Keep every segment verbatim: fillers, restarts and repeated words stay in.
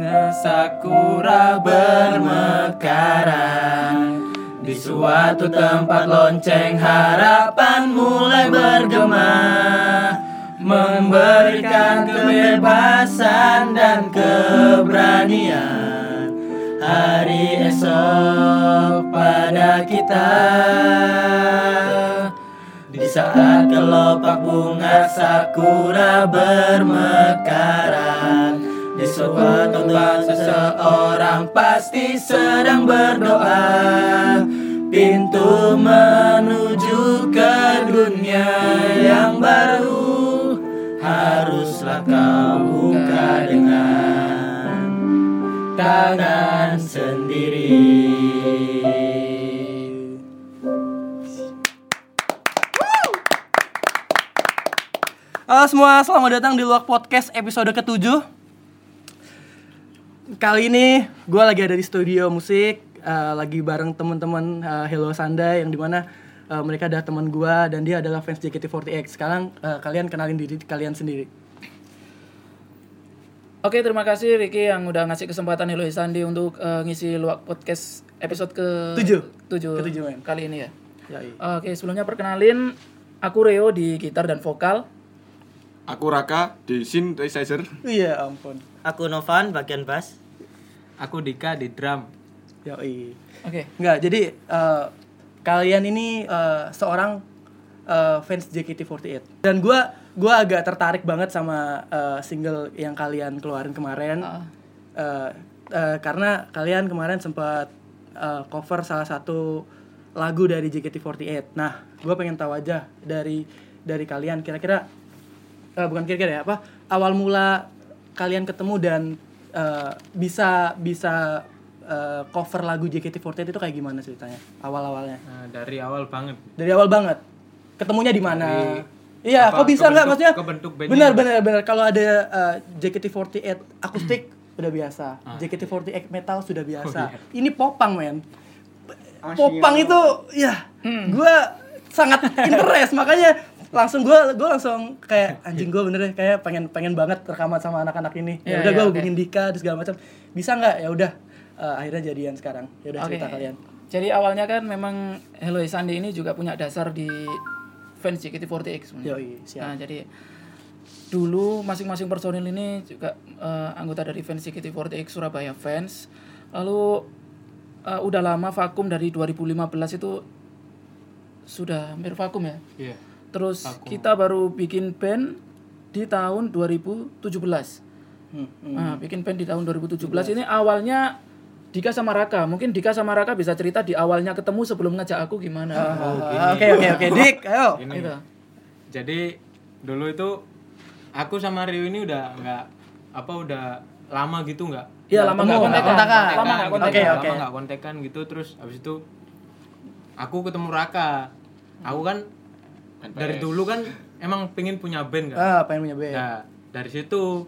bunga sakura bermekaran. Di suatu tempat lonceng harapan mulai bergema, memberikan kebebasan dan keberanian. Hari esok pada kita, di saat kelopak bunga sakura bermekaran. Di suatu tempat seseorang pasti sedang berdoa, pintu menuju ke dunia yang baru haruslah kau buka dengan tangan sendiri. Halo semua, selamat datang di Luak Podcast episode ketujuh. Kali ini gue lagi ada di studio musik, uh, lagi bareng teman-teman uh, Hello Sanda, yang dimana uh, mereka adalah teman gue dan dia adalah fans J K T empat delapan. Sekarang uh, kalian kenalin diri kalian sendiri. Oke, terima kasih Ricky yang udah ngasih kesempatan Hello Sandi untuk uh, ngisi Luak Podcast episode ke Tujuh. tujuh Ketujuh, men. kali ini ya. Yoi. Oke, sebelumnya perkenalin, aku Reo di gitar dan vokal. Aku Raka di synthesizer. Iya ampun. Aku Novan bagian bass. Aku Dika di drum. Yoi. Oke. Enggak, jadi uh, kalian ini uh, seorang uh, fans J K T empat delapan. Dan gue gue agak tertarik banget sama uh, single yang kalian keluarin kemarin. Uh. Uh, uh, karena kalian kemarin sempat uh, cover salah satu lagu dari J K T empat delapan. Nah, gue pengen tahu aja dari dari kalian kira-kira uh, bukan kira-kira ya apa awal mula kalian ketemu dan uh, bisa bisa uh, cover lagu J K T empat delapan itu kayak gimana ceritanya awal-awalnya? Nah, dari awal banget. Dari awal banget. Ketemunya di mana? Iya, apa, kok bisa nggak maksudnya? kebentuk bandnya. Benar benar benar. Kalau ada uh, J K T empat delapan akustik udah biasa. Ah. J K T empat delapan metal sudah biasa. Oh, iya. Ini popang, men. Popang itu ya Hmm. gue sangat interest, makanya langsung gue gue langsung kayak anjing gue bener deh kayak pengen pengen banget rekaman sama anak-anak ini. Ya Iya, udah iya, gue oke. hubungin Dika dan segala macam. Bisa nggak? Ya udah uh, akhirnya jadian sekarang. Ya udah Oke. cerita kalian. Jadi awalnya kan memang Hello Sandi ini juga punya dasar di fans J K T empat delapan sebenarnya. Yoi, siap. Nah, jadi dulu masing-masing personil ini juga uh, anggota dari fans J K T empat delapan Surabaya Fans. Lalu uh, udah lama vakum dari dua ribu lima belas itu sudah hampir vakum ya. Iya. Terus Vakum. kita baru bikin band di tahun dua ribu tujuh belas. Hmm, hmm. Nah, bikin band di tahun dua ribu tujuh belas ini awalnya Dika sama Raka. Mungkin Dika sama Raka bisa cerita di awalnya ketemu sebelum ngajak aku gimana. Oh, gini. Ah, Oke oke oke Dik, ayo. Ini. Gitu. Jadi dulu itu aku sama Rio ini udah nggak apa udah lama gitu nggak? Iya, lama nggak Ketemu, kontekan. kontakan. Lama nggak gitu, kontekan. Oke, lama oke. nggak kontekan gitu. Terus abis itu aku ketemu Raka. Aku kan dari dulu kan emang pengen punya band kan. Ah, pengen punya band. Nah, dari situ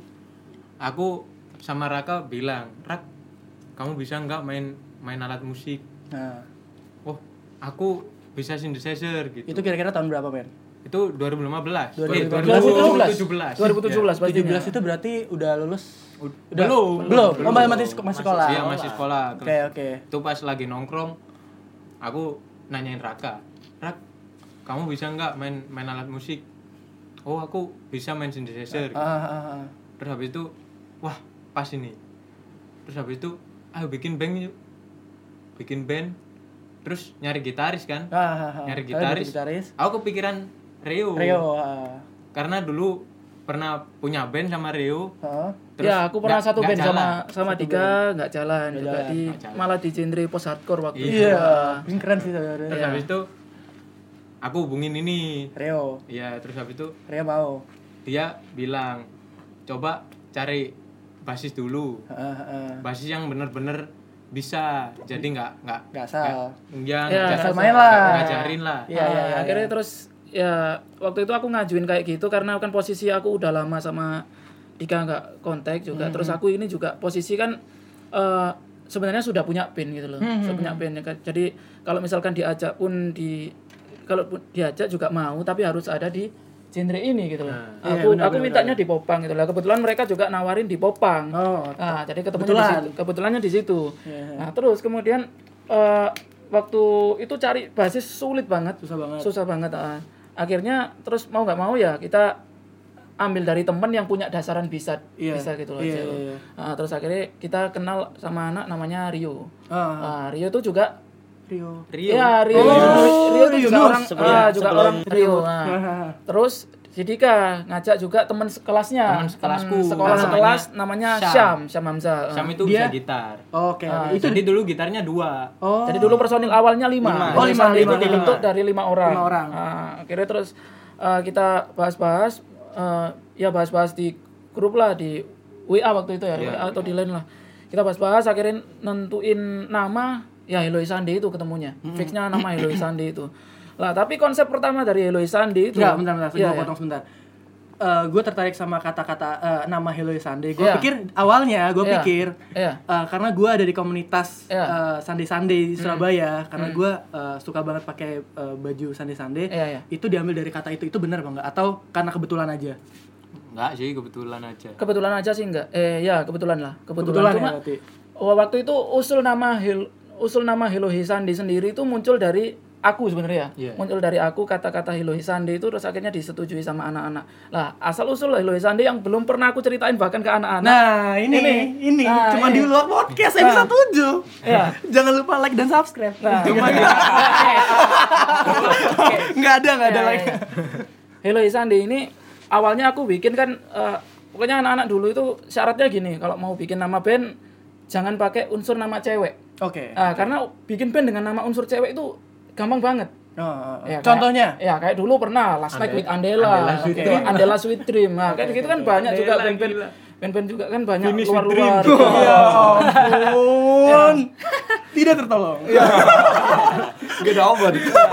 aku sama Raka bilang, Rak, kamu bisa nggak main main alat musik? Nah, Oh, aku bisa synthesizer gitu. itu kira-kira tahun berapa, men? Itu dua ribu lima belas. dua ribu Eh, lima belas. dua ribu tujuh belas. dua ribu tujuh belas Ya. pastinya. tujuh belas itu berarti udah lulus? Ud- Udah? belum, Belum. Oh, masih masih sekolah. Iya, masih sekolah. Oke, oke. Itu pas lagi nongkrong, aku nanyain Raka, Rak, kamu bisa nggak main main alat musik? Oh, aku bisa main synthesizer. Ah, ah, ah. Terus habis itu, wah, pas ini. Terus habis itu, ayo bikin band yuk. Bikin band. Terus nyari gitaris kan? Ah, ah, ah. Nyari Kalian gitaris. butuh gitaris. Aku kepikiran Rio. Rio. ah. Karena dulu pernah punya band sama Rio. Ah. Terus ya, aku pernah nggak- satu nggak band sama jalan. sama Satu Dika nggak jalan Nggak juga jalan. di Nggak jalan. malah di genre post hardcore waktu itu. Iya. Ini keren sih saudara. Terus Iya. habis itu aku hubungin ini. Rio. Iya, terus habis itu Rio mau. dia bilang, coba cari basis dulu. Ah, ah, ah. Basis yang bener-bener bisa. Jadi nggak nggak Nggak asal. nggak Ya, nggak- asal nggak- main lah. nggak ngajarin lah. Iya, iya, iya. Akhirnya iya. terus ya waktu itu aku ngajuin kayak gitu karena kan posisi aku udah lama sama Dika nggak kontak juga. Hmm. Terus aku ini juga posisi kan eh, sebenarnya sudah punya band gitu loh. Hmm, Sudah punya band ya kan. Jadi kalau misalkan diajak pun di kalau pun diajak juga mau tapi harus ada di J genre ini gitu loh. Nah, iya, aku benar, aku benar, mintanya benar. di Popang gitu lah. Kebetulan mereka juga nawarin di Popang. Oh, Nah, jadi ketemunya kebetulan. di situ. Kebetulannya di situ. Iya. Nah, terus kemudian eh, waktu itu cari basis sulit banget. Susah banget. Susah banget. ah. Akhirnya terus mau nggak mau ya kita ambil dari temen yang punya dasaran bisa Iya. bisa gitu loh. Iya, aja. iya, iya. Nah, terus akhirnya kita kenal sama anak namanya Rio. Ah, Nah, Rio itu juga Rio. Rio. Iya, Rio. Oh, Rio itu juga Yunus. orang Sebelum- ah, juga sebelum- orang Rio. Nah, terus si Dika ngajak juga teman sekelasnya, Teman sekelasku. sekolah Namanya sekelas namanya Syam. Syam, Syam Hamzah. Sam itu Dia- bisa gitar. Oke, Ah, oke. Itu jadi dulu gitarnya dua. Oh. Jadi dulu personil awalnya lima. Lima. Oh, lima, Jadi lima, itu dibentuk lima. dari lima orang. Lima orang. Nah, akhirnya terus eh, kita bahas-bahas, eh, ya bahas-bahas di grup lah di W A waktu itu ya, Iya. W A atau di line lah. Kita bahas-bahas, akhirnya nentuin nama, ya Hello Isandi itu ketemunya. Fixnya nama Hello Isandi itu. Lah, tapi konsep pertama dari Hello Isandi itu. Enggak, bentar, bentar. Iya, Gue iya. potong sebentar. gue tertarik sama kata-kata eh, nama Hello Sunday. Gue Iya. pikir awalnya gue Iya. pikir Iya. eh, karena gue ada di komunitas Iya. eh, Sunday Sunday di Surabaya, karena gue eh, suka banget pakai eh, baju Sunday Sunday. Iya, iya. Itu diambil dari kata itu. Itu benar apa enggak? Atau karena kebetulan aja? Enggak sih, kebetulan aja. Kebetulan aja sih enggak. Eh ya, kebetulan lah. Kebetulan, Kebetulan ya cuma berarti. oh, waktu itu usul nama Hil usul nama Hello Hisandi sendiri itu muncul dari aku sebenarnya. Iya. Muncul dari aku kata-kata Hello Hisandi itu terus akhirnya disetujui sama anak-anak. Lah, asal usul Hello Hisandi yang belum pernah aku ceritain bahkan ke anak-anak. Nah, ini Ini. ini, Nah, cuma ini. di luar podcast episode tujuh. Iya. Jangan lupa like dan subscribe. Nah, Enggak ada, enggak ada Ya, like. ya. Hello Isandi ini awalnya aku bikin kan eh, pokoknya anak-anak dulu itu syaratnya gini, kalau mau bikin nama band jangan pakai unsur nama cewek. Oke. Ah, karena bikin band dengan nama unsur cewek itu gampang banget. Oh, oh, oh. Ya, kayak- Contohnya? ya kayak dulu pernah Last Night with Andela, Andela Sweet gitu. Dream. Andela Sweet Dream. Nah, kayak gitu kan banyak juga Andela, band-band gila. band-band juga kan banyak Finish with luar-luar. Dream. gitu. Ya ampun. Tidak tertolong. Gak ada obat.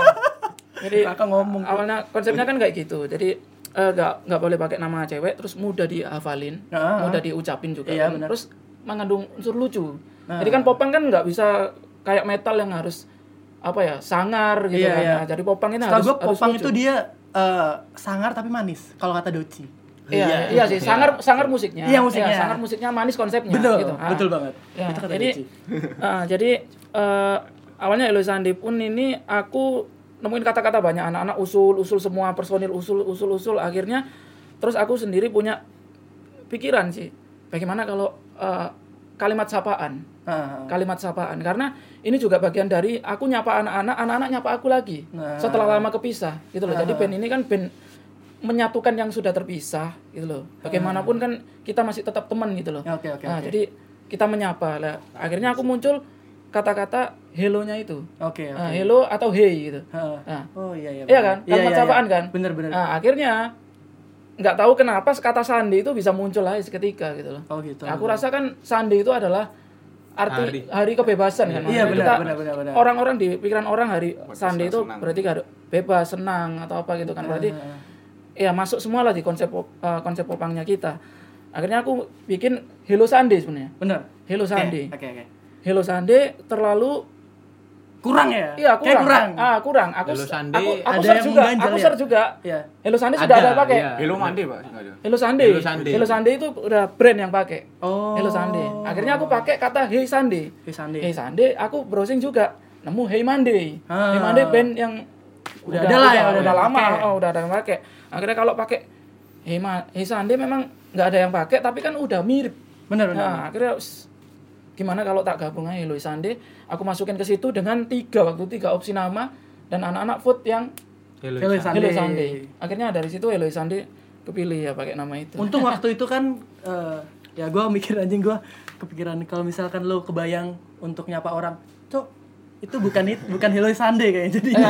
Jadi Kakak ngomong. awalnya konsepnya kan kayak gitu. Jadi eh, nggak nggak boleh pakai nama cewek, terus mudah dihafalin, Ah, mudah diucapin juga. Iya, kan. benar. Terus mengandung unsur lucu. Ah. Jadi kan popang kan nggak bisa kayak metal yang harus apa ya sangar gitu Iya, kan. iya. Nah, jadi popang ini Setahu harus gue harus popang lucu. itu dia eh, sangar tapi manis kalau kata Doci. Iya, iya sih, sangar sangar musiknya. Iya, musiknya. sangar musiknya manis konsepnya Betul, gitu. Ah. betul banget. Ya, Itu kata jadi Doci. ah, jadi eh, awalnya Hello Sandi pun ini aku nemuin kata-kata banyak anak-anak usul usul semua personil usul usul usul akhirnya terus aku sendiri punya pikiran sih bagaimana kalau eh, kalimat sapaan Ah, kalimat sapaan karena ini juga bagian dari aku nyapa anak-anak anak-anak nyapa aku lagi Nah. setelah lama kepisah gitu loh. Jadi band ini kan band menyatukan yang sudah terpisah gitu loh. Bagaimanapun kan kita masih tetap teman gitu loh. Oke, oke, Nah, oke. jadi kita menyapa lah. Akhirnya aku muncul kata-kata hello-nya itu. Oke, oke. Nah, hello atau hey gitu. Ah. Nah, Oh iya iya. iya kan? Iya, Kalimat iya, sapaan iya. kan? Bener bener. Nah, akhirnya nggak tahu kenapa kata sandi itu bisa muncul aja seketika gitu loh. Oh gitu. Nah, aku rasa kan sandi itu adalah arti hari, Hari. kebebasan kan. Iya, Maksudnya benar, kita- benar, benar, benar. Orang-orang di pikiran orang hari sandi itu senang. berarti hari bebas, senang atau apa gitu kan. Berarti ya masuk semua lah di konsep pop- eh, konsep popangnya kita. Akhirnya aku bikin Hello Sandi sebenarnya. Bener. Hello Sandi. Oke oke. Hello Sandi terlalu Kurang ya? iya Kayak kurang. kurang. Ah, kurang. Aku Hello Sandi aku, aku ada search yang juga. mengganjal Aku ya? search juga. Iya. Hello Sandi sudah ada, pakai. iya. Hello Mandi, Pak. Nggak ada. Hello Sandi. Hello Sandi. Hello Sandi itu udah brand yang pakai. Oh. Hello Sandi. Akhirnya aku pakai kata Hey Sandi. Hey Sandi. Hey Sandi, aku browsing juga nemu Hey Monday. Ah. Hey Monday band yang Udah ada lah ya, udah, udah lama, pakai. oh, udah ada yang pakai. Akhirnya kalau pakai Hey, Ma, hey Sandi memang nggak ada yang pakai, tapi kan udah mirip. Bener bener. Nah, akhirnya us, gimana kalau tak gabung aja Hello Sandi, aku masukin ke situ dengan tiga waktu tiga opsi nama dan anak-anak vote yang Hello, Hello Sandi. Hello Sandi. Sandi. Akhirnya dari situ Hello Sandi kepilih ya pakai nama itu. Untung waktu itu kan eh, ya gue mikir anjing gue kepikiran kalau misalkan lo kebayang untuk nyapa orang, cok itu bukan it, bukan Hello Sunday kayaknya jadinya.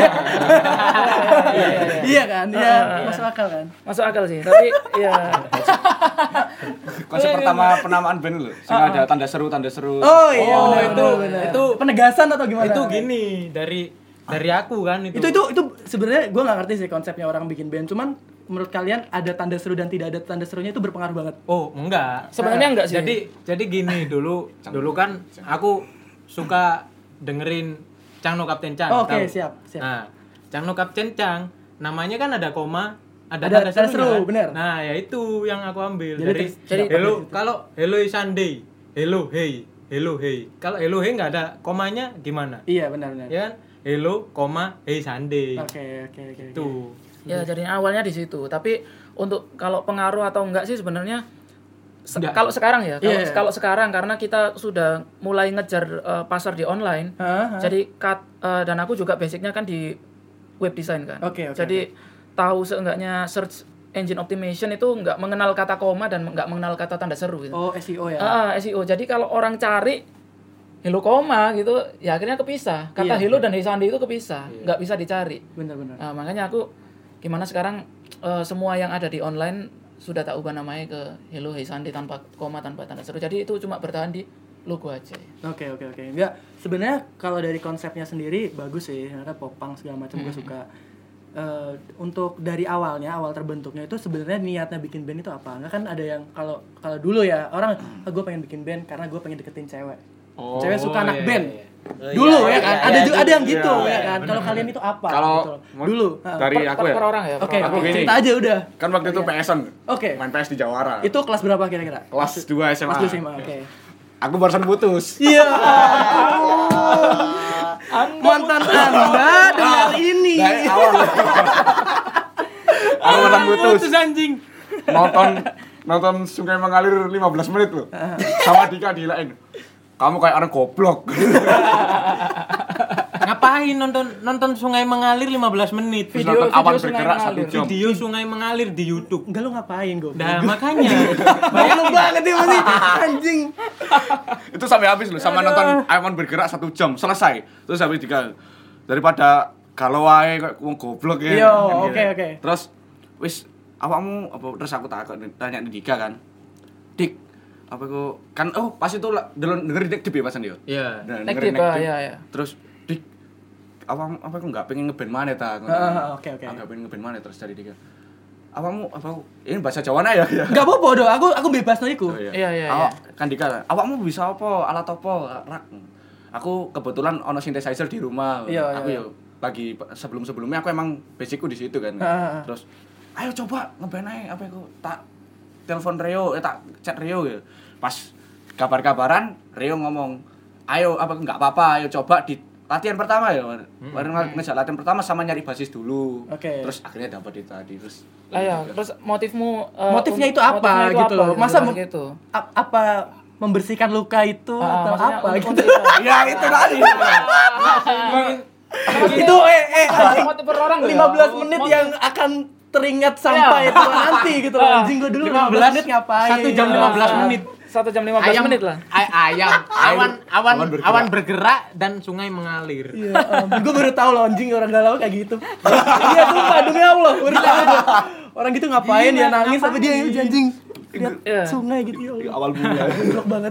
Iya kan? Iya, masuk akal kan? Masuk akal sih, tapi ya Konsep pertama penamaan band lo, sing ada tanda seru, tanda seru. Oh iya, Oh, benar, itu- benar, benar. itu penegasan atau gimana? Itu gini dari dari aku kan itu. Itu itu itu sebenarnya gue nggak ngerti sih konsepnya orang bikin band. Cuman menurut kalian ada tanda seru dan tidak ada tanda serunya itu berpengaruh banget. Oh, enggak. sebenarnya enggak sih. Jadi jadi gini dulu dulu kan aku suka dengerin Cangno Kapten Cang. Oh, oke, tahu? siap, siap. Nah, Cangno Kapten Cang namanya kan ada koma ada, Ada tanda tanda serunya seru, kan? bener. Nah, ya itu yang aku ambil Jadi dari terus- jadi- hello kalau hello is Sunday, hello hey, hello hey. Kalau hello hey nggak ada komanya gimana? Iya, benar-benar. Ya kan? Hello, koma, hey Sunday. Oke, oke, oke. Itu. Ya jadi awalnya di situ. Tapi untuk kalau pengaruh atau enggak sih sebenarnya se- Enggak. kalau sekarang ya, kalau Iya. kalau sekarang karena kita sudah mulai ngejar eh, pasar di online. Hah, hah. Jadi cut, eh, dan aku juga basicnya kan di web design kan. Oke, oke, Jadi tahu seenggaknya search engine optimization itu enggak mengenal kata koma dan enggak mengenal kata tanda seru gitu. Oh, S E O ya. Ah, S E O. Jadi kalau orang cari hello koma gitu, ya akhirnya kepisah. Kata Iya. hello dan hey Sandi itu kepisah, nggak bisa dicari. Benar-benar. Nah, makanya aku gimana sekarang eh, semua yang ada di online sudah tak ubah namanya ke hello hey Sandi tanpa koma tanpa tanda seru. Jadi itu cuma bertahan di logo aja. Oke, oke, oke. Enggak, sebenarnya kalau dari konsepnya sendiri bagus sih. Karena popang segala macam gue suka. Eh, untuk dari awalnya, awal terbentuknya itu sebenarnya niatnya bikin band itu apa? Enggak kan ada yang kalau kalau dulu ya orang ah, gue pengen bikin band karena gue pengen deketin cewek. Oh, Cewek suka anak iya, band. iya, iya. Oh, Dulu iya, ya kan, iya, ada iya, juga ada yang gitu iya, ya kan. Kalau kalian itu apa? Kalau gitu. Dulu. Ah, dari Per- aku per- ya. per orang ya. per Oke, orang. Aku oke. gini. Cerita aja udah. Kan waktu itu P S-an. Oke. Main P S di Jawara. Itu kelas berapa kira-kira? kelas dua S M A. Kelas dua S M A, oke. Aku barusan putus. Iya. Mantan Anda dengar ini. Dari awal. Aku barusan putus. Putus anjing. Nonton nonton Sungai Mengalir lima belas menit loh. Sama Dika dilain. Kamu kayak orang goblok. Ngapain nonton nonton Sungai Mengalir lima belas menit? Terus Video- nonton Awan video Sungai Bergerak satu Mengalir. jam. Video Sungai Mengalir di YouTube. Enggak lu ngapain gue? Nah, makanya Bayang banget ya masih anjing. Itu sampai habis loh, sama nonton Awan Bergerak satu jam selesai. Terus habis Dika daripada galau ae kayak wong goblok ya. Yo, Kan oke, gitu. oke. Terus wis awakmu apa terus aku takut tanya di Dika kan. Dik, apa kok kan oh pas itu lah delon dengerin Dik Dip ya pasan yo. Iya. Nah, Nek dengerin Dip, Nek ah, Dip. iya, iya. Terus Dik apa apa aku enggak pengen ngeband mana ta? Ah, oke, oke. Enggak pengen ngeband mana terus dari Dika. Awamu apa ini bahasa Jawa ya ya. Enggak apa-apa dong, aku aku bebas no iku. Oh, iya. Iya, iya, Awak kan Dika, awakmu bisa apa? Alat apa? Rak. Aku kebetulan ono synthesizer di rumah. Iya, aku iya. yo lagi sebelum-sebelumnya aku emang basicku di situ kan. Ah, ah, ah. Terus ayo coba ngeband ae apa iku tak telepon Rio, eh tak chat Rio ya. Pas kabar-kabaran Rio ngomong, "Ayo apa enggak apa-apa, ayo coba di latihan pertama ya." Bareng ngejak latihan pertama sama nyari basis dulu. Oke. Terus akhirnya dapat itu tadi terus. Lah ya, terus motifmu eh, Motifnya um- itu apa motifnya itu gitu loh. gitu, Masa bahas mem- gitu. A- apa membersihkan luka itu Ah, atau maksudnya apa untuk- gitu. untuk- Ya itu tadi. Itu eh eh anjing motif per orang loh ya. lima belas menit Motif- yang akan teringat sampai tua nanti gitu loh. Anjing gua dulu lima belas menit ngapain? Satu jam lima belas menit. Satu jam lima belas menit lah. Ay- ayam, awan, awan, Awan bergerak. awan bergerak dan sungai mengalir. Iya, ampun. Gue baru tahu loh anjing orang galau kayak gitu. Iya sumpah demi Allah, baru tahu gua. Orang gitu ngapain dia nangis tapi dia anjing lihat Iya. sungai gitu ya Di Allah. awal mula. Goblok banget.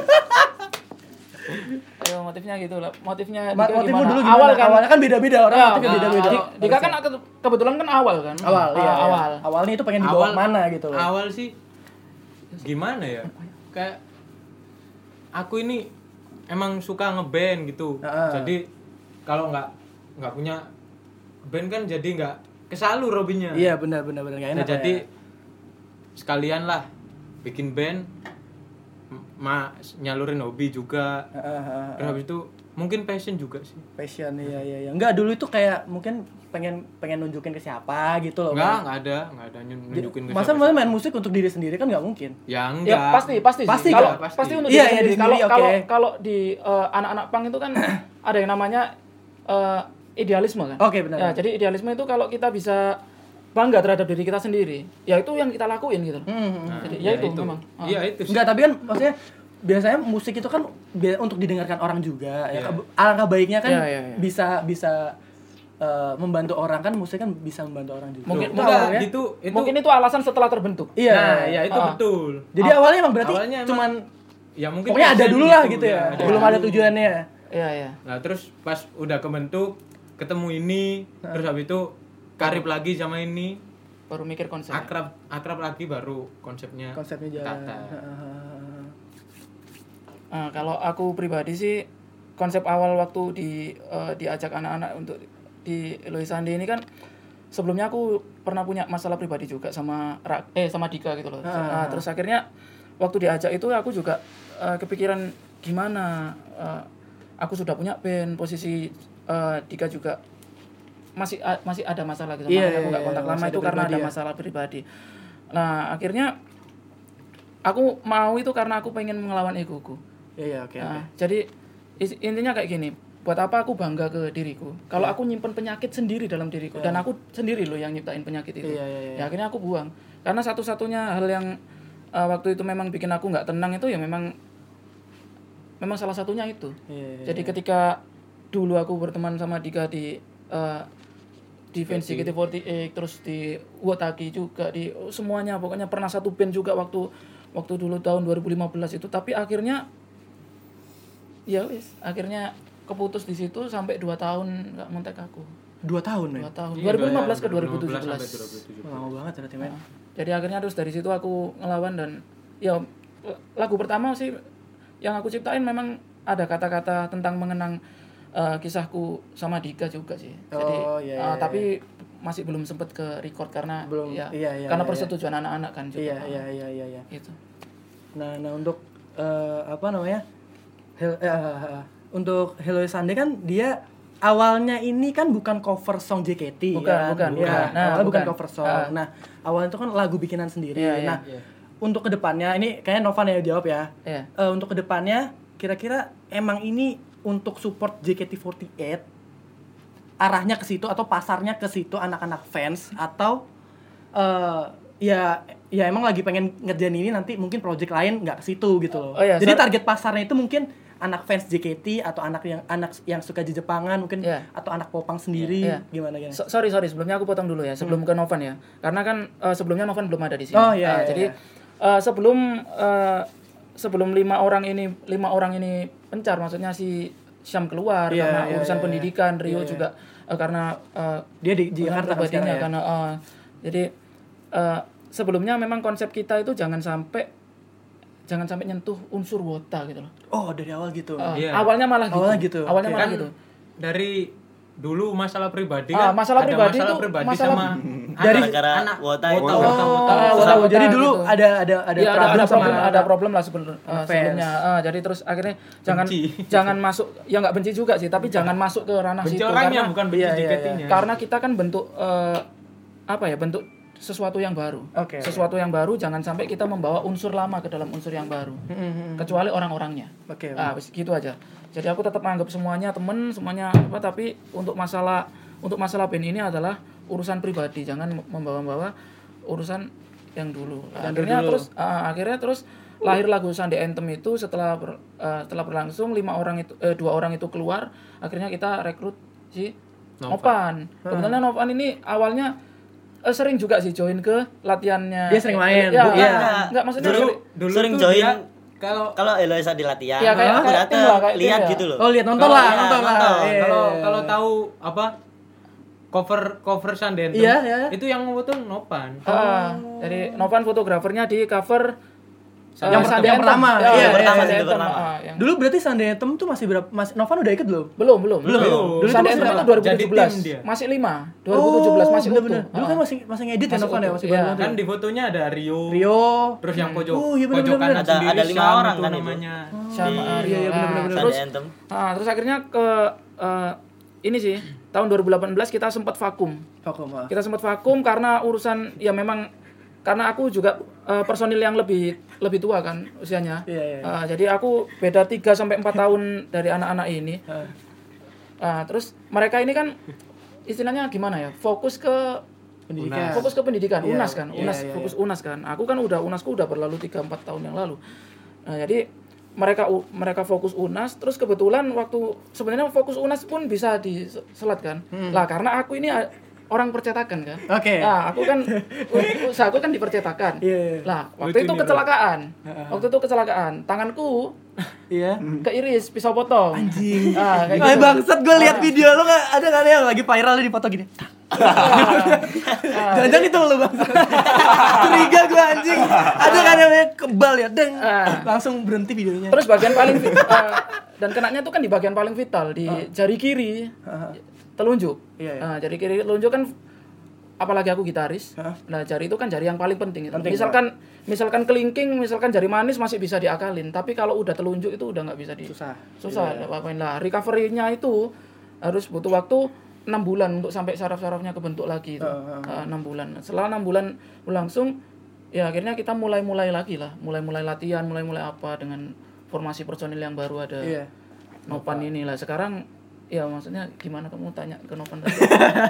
Ayo motifnya gitu lah. Motifnya Ma- Dika motifmu gimana? dulu gimana? Awal kan. Awalnya kan beda-beda orang Ya, motifnya beda-beda. Di- Dika kan ke- kebetulan kan awal kan. awal Ah, iya. iya. awal. Awalnya itu pengen dibawa mana gitu loh. Awal sih gimana ya? Kayak aku ini emang suka ngeband gitu. Ah. Jadi kalau nggak nggak punya band kan jadi nggak kesalur hobinya. Iya benar benar benar enggak Nah, enak. jadi ya. sekalian lah bikin band, m- ma nyalurin hobi juga. Ah, ah, ah, Terus habis itu mungkin passion juga sih. passion iya iya iya. Enggak dulu itu kayak mungkin pengen pengen nunjukin ke siapa gitu loh. Enggak, Bang. enggak ada, enggak ada nyun- nunjukin ke Masa siapa. masa main musik untuk diri sendiri kan nggak mungkin. Ya enggak. Ya pasti pasti sih. Pasti Kalau kan? Pasti. pasti untuk Iya, diri iya, sendiri. diri Kalau sendiri, kalau oke. kalau di eh, anak-anak punk itu kan ada yang namanya eh, idealisme kan. Oke, benar. Ya, jadi idealisme itu kalau kita bisa bangga terhadap diri kita sendiri, ya itu yang kita lakuin gitu. Hmm, hmm, hmm. Nah, Jadi, ya itu memang. Ah. Iya itu sih. Enggak, tapi kan maksudnya biasanya musik itu kan bi- untuk didengarkan orang juga ya. Iya. Ke- Alangkah baiknya kan Iya, iya, iya. bisa bisa eh, membantu orang kan musik kan bisa membantu orang juga. Mungkin- Itu Enggak, awalnya- gitu itu. Mungkin itu alasan setelah terbentuk. Iya. Nah, ya itu Ah. betul. Jadi awalnya emang berarti Awalnya emang- cuman Ya mungkin pokoknya ada passion dulu lah gitu ya. ada Belum dulu. ada tujuannya. Iya, iya. Nah, terus pas udah kebentuk, ketemu ini, terus habis itu karib lagi sama ini, Baru mikir konsep. akrab akrab lagi baru konsepnya. Konsepnya jalan. Tata. Nah, kalau aku pribadi sih konsep awal waktu di eh, diajak anak-anak untuk di Eloy Sandi ini kan sebelumnya aku pernah punya masalah pribadi juga sama Ra- eh sama Dika gitu loh. Ah. Nah, terus akhirnya waktu diajak itu aku juga uh, kepikiran gimana uh, aku sudah punya band, posisi uh, Dika juga masih uh, masih ada masalah gitu. Iya, Makanya aku nggak iya, kontak iya, lama masih itu ada karena ada pribadi ya. masalah pribadi. Nah, akhirnya aku mau itu karena aku pengen melawan egoku. Iya, iya, oke, oke. Nah, jadi is- intinya kayak gini, buat apa aku bangga ke diriku kalau Iya. aku nyimpen penyakit sendiri dalam diriku dan aku sendiri loh yang nyiptain penyakit itu. Iya, iya, iya. Ya akhirnya aku buang karena satu-satunya hal yang uh, waktu itu memang bikin aku nggak tenang itu ya memang memang salah satunya itu. Iya, iya, Jadi ketika dulu aku berteman sama Dika di uh, di Fans J K T empat delapan terus di Wotaki juga di oh, semuanya pokoknya pernah satu band juga waktu waktu dulu tahun dua ribu lima belas itu, tapi akhirnya ya wis akhirnya keputus di situ sampai dua tahun nggak ngontek aku. Dua tahun, men. Dua tahun. Iya, dua ribu lima belas ke dua dua ribu ribu lima tujuh belas. sampai dua ribu tujuh belas. Lama banget berarti, men. Nah, jadi akhirnya terus dari situ aku ngelawan dan ya lagu pertama sih yang aku ciptain memang ada kata-kata tentang mengenang uh, kisahku sama Dika juga sih. Jadi Oh, iya, uh, iya, tapi masih belum sempet ke record karena Belum, ya iya, iya, karena iya, persetujuan anak-anak kan juga. Iya, iya, iya, iya, iya. Itu. Nah, nah untuk eh, apa namanya? Hel, eh, eh, eh, untuk Hello Sunday kan dia awalnya ini kan bukan cover song J K T Bukan, kan? bukan, Iya, bukan. Nah, awalnya bukan bukan. cover song. Ah. Nah, awalnya itu kan lagu bikinan sendiri. Iya, iya, nah, untuk kedepannya ini kayaknya Novan ya jawab ya. Iya. Eh, untuk kedepannya kira-kira emang ini untuk support J K T empat delapan arahnya ke situ atau pasarnya ke situ anak-anak fans atau eh ya ya emang lagi pengen ngerjain ini nanti mungkin project lain nggak ke situ gitu loh. Oh, iya, Jadi sorry. target pasarnya itu mungkin anak fans J K T atau anak yang anak yang suka di Jepangan mungkin Iya. atau anak popang sendiri Iya. gimana gimana. So- sorry sorry sebelumnya aku potong dulu ya sebelum ke Novan ya karena kan uh, sebelumnya Novan belum ada di sini. Oh, iya, Uh, iya, jadi iya. uh, sebelum uh, sebelum lima orang ini lima orang ini pencar maksudnya si Syam keluar Iya, karena iya, urusan iya, pendidikan Rio iya, iya. juga uh, karena uh, Dia di, di urusan Jakarta kan pribadinya sekarang ya. karena uh, jadi uh, sebelumnya memang konsep kita itu jangan sampai jangan sampai nyentuh unsur wota gitu loh. Oh, dari awal gitu. Uh, Iya. Awalnya malah gitu. Awalnya gitu, Awalnya oke. malah Kan gitu. dari dulu masalah pribadi Ah, kan masalah ada pribadi masalah itu pribadi masalah- sama Dari- Gara-gara anak wota wota, itu. wota, wota, wota. Ah, Oh, wota-wota jadi dulu gitu. ada ada ada Iya, ada, problem ada sama problem ada problem lah sebelum uh, fans. sebelumnya. Ah, jadi terus akhirnya jangan Benci. jangan masuk ya nggak benci juga sih, tapi jangan masuk ke ranah Benci situ orangnya karena bukan benci Iya, iya, J K T-nya. karena kita kan bentuk eh, apa ya bentuk sesuatu yang baru. Oke, oke. Sesuatu yang baru jangan sampai kita membawa unsur lama ke dalam unsur yang baru. Kecuali orang-orangnya. Oke. Ah, wis gitu aja. Jadi aku tetap anggap semuanya temen, semuanya apa tapi untuk masalah untuk masalah band ini adalah urusan pribadi, jangan membawa-bawa urusan yang dulu. Yang akhirnya dulu. terus ah, akhirnya terus lahir lagu Sunday Anthem itu setelah ber- eh, setelah berlangsung lima orang itu eh, dua orang itu keluar, akhirnya kita rekrut si Novan. Kebetulan Novan ini awalnya eh, sering juga sih join ke latihannya. Dia sering main. Ya, Bu- enggak, iya. enggak, maksudnya Dulu, sering- Dulu sering tuh join dia kalau kalau Eloisa di latihan, Iya, kayak- aku kayak tim lah, datang kayak tim lihat ya. gitu loh. Oh, lihat nonton Kalau- lah, iya, nonton lah. nonton. Iya. kalau kalau tahu apa cover cover Sunday Anthem, Iya, iya. itu yang foto Novan. Ah, jadi Novan fotografernya di cover eh, Yang Sunday pertama, Anthem. pertama. Ya, Iya, yang iya, pertama, iya, Sunday itu Anthem. pertama. Ah, yang- Dulu berarti Sunday Anthem tuh masih berapa? Mas Novan udah ikut belum? belum, belum. Belum. Belum. Dulu Sunday itu Anthem masih itu dua ribu tujuh belas. jadi tim dia. Masih lima. dua ribu tujuh belas masih bener, utuh. bener. Dulu Ah. kan masih masih ngedit ya Masih Novan ya, utuh. masih Iya. baru banget. Kan di fotonya ada Rio, Rio. terus yang pojok Oh, iya bener, pojok bener, kanan bener. Ada- sendiri ada lima Syam orang itu kan itu. namanya. Sama Di- Rio. iya, iya, bener, Nah, bener, bener. Terus Sunday Anthem. ah, terus akhirnya ke eh, ini sih tahun dua ribu delapan belas kita sempat vakum. Vakum, ah. Kita sempat vakum karena urusan ya memang karena aku juga eh, personil yang lebih lebih tua kan usianya. Iya, iya. Eh, jadi aku beda tiga sampai empat tahun dari anak-anak ini. Ah. Ah, terus mereka ini kan istilahnya gimana ya? Fokus ke Pendidikan. fokus ke pendidikan, Iya, UNAS kan, iya, UNAS, iya, fokus UNAS kan. Aku kan udah UNASku udah berlalu tiga empat tahun yang lalu. Nah, jadi mereka u- mereka fokus UNAS, terus kebetulan waktu sebenarnya fokus UNAS pun bisa diselat kan. Lah karena aku ini a- orang percetakan kan. Hmm. Oke. Nah, aku kan u- usahaku kan di percetakan. Iya, iya. Lah, waktu itu kecelakaan. Waktu itu kecelakaan, tanganku Iya. keiris pisau potong. Anjing. Ah, kayak Ah, gitu. bangsat gue lihat video lo nggak ada kan yang lagi viral di foto gini. Jangan-jangan itu lo bangsat. Curiga gue anjing. Ada kan yang kebal ya, deng. Ah. Langsung berhenti videonya. Terus bagian paling vi- eh, dan kenanya tuh kan di bagian paling vital di jari kiri telunjuk. Iya, iya. Nah, jari kiri telunjuk kan apalagi aku gitaris. Hah? Nah, jari itu kan jari yang paling penting. Itu. Penting, misalkan misalkan kelingking, misalkan jari manis masih bisa diakalin, tapi kalau udah telunjuk itu udah nggak bisa di Susah. Susah, Iya. nggak apa-apain lah. Recovery-nya itu harus butuh waktu enam bulan untuk sampai saraf-sarafnya kebentuk lagi itu. Uh, uh, uh. Uh, enam bulan. Setelah enam bulan berlangsung, ya akhirnya kita mulai-mulai lagi lah, mulai-mulai latihan, mulai-mulai apa dengan formasi personil yang baru ada. Iya. Novan ini lah. Sekarang ya maksudnya gimana kamu tanya ke Novan tadi?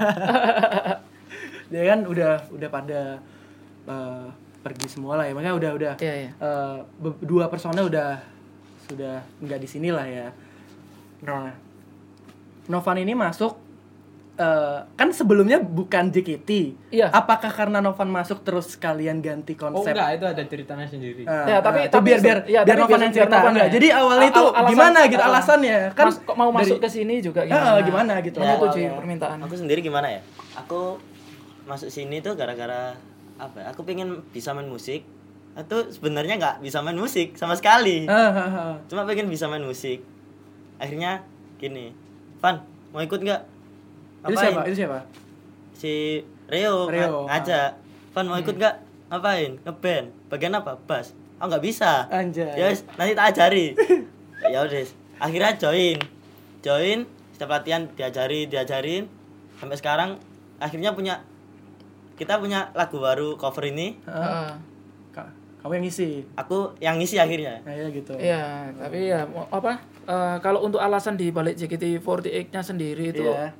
Dia kan udah udah pada uh, pergi semua lah ya. Makanya udah udah Iya, iya. uh, be- dua personel udah sudah nggak di sini lah ya. Nah, Novan ini masuk uh, kan sebelumnya bukan J K T. Iya. Apakah karena Novan masuk terus kalian ganti Oh konsep? enggak, itu ada ceritanya sendiri. Ah, Ya, tapi- ah, itu tapi biar biar ya, biar tapi Novan biar- yang biar cerita. Novan Enggak, ya. jadi awalnya itu Al- alasan- gimana gitu uh, alasannya? Kan Mas, kok mau masuk dari- ke sini juga Ah, gimana? gimana gitu. Menyetujui awalnya. permintaan. Aku sendiri gimana ya? Aku masuk sini tuh gara-gara apa? ya, Aku pengen bisa main musik. Atau sebenarnya nggak bisa main musik sama sekali. Ah, ah, ah. Cuma pengen bisa main musik. Akhirnya gini, Van, mau ikut nggak? Itu siapa? Itu siapa? Si Rio, Rio, nga- ngajak. Van, mau ikut nggak? Ngapain? Ngeband. Bagian apa? Bass. Oh nggak bisa. Anjay. Ya wes, nanti tak ajari. Ya udah. Akhirnya join. Join, setiap latihan diajari, diajarin. Sampai sekarang akhirnya punya kita punya lagu baru cover ini. Heeh. Ka- Kamu yang ngisi. Aku yang ngisi akhirnya. Nah, ya gitu. Iya, tapi ya mau- apa? eh, kalau untuk alasan di balik J K T empat delapan-nya sendiri itu Iya.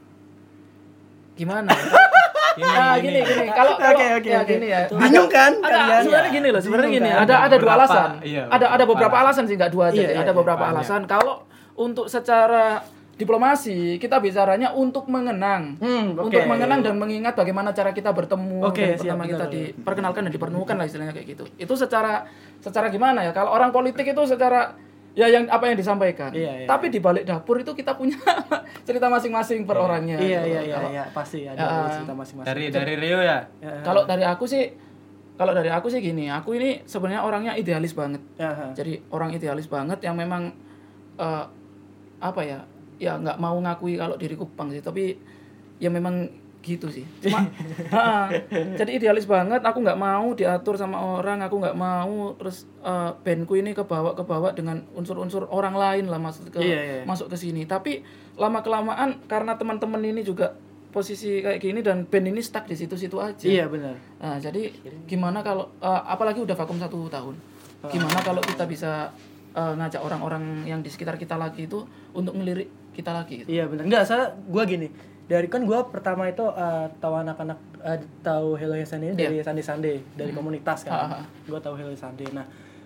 gimana? Nah, gini gini. Kalau kalau Oke, oke, ya oke. gini ya. Bingung kan Ada kalian? sebenarnya gini loh, sebenarnya Bingung gini. kan? Ada ada dua Beberapa, alasan. iya, Ada ada beberapa beberapa alasan sih, enggak dua aja. Iya, sih. iya, Ada iya, beberapa banyak. alasan. Kalau untuk secara diplomasi kita bicaranya untuk mengenang, Hmm, oke. untuk mengenang dan mengingat bagaimana cara kita bertemu Oke, dan siap, pertama betul, kita betul. diperkenalkan dan dipertemukan lah istilahnya kayak gitu. Itu secara secara gimana ya? Kalau orang politik itu secara ya yang apa yang disampaikan. Iya, iya. Tapi di balik dapur itu kita punya cerita masing-masing per orangnya. Iya, gitu. iya, iya, Kalau- iya, pasti ada Ya, cerita masing-masing. Dari dari Rio ya. Ya, Kalau dari aku sih, kalau dari aku sih gini, aku ini sebenarnya orangnya idealis banget. ya, ha. Jadi orang idealis banget yang memang eh, apa ya, ya nggak mau ngakui kalau diriku punk sih, tapi ya memang gitu sih. Cuma, ha, jadi idealis banget. Aku nggak mau diatur sama orang, aku nggak mau terus eh, bandku ini kebawa kebawa dengan unsur-unsur orang lain lah masuk ke Iya, iya. masuk ke sini. Tapi lama kelamaan karena teman-teman ini juga posisi kayak gini dan band ini stuck di situ-situ aja. Iya, benar. Nah, jadi gimana kalau eh, apalagi udah vakum satu tahun. Gimana kalau kita bisa eh, ngajak orang-orang yang di sekitar kita lagi itu untuk ngelirik kita lagi gitu. Iya, benar. Enggak, saya gua gini. Dari kan gua pertama itu eh, tahu anak-anak eh, tahu Hello Yes Sunday ini dari Sunday Sunday, dari komunitas Ah, ah, kan. ah. Gua tahu Hello Yes Sunday. Nah,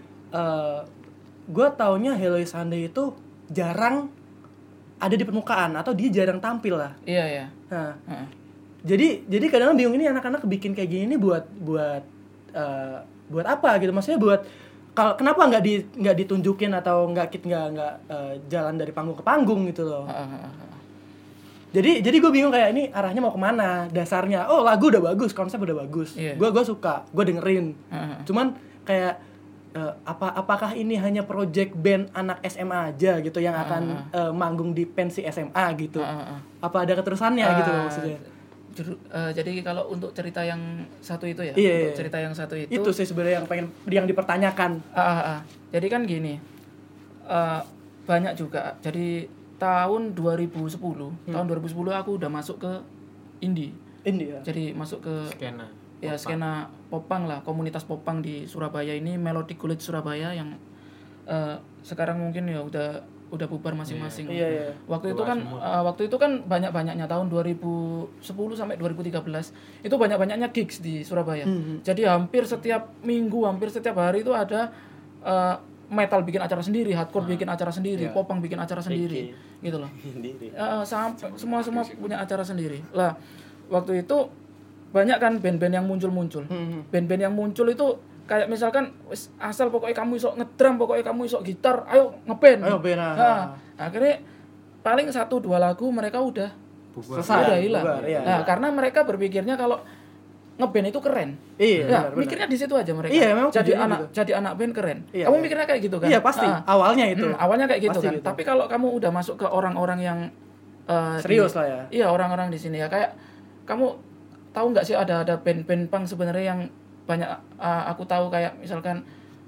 eh gua taunya Hello Yes Sunday itu jarang ada di permukaan atau dia jarang tampil lah. Iya, iya. Nah, Heeh. jadi jadi kadang bingung ini anak-anak bikin kayak gini ini buat buat eh, buat apa gitu, maksudnya buat kalau kenapa nggak di nggak ditunjukin atau nggak kit nggak nggak eh, jalan dari panggung ke panggung gitu loh. Heeh, heeh, heeh. Jadi jadi gue bingung kayak ini arahnya mau kemana dasarnya. Oh, lagu udah bagus, konsep udah bagus, Iya. gue gue suka, gue dengerin. Heeh. Cuman kayak eh, apa apakah ini hanya project band anak S M A aja gitu yang akan eh, manggung di pensi S M A gitu? Heeh, heeh. Apa ada keterusannya gitu loh Ah, maksudnya? juru- eh, jadi kalau untuk cerita yang satu itu ya, Iya, untuk iya. cerita yang satu itu, Itu sih sebenarnya yang pengen yang dipertanyakan. Ah, ah, ah. Jadi kan gini, eh, banyak juga. Jadi tahun dua ribu sepuluh, Hmm. tahun dua ribu sepuluh aku udah masuk ke indie. Ini ya. Jadi masuk ke Skena. ya skena popang lah, komunitas popang di Surabaya ini, Melody Kulit Surabaya yang eh, sekarang mungkin ya udah udah bubar masing-masing. Iya, iya. Waktu itu kan eh, waktu itu kan banyak-banyaknya tahun dua ribu sepuluh sampai dua ribu tiga belas itu banyak-banyaknya gigs di Surabaya. Jadi hampir setiap minggu, hampir setiap hari itu ada eh, metal bikin acara sendiri, hardcore bikin acara sendiri, popang bikin acara sendiri, gitu loh. Sendiri. Eh, sampai semua semua punya acara sendiri. Lah, waktu itu banyak kan band-band yang muncul-muncul. Band-band yang muncul itu kayak misalkan wis asal pokoknya kamu iso ngedrum, pokoknya kamu iso gitar, ayo ngeband. Ayo band, ah. Nah, akhirnya paling satu dua lagu mereka udah Selesai. udah hilang. bubar, iya. Nah, karena mereka berpikirnya kalau ngeband itu keren. Iya, Nah, benar, benar. mikirnya di situ aja mereka. Iya, memang jadi tujuannya anak gitu. jadi anak band keren. Iya, Kamu iya. mikirnya kayak gitu kan? Iya, pasti. Ah. Awalnya itu. Hmm, awalnya kayak gitu Pasti kan. gitu. Tapi kalau kamu udah masuk ke orang-orang yang eh, Serius di- lah ya. Iya, orang-orang di sini ya kayak kamu tahu nggak sih ada ada band-band punk sebenarnya yang banyak uh, aku tahu kayak misalkan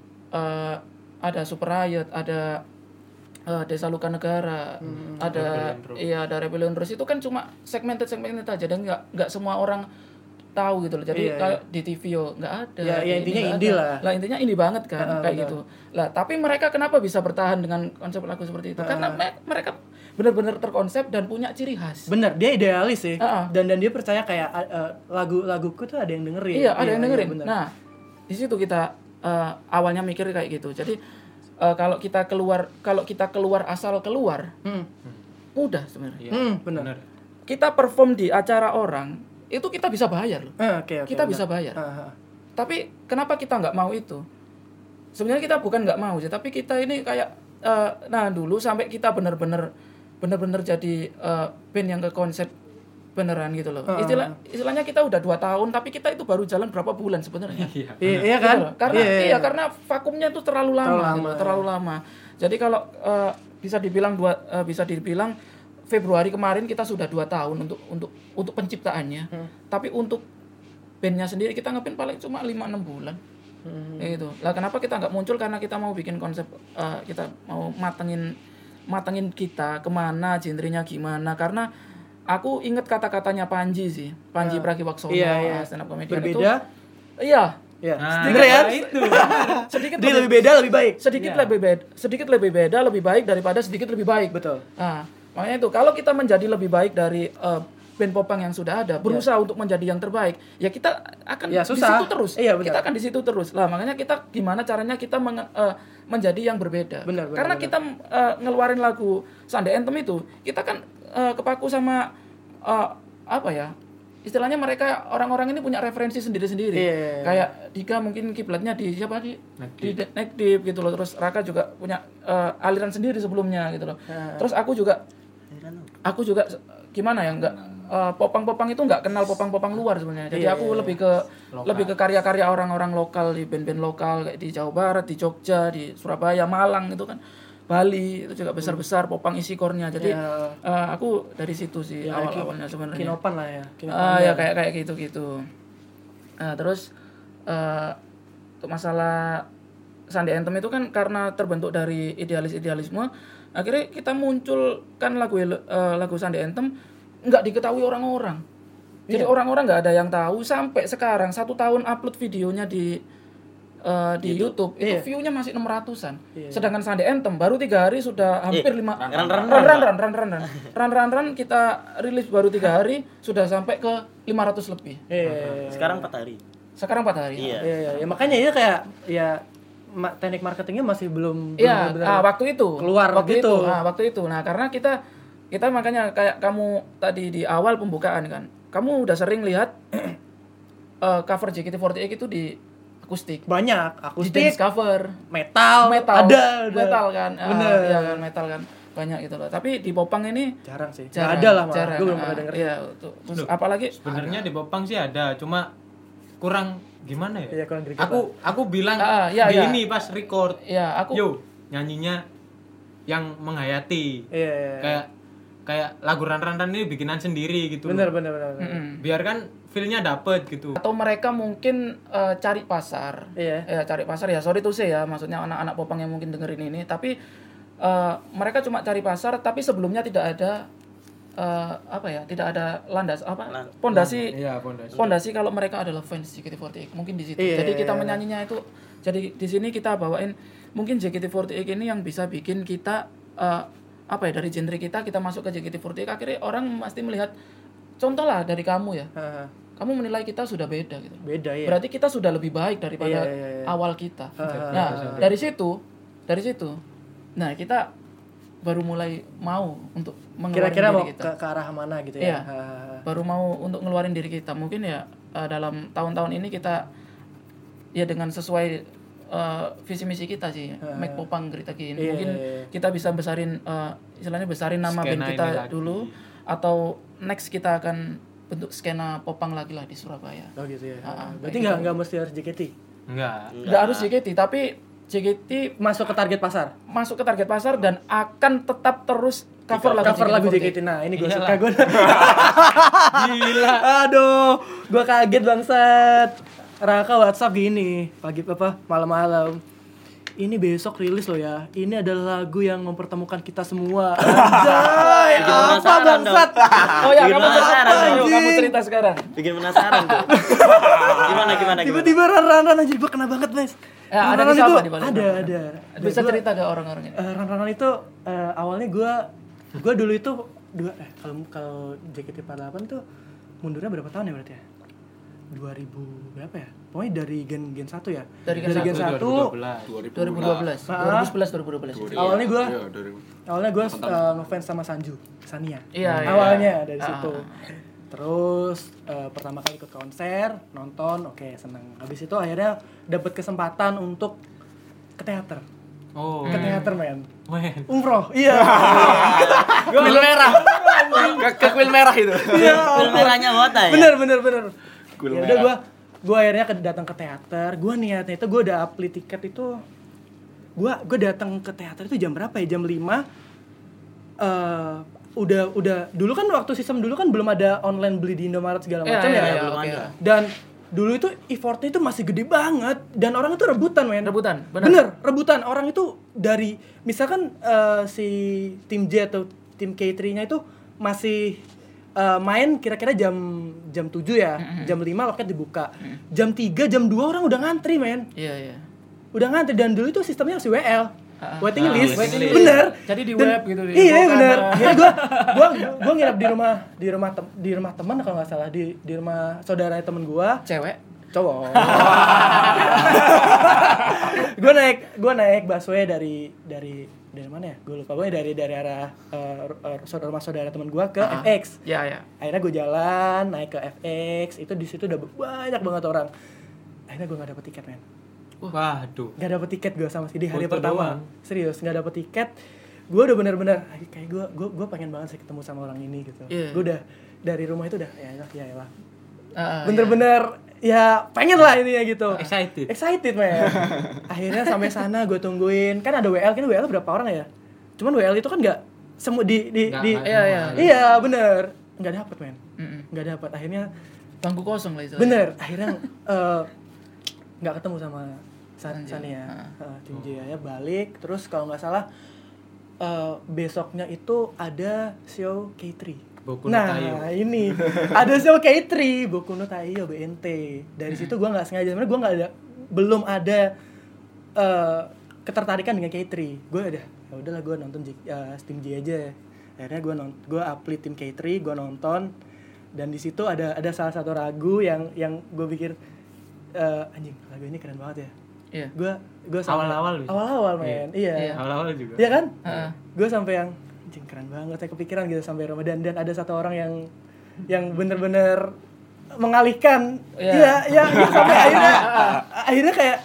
uh, ada Super Riot, ada uh, Desa Luka Negara, hmm, ada iya ada Rebellion Rose, itu kan cuma segmented segmented aja dan nggak nggak semua orang tahu gitu loh. Jadi iya, kayak iya. di T V yo nggak ada. Ya, ya intinya nggak indie ada. lah. Lah intinya indie banget kan Uh, kayak betul. gitu. Lah tapi mereka kenapa bisa bertahan dengan konsep lagu seperti itu? Uh. Karena me- mereka benar-benar terkonsep dan punya ciri khas. Bener, dia idealis sih. Uh-uh. Dan dan dia percaya kayak uh, lagu-laguku tuh ada yang dengerin. Iya, ada yang dengerin. bener. Nah, di situ kita uh, awalnya mikir kayak gitu. Jadi uh, kalau kita keluar kalau kita keluar asal keluar, Hmm. mudah sebenarnya. Iya, Hmm, bener. Kita perform di acara orang, itu kita bisa bayar loh. Ah, oke, oke, Kita bener. bisa bayar. Ah, ah. Tapi kenapa kita nggak mau itu? Sebenarnya kita bukan nggak mau sih, tapi kita ini kayak uh, nah dulu sampai kita benar-benar benar-benar jadi uh, band yang ke konsep beneran gitu loh. Uh. Istilah istilahnya kita udah dua tahun, tapi kita itu baru jalan berapa bulan sebenarnya. Iya. Iya, iya kan? Gitu loh. Karena Iya, iya, iya. karena vakumnya itu terlalu lama, Terlalu gitu, lama, terlalu lama. Jadi kalau uh, bisa dibilang dua uh, bisa dibilang Februari kemarin kita sudah dua tahun untuk untuk untuk penciptaannya. Hmm. Tapi untuk bandnya sendiri kita ngeband paling cuma lima enam bulan. Hmm. Kayak gitu. Lah kenapa kita nggak muncul? Karena kita mau bikin konsep, uh, kita mau matengin matengin kita kemana, genrenya gimana. Karena aku inget kata-katanya Panji sih, Panji Uh, Pragiwaksono, iya, iya. stand up comedian itu. Berbeda. Iya. Iya. Nah, Bener ya? itu. Sedikit Dia lebih beda, lebih baik. sedikit Iya. lebih beda, sedikit lebih beda, lebih baik daripada sedikit lebih baik. Betul. Nah, makanya itu kalau kita menjadi lebih baik dari uh, band popang yang sudah ada, berusaha untuk menjadi yang terbaik, ya kita akan Ya, di susah. situ terus. Iya, benar. Kita akan di situ terus. Lah, makanya kita gimana caranya kita menge- uh, menjadi yang berbeda. Benar, benar, Karena benar. kita uh, ngeluarin lagu Sunday Anthem itu, kita kan uh, kepaku sama uh, apa ya? Istilahnya mereka orang-orang ini punya referensi sendiri-sendiri. Iya. Kayak Dika mungkin kiblatnya di siapa di Neck di De- Neck Deep gitu loh. Terus Raka juga punya uh, aliran sendiri sebelumnya gitu loh. Nah. Terus aku juga aku juga se- gimana ya nggak uh, popang-popang itu nggak kenal popang-popang luar sebenarnya. Jadi Iya, aku iya, lebih ke Lokal. lebih ke karya-karya orang-orang lokal di band-band lokal kayak di Jawa Barat, di Jogja, di Surabaya, Malang itu kan. Bali itu juga besar-besar popang isi core-nya. Jadi Ya. uh, aku dari situ sih Ya, awal-awalnya sebenarnya. Kinopan lah ya. Ah ya kayak kayak gitu-gitu. Nah, terus eh, untuk masalah Sunday Anthem itu kan karena terbentuk dari idealis-idealisme, akhirnya kita munculkan lagu eh, lagu Sunday Anthem nggak diketahui orang-orang. Jadi orang-orang nggak ada yang tahu sampai sekarang satu tahun upload videonya di eh, di YouTube, itu Iya. view-nya masih enam ratusan. Iya. Sedangkan Sunday Anthem baru tiga hari sudah hampir Eh, lima run, run, run run run run run run run run run kita rilis baru tiga hari sudah sampai ke lima ratus lebih. Iya. Sekarang empat hari. Sekarang empat hari. Iya. Iya, iya, ya, makanya ini kayak ya ma- teknik marketingnya masih belum Iya, belum benar-benar ah, waktu itu keluar waktu gitu. itu. Nah, waktu itu. Nah, karena kita kita makanya kayak kamu tadi di awal pembukaan kan. Kamu udah sering lihat eh, cover J K T empat delapan itu di akustik. banyak Di akustik, dance cover, metal, metal, ada, ada. metal kan. Ah, Bener. iya kan metal kan. Banyak gitu loh. Tapi di Popang ini Jarang sih. jarang. Nggak ada lah malah. jarang. Gue belum Ah, pernah denger. Iya, tuh. Terus Loh, apalagi Sebenarnya di Popang sih ada, cuma kurang gimana ya? Iya, kurang greget Aku aku bilang Ah, iya, di iya. ini pas record. ya aku Yo, nyanyinya yang menghayati. Iya, iya. Kayak kayak lagu ran-ran ini bikinan sendiri gitu. Bener, bener, bener. bener. Mm-mm. Biar kan feel-nya dapet gitu. atau mereka mungkin eh, cari pasar. Iya. Ya cari pasar ya, sorry tuh sih ya, maksudnya anak-anak Popang yang mungkin dengerin ini, tapi eh, mereka cuma cari pasar, tapi sebelumnya tidak ada eh, apa ya, tidak ada landas apa Lan- pondasi Iya, pondasi. pondasi kalau mereka adalah fans J K T empat delapan mungkin di situ. Iya, Jadi iya, kita iya. menyanyinya itu, jadi di sini kita bawain mungkin J K T empat delapan ini yang bisa bikin kita eh, apa ya, dari genre kita kita masuk ke J K T empat delapan, akhirnya orang pasti melihat, contoh lah dari kamu ya, Haha. kamu menilai kita sudah beda gitu. Beda ya. Berarti kita sudah lebih baik daripada Iya, iya, iya. awal kita. Ah, Nah, ah, dari situ, dari situ, nah kita baru mulai mau untuk mengeluarkan Kira-kira diri mau kita. ke, ke arah mana gitu Iya. ya? Haha. Baru mau untuk ngeluarin diri kita. Mungkin ya eh, dalam tahun-tahun ini kita ya dengan sesuai eh, visi misi kita sih, Ah. make Popang Gerita Gini. Iya, Mungkin iya, iya. kita bisa besarin eh, istilahnya besarin nama band Skena kita ini lagi. dulu, atau next kita akan bentuk skena Popang lagi lah di Surabaya. Oh gitu ya. Ah, ah, Berarti kayak nggak gitu. nggak mesti harus J K T. Enggak. Nggak harus J K T, tapi J K T Masuk ke target pasar. masuk ke target pasar dan akan tetap terus cover lagu cover lagu J K T. J K T. Nah, ini gue Iyalah. suka gue. Gila. Aduh, gue kaget bangsat. Raka WhatsApp gini, pagi apa malam-malam. Ini besok rilis loh ya. Ini adalah lagu yang mempertemukan kita semua. Anjay, Bikin apa penasaran bangsat? Oh ya, Bikin kamu cerita, penasaran, ayo, anjing. kamu cerita sekarang. Bikin penasaran tuh. Gimana gimana gimana? Tiba-tiba ran-ranan anjir gue kena banget, Mas. Ya, ada Ran-ranan di siapa itu- di balik Ada, ran-ranan? ada. Bisa Gua- cerita ke orang-orangnya. Eh, Ran-ranan itu eh, awalnya gue gue dulu itu dua eh kalau kalau J K T empat puluh delapan tuh mundurnya berapa tahun ya berarti ya? dua ribu berapa ya? Pokoknya dari gen gen satu ya. Dari gen gen satu, satu. dua ribu dua belas Ah. dua ribu sebelas dua ribu dua belas Awalnya gue Iya, dari awalnya gue uh, ngefans sama Sanju, Sania. Iya, iya. Awalnya dari Ah. situ. Terus eh, pertama kali ikut konser, nonton, oke seneng. Habis itu akhirnya dapet kesempatan untuk ke teater. Oh. Ke teater men. Men. Umroh. Iya. kuil merah. ke, ke kuil merah itu. Iya. Film merahnya Wota ya. Bener bener bener. Kuil Ya udah merah. gue gue akhirnya ke, datang ke teater. Gue niatnya itu gue udah beli tiket itu. Gue gue datang ke teater itu jam berapa ya? Jam lima. Eh udah udah dulu kan waktu sistem dulu kan belum ada online beli di Indomaret segala Iya, macam iya, ya. iya, belum oke. ada. Dan dulu itu effortnya itu masih gede banget dan orang itu rebutan men. Rebutan, benar. Bener, rebutan. Orang itu dari misalkan eh, si tim J atau tim K tiga-nya itu masih eh, main kira-kira jam jam tujuh ya. Jam lima loket dibuka. Jam tiga, jam dua orang udah ngantri men. Iya, iya. Udah ngantri dan dulu itu sistemnya masih W L. Ah, Waiting ah, list. waiting list. Bener. Jadi di Dan- web gitu, di Iya, Google bener. Calendar. Jadi gua gua gua nginep di rumah di rumah tem, di rumah teman kalau nggak salah di di rumah saudara temen gua. Cewek. Cowok. gue naik gue naik busway dari dari dari mana ya? Gue lupa gue dari dari arah uh, saudara rumah saudara teman gue ke Ah. F X. Iya, iya. Akhirnya gue jalan naik ke F X, itu di situ udah banyak banget orang. Akhirnya gue nggak dapet tiket men. Waduh. Nggak dapet tiket gue sama sekali di hari Foto pertama. doang. Serius nggak dapet tiket. Gue udah bener-bener kayak gue gue gue pengen banget sih ketemu sama orang ini gitu. Iya. Gue udah dari rumah itu udah ya elah ya elah. Ah, ah, Bener-bener ya pengen lah ini ya gitu. Excited. Excited men. Akhirnya sampai sana gue tungguin. Kan ada W L, kan W L berapa orang ya? Cuman W L itu kan nggak semua di di Nggak- di nggak iya, semua. iya. iya bener nggak dapet men. Mm-mm. Nggak dapet. Akhirnya Bangku kosong lah istilahnya. bener. Akhirnya eh, nggak ketemu sama San, Sanji. Sania. Ah. Eh, tim J ya balik. Terus kalau nggak salah eh, besoknya itu ada show K tiga. Boku no Nah Taiyo. ini ada show K tiga Boku no Taiyo B N T. Dari situ gue nggak sengaja, sebenarnya gue nggak ada, belum ada eh, ketertarikan dengan K tiga. Gue udah, ya udahlah gue nonton J, uh, Steam J aja. Akhirnya gue nonton, gue upload tim K tiga, gue nonton, dan di situ ada ada salah satu lagu yang yang gue pikir eh, anjing lagu ini keren banget ya. Iya. Gue gue Awal-awal bisa. awal-awal men, iya, Iya. Awal-awal juga. iya kan? Heeh. Gue sampai yang anjing keren banget, saya kepikiran gitu sampai Ramadan, dan ada satu orang yang yang bener-bener mengalihkan, Iya. iya, iya, iya, sampai akhirnya akhirnya kayak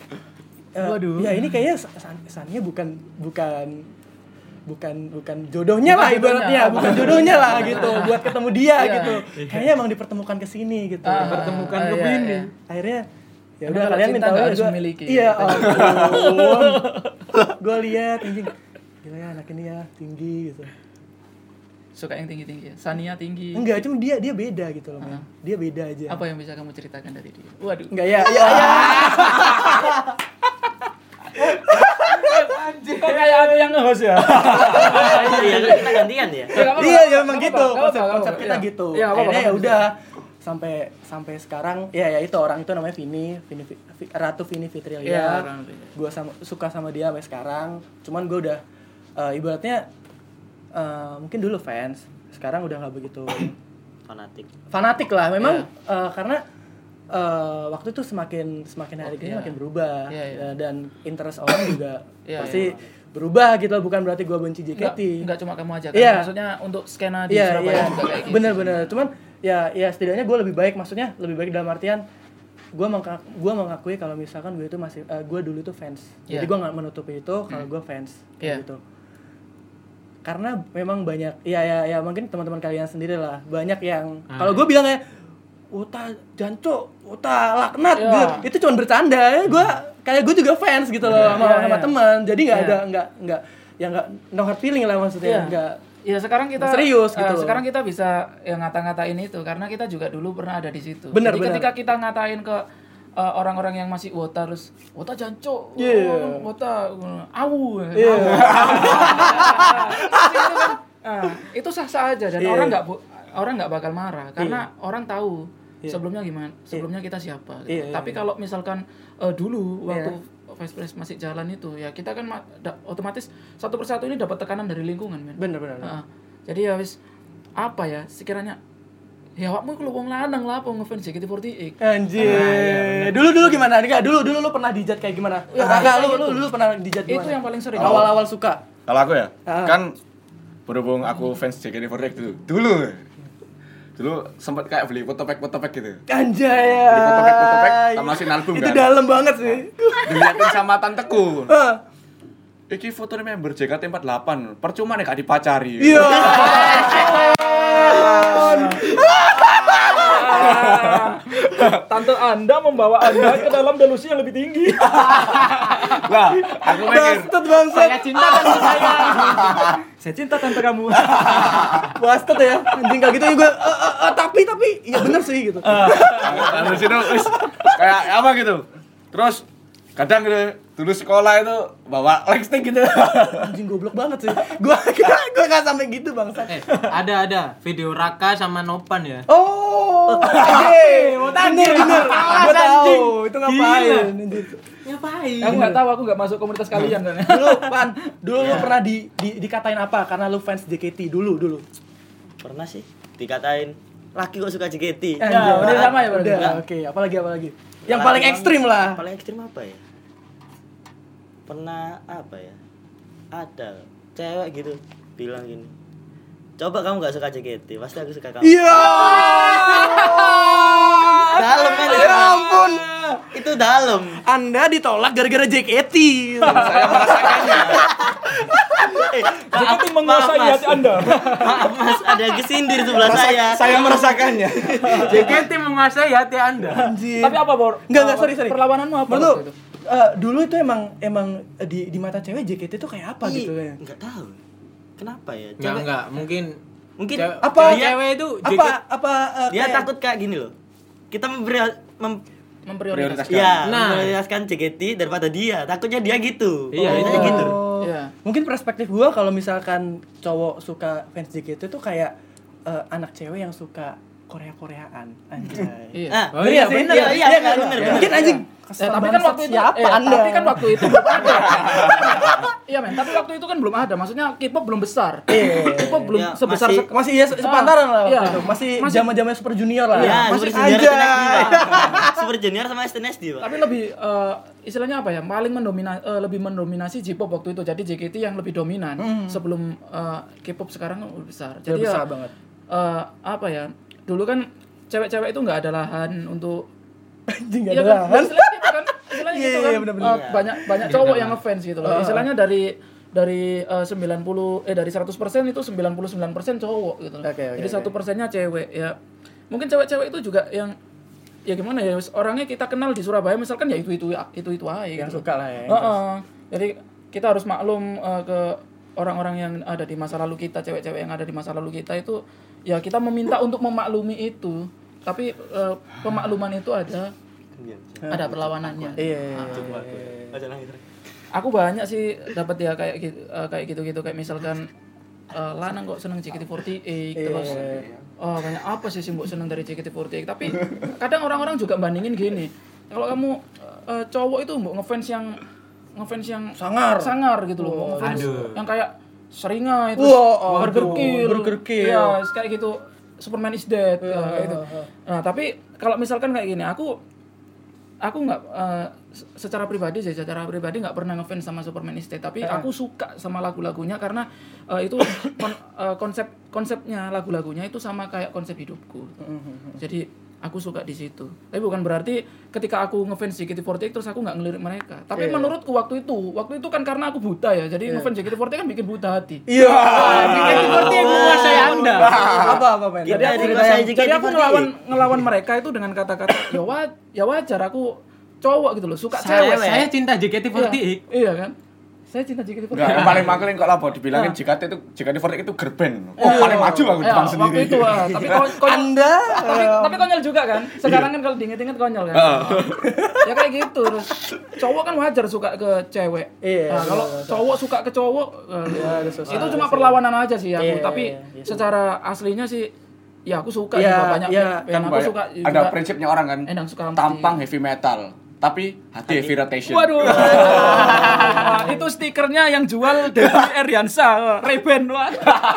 eh, Waduh. ya ini kayaknya San- Sania bukan bukan bukan bukan jodohnya Bukan lah jodohnya. ibaratnya, bukan jodohnya lah gitu buat ketemu dia Iya. gitu. Kayaknya emang dipertemukan ke sini gitu. Ah, Dipertemukan ah, ke iya, Bini. iya. Akhirnya ya Emang udah kalau kalian cinta minta nggak tahu harus gua- memiliki. Iya, ampun. Gue lihat anjing. Gila ya anak ini ya tinggi gitu. Suka yang tinggi-tinggi ya. Sania tinggi. Enggak, cuma dia dia beda gitu loh, men. Ah. Dia beda aja. Apa yang bisa kamu ceritakan dari dia? Waduh. Enggak ya, ya, ya. Kok kayak aku yang nge-host ya? Iya, kan kita gantian ya. Iya, ya memang gitu. Nggak apa-apa, Konsep nggak konsep apa-apa. kita Iya. gitu. Iya, nggak apa-apa, Akhirnya ya nggak udah sampai sampai sekarang ya ya itu orang itu namanya Vini, Vini Vi- Ratu Vini Fitrilia. Iya, orang itu. Gue sama suka sama dia sampai sekarang. Cuman gue udah eh, ibaratnya eh, mungkin dulu fans, sekarang udah nggak begitu Fanatik. fanatik lah. Memang Iya. eh, karena eh, waktu itu semakin semakin hari Oh, ini iya. makin berubah. Iya, iya. Eh, dan interest orang juga Iya, pasti berubah gitu loh. Bukan berarti gue benci J K Enggak, T. enggak cuma kamu aja kan. Iya. Maksudnya untuk skena di Iya, Surabaya iya. juga kayak gitu. Bener-bener. Cuman ya ya setidaknya gue lebih baik, maksudnya lebih baik dalam artian gue mengka gua mengakui kalau misalkan gue itu masih uh, gue dulu itu fans. Jadi Iya. gue nggak menutupi itu kalau gue fans kayak Iya. gitu. Karena memang banyak ya ya ya mungkin teman-teman kalian sendiri lah, banyak yang Ah. kalau gue bilang ya uta jancuk, uta laknat Iya. gitu. Itu cuma bercanda. Ya gue kayak gue juga fans gitu loh Iya, sama iya, sama iya. teman. Jadi nggak Iya. ada nggak nggak ya nggak no hard feeling lah maksudnya. Iya. Nggak Ya sekarang kita Serius eh, gitu loh. sekarang kita bisa ya ngata-ngatain itu karena kita juga dulu pernah ada di situ. Bener, Jadi bener. ketika kita ngatain ke eh, orang-orang yang masih wota terus wota jancuk, Iya. oh, wota uh, awu. Iya. Nah, itu kan, ah, itu sah-sah aja dan Iya. orang nggak bu- orang nggak bakal marah karena orang tahu Iya. sebelumnya gimana, sebelumnya kita siapa. Gitu. Iya, iya, Tapi iya. kalau misalkan eh, dulu waktu Iya. Vice Pres masih jalan itu ya kita kan ma- da- otomatis satu persatu ini dapat tekanan dari lingkungan men. Bener bener. Heeh. Jadi ya wis apa ya sekiranya ya awakmu ku wong lanang lah apa ngefans J K T empat delapan. Anjir. Dulu dulu gimana? Enggak, dulu dulu lu pernah dijat kayak gimana? Ya, Enggak, kayak lu, gitu. lu dulu pernah dijat gimana? Itu yang paling sering. Awal-awal suka. Kalau aku ya, Ah. kan berhubung aku fans J K T empat delapan dulu. Dulu. Dulu sempat kayak beli foto pack foto pack gitu. Anjay. Beli foto pack foto pack tamasin album Itu kan. dalam banget sih. Dilihatin sama tanteku. Hah. Iki foto member J K T empat delapan. Percuma nih gak dipacari. Iya. Tante Anda membawa Anda ke dalam delusi yang lebih tinggi. Lah, aku mikir Bastard bangsat. Saya cinta tante saya. Saya cinta tante kamu. Bastard ya. Anjing kayak gitu juga eh, eh, eh, tapi tapi iya bener sih gitu. Lalu situ wis kayak apa gitu. Terus kadang gitu dulu sekolah itu bawa lightstick gitu. Anjing goblok banget sih. Gua gua enggak sampai gitu bangsat. Eh, ada ada video Raka sama Nopan ya. Oh, anjing, mau tanya bener. Gua tahu itu ngapain. Anjing. Ngapain? Aku nggak tahu, aku nggak masuk komunitas kalian kan. Dulu, Pan, dulu lu pernah di, di dikatain apa karena lu fans J K T dulu dulu. Pernah sih dikatain laki kok suka J K T. Eh, Ya, udah sama ya berarti. Udah, oke, apalagi apalagi. Yang paling ekstrim lah. Paling ekstrim apa ya? Pernah apa ya? Ada cewek gitu bilang gini. Coba kamu gak suka J K T, pasti aku suka kamu. Iya. Dalam kan? Ya ampun. Itu dalam. Anda ditolak gara-gara J K T. Saya merasakannya. Eh, J K maaf, T menguasai maaf, hati Anda. Maaf Mas, ada yang kesindir sebelah saya. Saya merasakannya. J K T menguasai hati Anda. Anjir. Tapi apa, Bor? Enggak, enggak, sorry, sorry. Perlawananmu apa Menurut waktu itu? eh, dulu itu emang emang eh, di di mata cewek J K T itu kayak apa Ih, gitu ya? Enggak tahu. Kenapa ya? Enggak Cewek- enggak, mungkin Mungkin cewek, apa cewek- cewek itu J K T apa apa eh, dia kayak- takut kayak gini loh. Kita memberi mem, Memprioritaskan. ya, Nah. memprioritaskan J K T daripada dia. Takutnya dia gitu. Iya, Biasanya itu. gitu. Oh. Iya. Mungkin perspektif gua kalau misalkan cowok suka fans J K T itu kayak eh, anak cewek yang suka Korea-Koreaan. Anjay. Iya. Ah, Oh Bener iya, ya, bener. iya, iya, Iya kan? bener, bener, Mungkin bener. anjing. Eh, tapi kan waktu itu siapa eh, Anda? tapi kan waktu itu belum ada. Iya, men, tapi waktu itu kan belum ada. Maksudnya K-pop belum besar. Iya. K-pop belum Ya, sebesar masih- sek- masih ya se- sepantaran lah waktu Iya. itu. Masih Masih- zaman-zaman Super Junior lah. Iya, masih Super Junior aja. S N S D, Pak. Super Junior sama S N S D, Pak. tapi lebih eh, istilahnya apa ya? Paling mendominasi lebih mendominasi J-pop waktu itu. Jadi J K T yang lebih dominan sebelum eh, K-pop sekarang udah besar. Udah Jadi besar ya, banget. eh, apa ya? Dulu kan cewek-cewek itu nggak ada lahan untuk Anjing enggak Iya ada kan? lahan. Istilahnya gitu kan. Istilahnya Iya, gitu iya, kan. bener-bener. Eh, banyak banyak cowok yang ngefans gitu loh. Uh, uh. Istilahnya dari dari eh, sembilan puluh eh dari seratus persen itu sembilan puluh sembilan persen cowok gitu loh. Oke, oke, Jadi oke. satu persennya cewek ya. Mungkin cewek-cewek itu juga yang ya gimana ya orangnya kita kenal di Surabaya misalkan ya itu itu itu itu aja Yang gitu. suka lah ya. Heeh. Jadi kita harus maklum eh, ke orang-orang yang ada di masa lalu kita, cewek-cewek yang ada di masa lalu kita itu ya kita meminta untuk memaklumi itu. Tapi eh, pemakluman itu ada ada perlawanannya. Iya. iya, Ah. iya. Aku banyak sih dapat ya kayak gitu eh, kayak gitu-gitu kayak misalkan eh, lanang kok seneng J K T empat delapan terus oh banyak apa sih sih mbok seneng dari J K T empat delapan tapi kadang orang-orang juga bandingin gini. Kalau kamu eh, cowok itu mbok ngefans yang ngefans yang Sangar. sangar gitu loh, mbok ngefans Aduh. yang kayak seringai Wah, terus aduh, burger kill. Burger Kill. Iya, kayak gitu. Superman is dead ya, kayak gitu. Nah, tapi kalau misalkan kayak gini, aku aku nggak eh, secara pribadi sih secara pribadi nggak pernah ngefans sama Superman is Dead tapi aku suka sama lagu-lagunya karena eh, itu kon- eh, konsep konsepnya lagu-lagunya itu sama kayak konsep hidupku jadi aku suka di situ tapi bukan berarti ketika aku ngefans J K T empat delapan terus aku nggak ngelirik mereka tapi Iya. menurutku waktu itu waktu itu kan karena aku buta ya jadi ngefans J K T empat delapan kan bikin buta hati. Iya. J K T empat delapan yang menguasai Anda. Apa apa men? Kita Jadi aku, dikuasai J K T jadi aku empat ngelawan delapan. ngelawan mereka itu dengan kata-kata ya wajar, ya wajar aku cowok gitu loh, suka Saya, cewek. saya cinta J K T empat Iya, delapan. iya kan? Saya cinta J K T empat puluh delapan. Enggak, yang paling makelin kok lah Bo dibilangin J K T itu J K T empat puluh delapan itu gerben. Oh, paling maju aku Ya, Jepang sendiri. waktu itu ah, tapi ko- konyol. Anda tapi, tapi konyol juga kan. Sekarang kan kalau diinget-inget konyol kan. Ya kayak gitu. Terus cowok kan wajar suka ke cewek. Iya, Nah, kalau cowok suka ke cowok eh, ada susah. itu cuma perlawanan aja sih aku. Iya, Tapi iya, iya. secara aslinya sih ya aku suka Iya, juga banyak iya. band Kan aku banyak- suka ada juga. prinsipnya orang kan. Endang suka Tampang heavy metal, tapi hati heavy rotation. Waduh. Wah, itu stikernya yang jual dari Eriansa, Ray-Ban. Wah.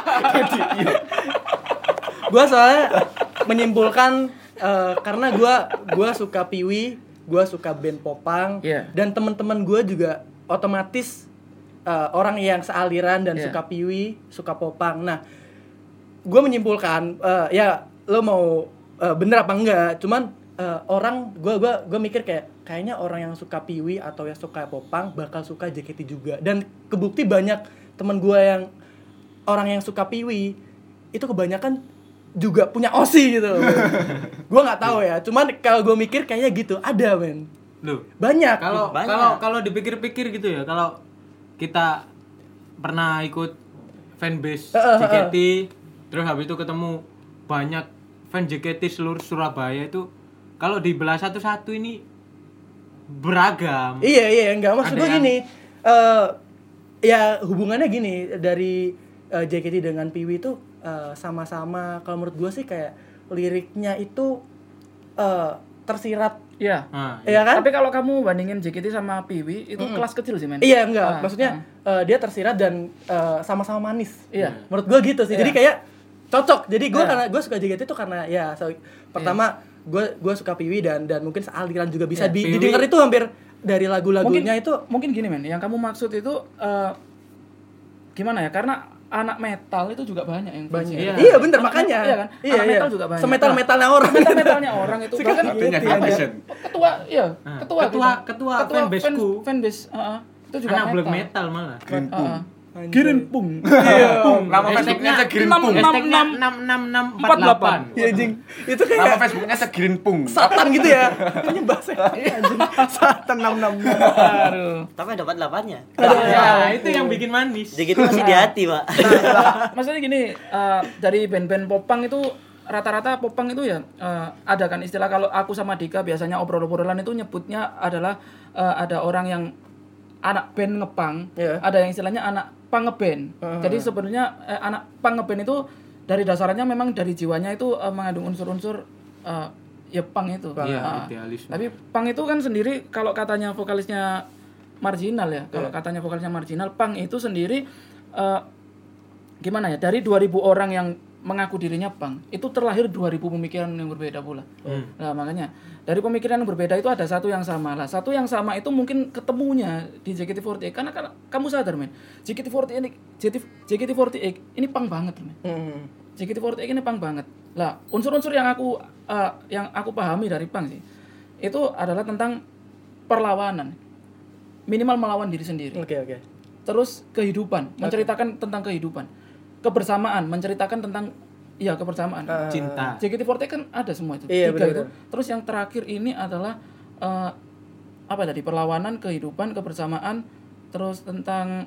Gua soalnya menyimpulkan eh, karena gua gua suka Piwi, gua suka band popang, Iya. dan teman-teman gua juga otomatis eh, orang yang sealiran dan Iya. suka Piwi, suka popang. Nah, gua menyimpulkan eh, ya lo mau eh, bener apa enggak, cuman eh, orang gua gua gua mikir kayak kayaknya orang yang suka Piwi atau yang suka popang bakal suka J K T juga, dan kebukti banyak teman gua yang orang yang suka Piwi itu kebanyakan juga punya Osi gitu. Gua nggak tahu ya, cuman kalau gua mikir kayaknya gitu ada men, Loh, banyak. kalau Banyak. kalau kalau dipikir-pikir gitu ya, kalau kita pernah ikut fanbase Eh, eh, J K T, terus habis itu ketemu banyak fan J K T seluruh Surabaya itu, kalau dibelah satu-satu ini beragam. Iya iya enggak, maksud Ada gue yang- gini, eh ya hubungannya gini dari eh, J K T dengan Piwi itu eh, sama-sama kalau menurut gue sih kayak liriknya itu eh, tersirat, Iya. Nah, ya kan? Tapi kalau kamu bandingin J K T sama Piwi itu kelas kecil sih men. Iya enggak, Ah, maksudnya eh, dia tersirat dan eh, sama-sama manis. Iya. Menurut gue gitu sih. Iya. Jadi kayak cocok. Jadi gue Iya. karena gue suka J K T itu karena ya so- pertama gue gue suka Piwi dan dan mungkin sealiran juga bisa Iya. di- Piwi- didengar itu hampir dari mungkin lagu-lagunya itu. mungkin gini men, yang kamu maksud itu eh, gimana ya? Karena anak metal itu juga banyak yang Banyak. fans-nya. Iya. Iya bener Anak makanya. metal, iya kan? Iya, Anak iya. metal juga banyak. Semetal-metalnya orang. Metal-metalnya orang itu bahkan Artinya Iya, apa ya? passion. Ketua, iya, Nah, ketua ketua- gitu. ketua ketua fanbase-ku. fan- fanbase, heeh. Itu juga anak black metal malah. Green Pung. Girin pung. Iya. Nama Facebooknya aja Green Pung. enam- Hashtagnya enam enam enam empat empat delapan. Iya jing. Itu Nama kayak Facebooknya aja Green Pung. satan gitu ya. Kayaknya bahasa anjing. Satan enam enam. Aduh. Tapi ada dapat delapannya. Ya, itu yang bikin manis. Jadi itu masih di hati, Pak. Maksudnya gini, eh, dari band-band popang itu rata-rata popang itu ya eh, ada kan istilah, kalau aku sama Dika biasanya obrol-obrolan itu nyebutnya adalah eh, ada orang yang anak band ngepang, Iya. ada yang istilahnya anak pang ngeband. Jadi sebenarnya eh, anak pang ngeband itu dari dasarnya memang dari jiwanya itu eh, mengandung unsur-unsur eh, ya pang itu. Iya, Ah. idealisme. Tapi pang itu kan sendiri kalau katanya vokalisnya marginal ya, kalau katanya vokalisnya marginal, pang itu sendiri eh, gimana ya, dari dua ribu orang yang mengaku dirinya pang itu terlahir dua ribu pemikiran yang berbeda pula. Nah makanya dari pemikiran yang berbeda itu ada satu yang sama lah. Satu yang sama itu mungkin ketemunya di J K T empat puluh delapan, karena kan kamu sadar men, J K T empat puluh delapan ini J K T J K T empat puluh delapan ini pang banget men. Hmm. J K T empat puluh delapan ini pang banget. Lah unsur-unsur yang aku eh, yang aku pahami dari pang sih itu adalah tentang perlawanan, minimal melawan diri sendiri. Oke oke. Terus kehidupan, menceritakan tentang kehidupan. Kebersamaan, menceritakan tentang iya kebersamaan. Cinta. J K T empat puluh delapan kan ada semua itu. Iya, Tiga itu. benar-benar. Terus yang terakhir ini adalah eh, apa tadi? Perlawanan, kehidupan, kebersamaan, terus tentang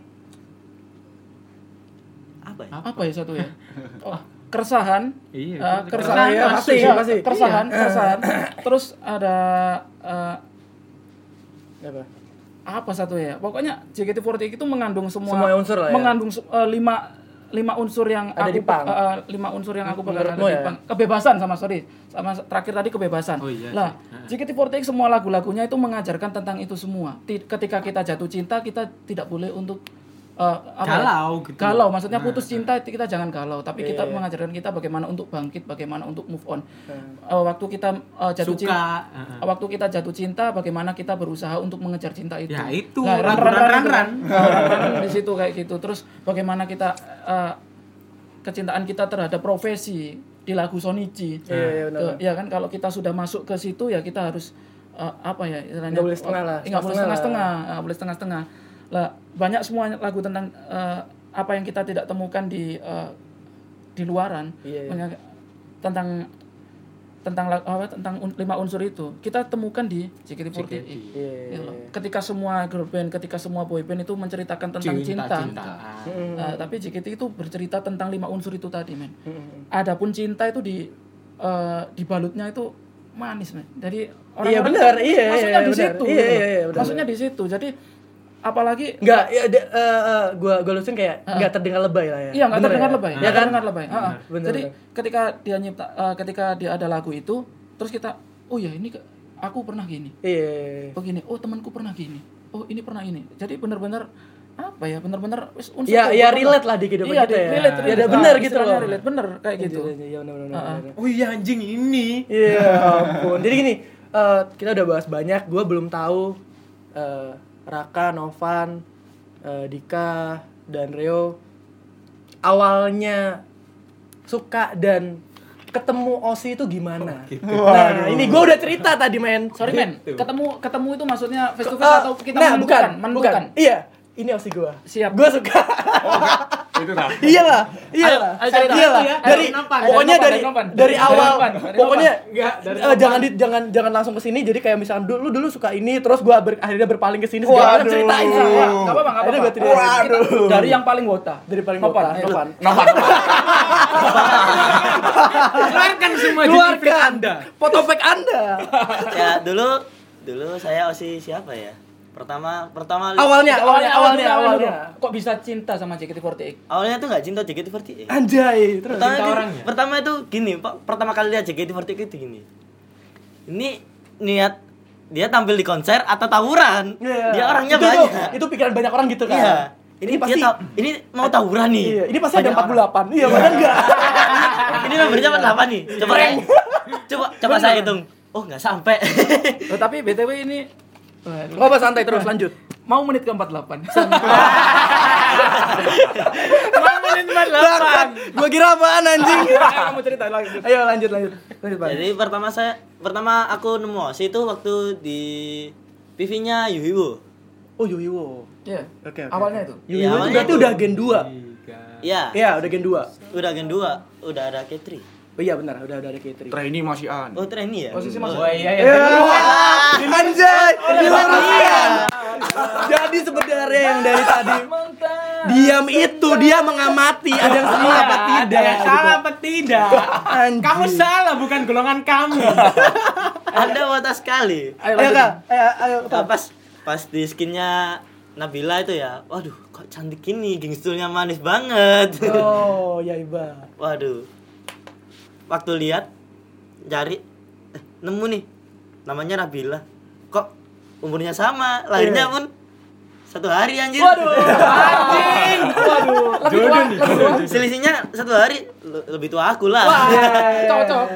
Apa ya? apa ya satu ya? Oh, keresahan. Iya, Eh, keresahan keresahan, ya, pasti, Iya, pasti. keresahan, keresahan. Terus ada eh, Apa? apa satu ya, pokoknya J K T empat puluh delapan itu mengandung semua, Semua unsur lah ya. mengandung se- eh, lima lima unsur yang Ada aku di pang. pe- eh, lima unsur yang aku pegang ada Menurutmu di ya? pang. Kebebasan sama sorry sama terakhir tadi kebebasan. Oh iya Lah J K T empat puluh delapan semua lagu-lagunya itu mengajarkan tentang itu semua. Ti- ketika kita jatuh cinta kita tidak boleh untuk eh, apa ya? Galau gitu. Galau, maksudnya Nah, putus cinta kita jangan galau, tapi kita Iya. mengajarkan kita bagaimana untuk bangkit, bagaimana untuk move on. Hmm. Eh, waktu kita eh, jatuh Suka, cinta, heeh. waktu kita jatuh cinta, bagaimana kita berusaha untuk mengejar cinta itu. Ya, itu, Nah, lagu ran- ran- ran- itu ran. kan. Nah, ran- ran di situ kayak gitu. Terus bagaimana kita eh, kecintaan kita terhadap profesi di lagu Sonichi. Iya, iya, benar. Ke- ya kan kalau kita sudah masuk ke situ ya kita harus eh, apa ya istilahnya, Nggak boleh setengah lah, nggak boleh setengah-setengah setengah-setengah, nggak boleh setengah-setengah. Lah banyak semua lagu tentang eh, apa yang kita tidak temukan di eh, di luaran. Iya, iya. Banyak tentang tentang la- apa tentang un- lima unsur itu kita temukan di J K T empat delapan. Iya. Gitu loh. Ketika semua girl band, ketika semua boy band itu menceritakan tentang cinta. Cinta-cintaan. Nah, tapi J K T itu bercerita tentang lima unsur itu tadi, men. Mm-mm. Adapun cinta itu di eh, dibalutnya itu manis, men. Jadi Iya, orang-orang benar. itu Iya, maksudnya iya, di benar. situ. Iya, gitu loh. iya, iya, benar, Maksudnya di situ. Jadi apalagi Enggak, ya de- eh, eh, gua gua lurusin kayak enggak terdengar lebay lah ya. iya nggak Bener terdengar ya? lebay, Ya nggak kan? terdengar lebay. Ah, ah. bener, Jadi bener. ketika dia nyipta, eh, ketika dia ada lagu itu, terus kita, oh ya ini ke- aku pernah gini, Iya. oh gini, oh temanku pernah gini, oh ini pernah ini. Jadi benar-benar apa ya, benar-benar wis unsur Ya, kehidupan ya lah. relate lah di kehidupan Iya, kita di- ya. relate, Ya, relate. ada Ah, bener gitu istilahnya loh. relate, bener kayak gitu. Iya, benar benar. Ah, ah. benar. Oh iya anjing ini. Iya ampun. Jadi gini, eh, kita udah bahas banyak. Gue belum tahu eh, Raka, Novan, eh, Dika, dan Reo awalnya suka dan ketemu Osi itu gimana? Nah, ini gue udah cerita tadi, men. Sorry men, ketemu ketemu itu maksudnya face to face Eh, atau kita nah, bukan, menentukan? Menentukan. bukan. Iya, ini Osi gue. Siap. Gue suka. Itu dah. Iyalah, iyalah. Ayo, ayo cerita. Iyalah. Ya, Dari dari Novan, pokoknya dari dari Novan, dari dari awal Novan, dari pokoknya Enggak, dari eh, jangan di, jangan jangan langsung ke sini. Jadi kayak misalkan dulu dulu suka ini terus gua ber, akhirnya berpaling ke sini segala macam ceritain Enggak semua. apa-apa, enggak Akhirnya gua apa-apa. tidak. Kita- Dari yang paling wota. Dari paling Novan, Novan, ayo. Novan. Keluarkan semua Keluarkan J K T Anda. foto pack Anda. Ya dulu dulu saya Osi siapa ya? Pertama pertama Awalnya, awalnya, awalnya, awalnya. Kok bisa cinta sama J K T empat delapan? awalnya tuh nggak cinta J K T empat delapan. Anjay, terus Pertama cinta itu, orangnya? pertama itu gini, Pak. Pertama kali lihat J K T empat delapan itu gini. Ini niat dia tampil di konser atau tawuran. Iya. Dia orangnya itu, banyak. Itu, itu pikiran banyak orang gitu kan. Iya. Ini, Ini pasti dia ta- ini mau tawuran nih. Iya, ini pasti ada Banyak empat puluh delapan. Iya, benar enggak? Ini nomornya empat puluh delapan nih. Coba coba coba saya hitung. Oh, nggak sampai. Oh, tapi B T W ini Ngobrol santai terus lanjut. mau menit ke empat puluh delapan. Mau menit empat puluh delapan. Gua kira apaan anjing? Ayo kamu cerita lagi. Ayo lanjut lanjut. Lanjut, Pak. Jadi pertama saya pertama aku nemu Osi itu waktu di P V-nya Yuhiwo. Oh, Yuhiwo. Iya. Oke, oke. Awalnya itu. Yuhiwo Iya, itu awalnya berarti itu. udah gen dua. Iya. Iya, udah gen dua. Udah gen dua, udah ada Ketri. Oh iya benar, udah udah ada catering. Trainee masih an. Oh, trainee ya? Posisi Oh, masuk. Oh iya Ya, iya. anjay, diluruskan. Jadi sebenarnya yang dari tadi diam itu dia mengamati ada yang salah apa tidak. Ada yang gitu. salah apa tidak? Anjing. Kamu salah bukan golongan kami. Anda wata sekali. Ayo Ayo lanjut. Kak, ayo ayo Nah, Kak. pas pas di skinnya Nabila itu ya, waduh kok cantik gini, gingstulnya manis banget. Oh, ya Iba. Waduh, waktu lihat cari eh, nemu nih namanya Nabila, kok umurnya sama, lahirnya pun satu hari anjir. Waduh. Anjing. Waduh, lebih tua, lebih tua. Selisihnya satu hari le- lebih tua aku lah. Cocok.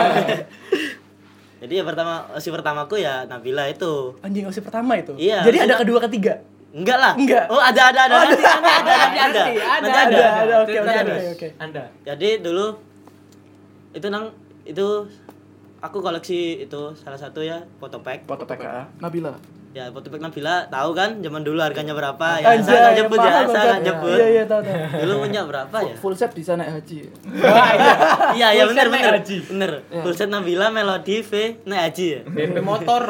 Jadi ya pertama si pertamaku ya Nabila itu. Anjing opsi pertama itu. Iya. Jadi ada kedua ketiga. Enggak lah. Enggak. Oh, ada ada ada Oh, nanti, nanti ada nanti ada. Nanti ada, Nanti ada. ada, ada, oke, Nanti oke, ada. oke, oke. Anda. Jadi dulu itu nang itu aku koleksi itu salah satu ya foto pack. Foto P K. Nabila. Ya foto pack Nabila tahu kan zaman dulu harganya berapa ya. Anjay, Saya nggak nyebut ya, mahal saya banget. nggak nyebut. Iya, iya, tahu tahu. Dulu punya berapa ya? Full set di sana haji. Iya, iya Full benar set naik benar. haji. Bener. Iya. Full set Nabila Melody V naik haji ya. D P motor.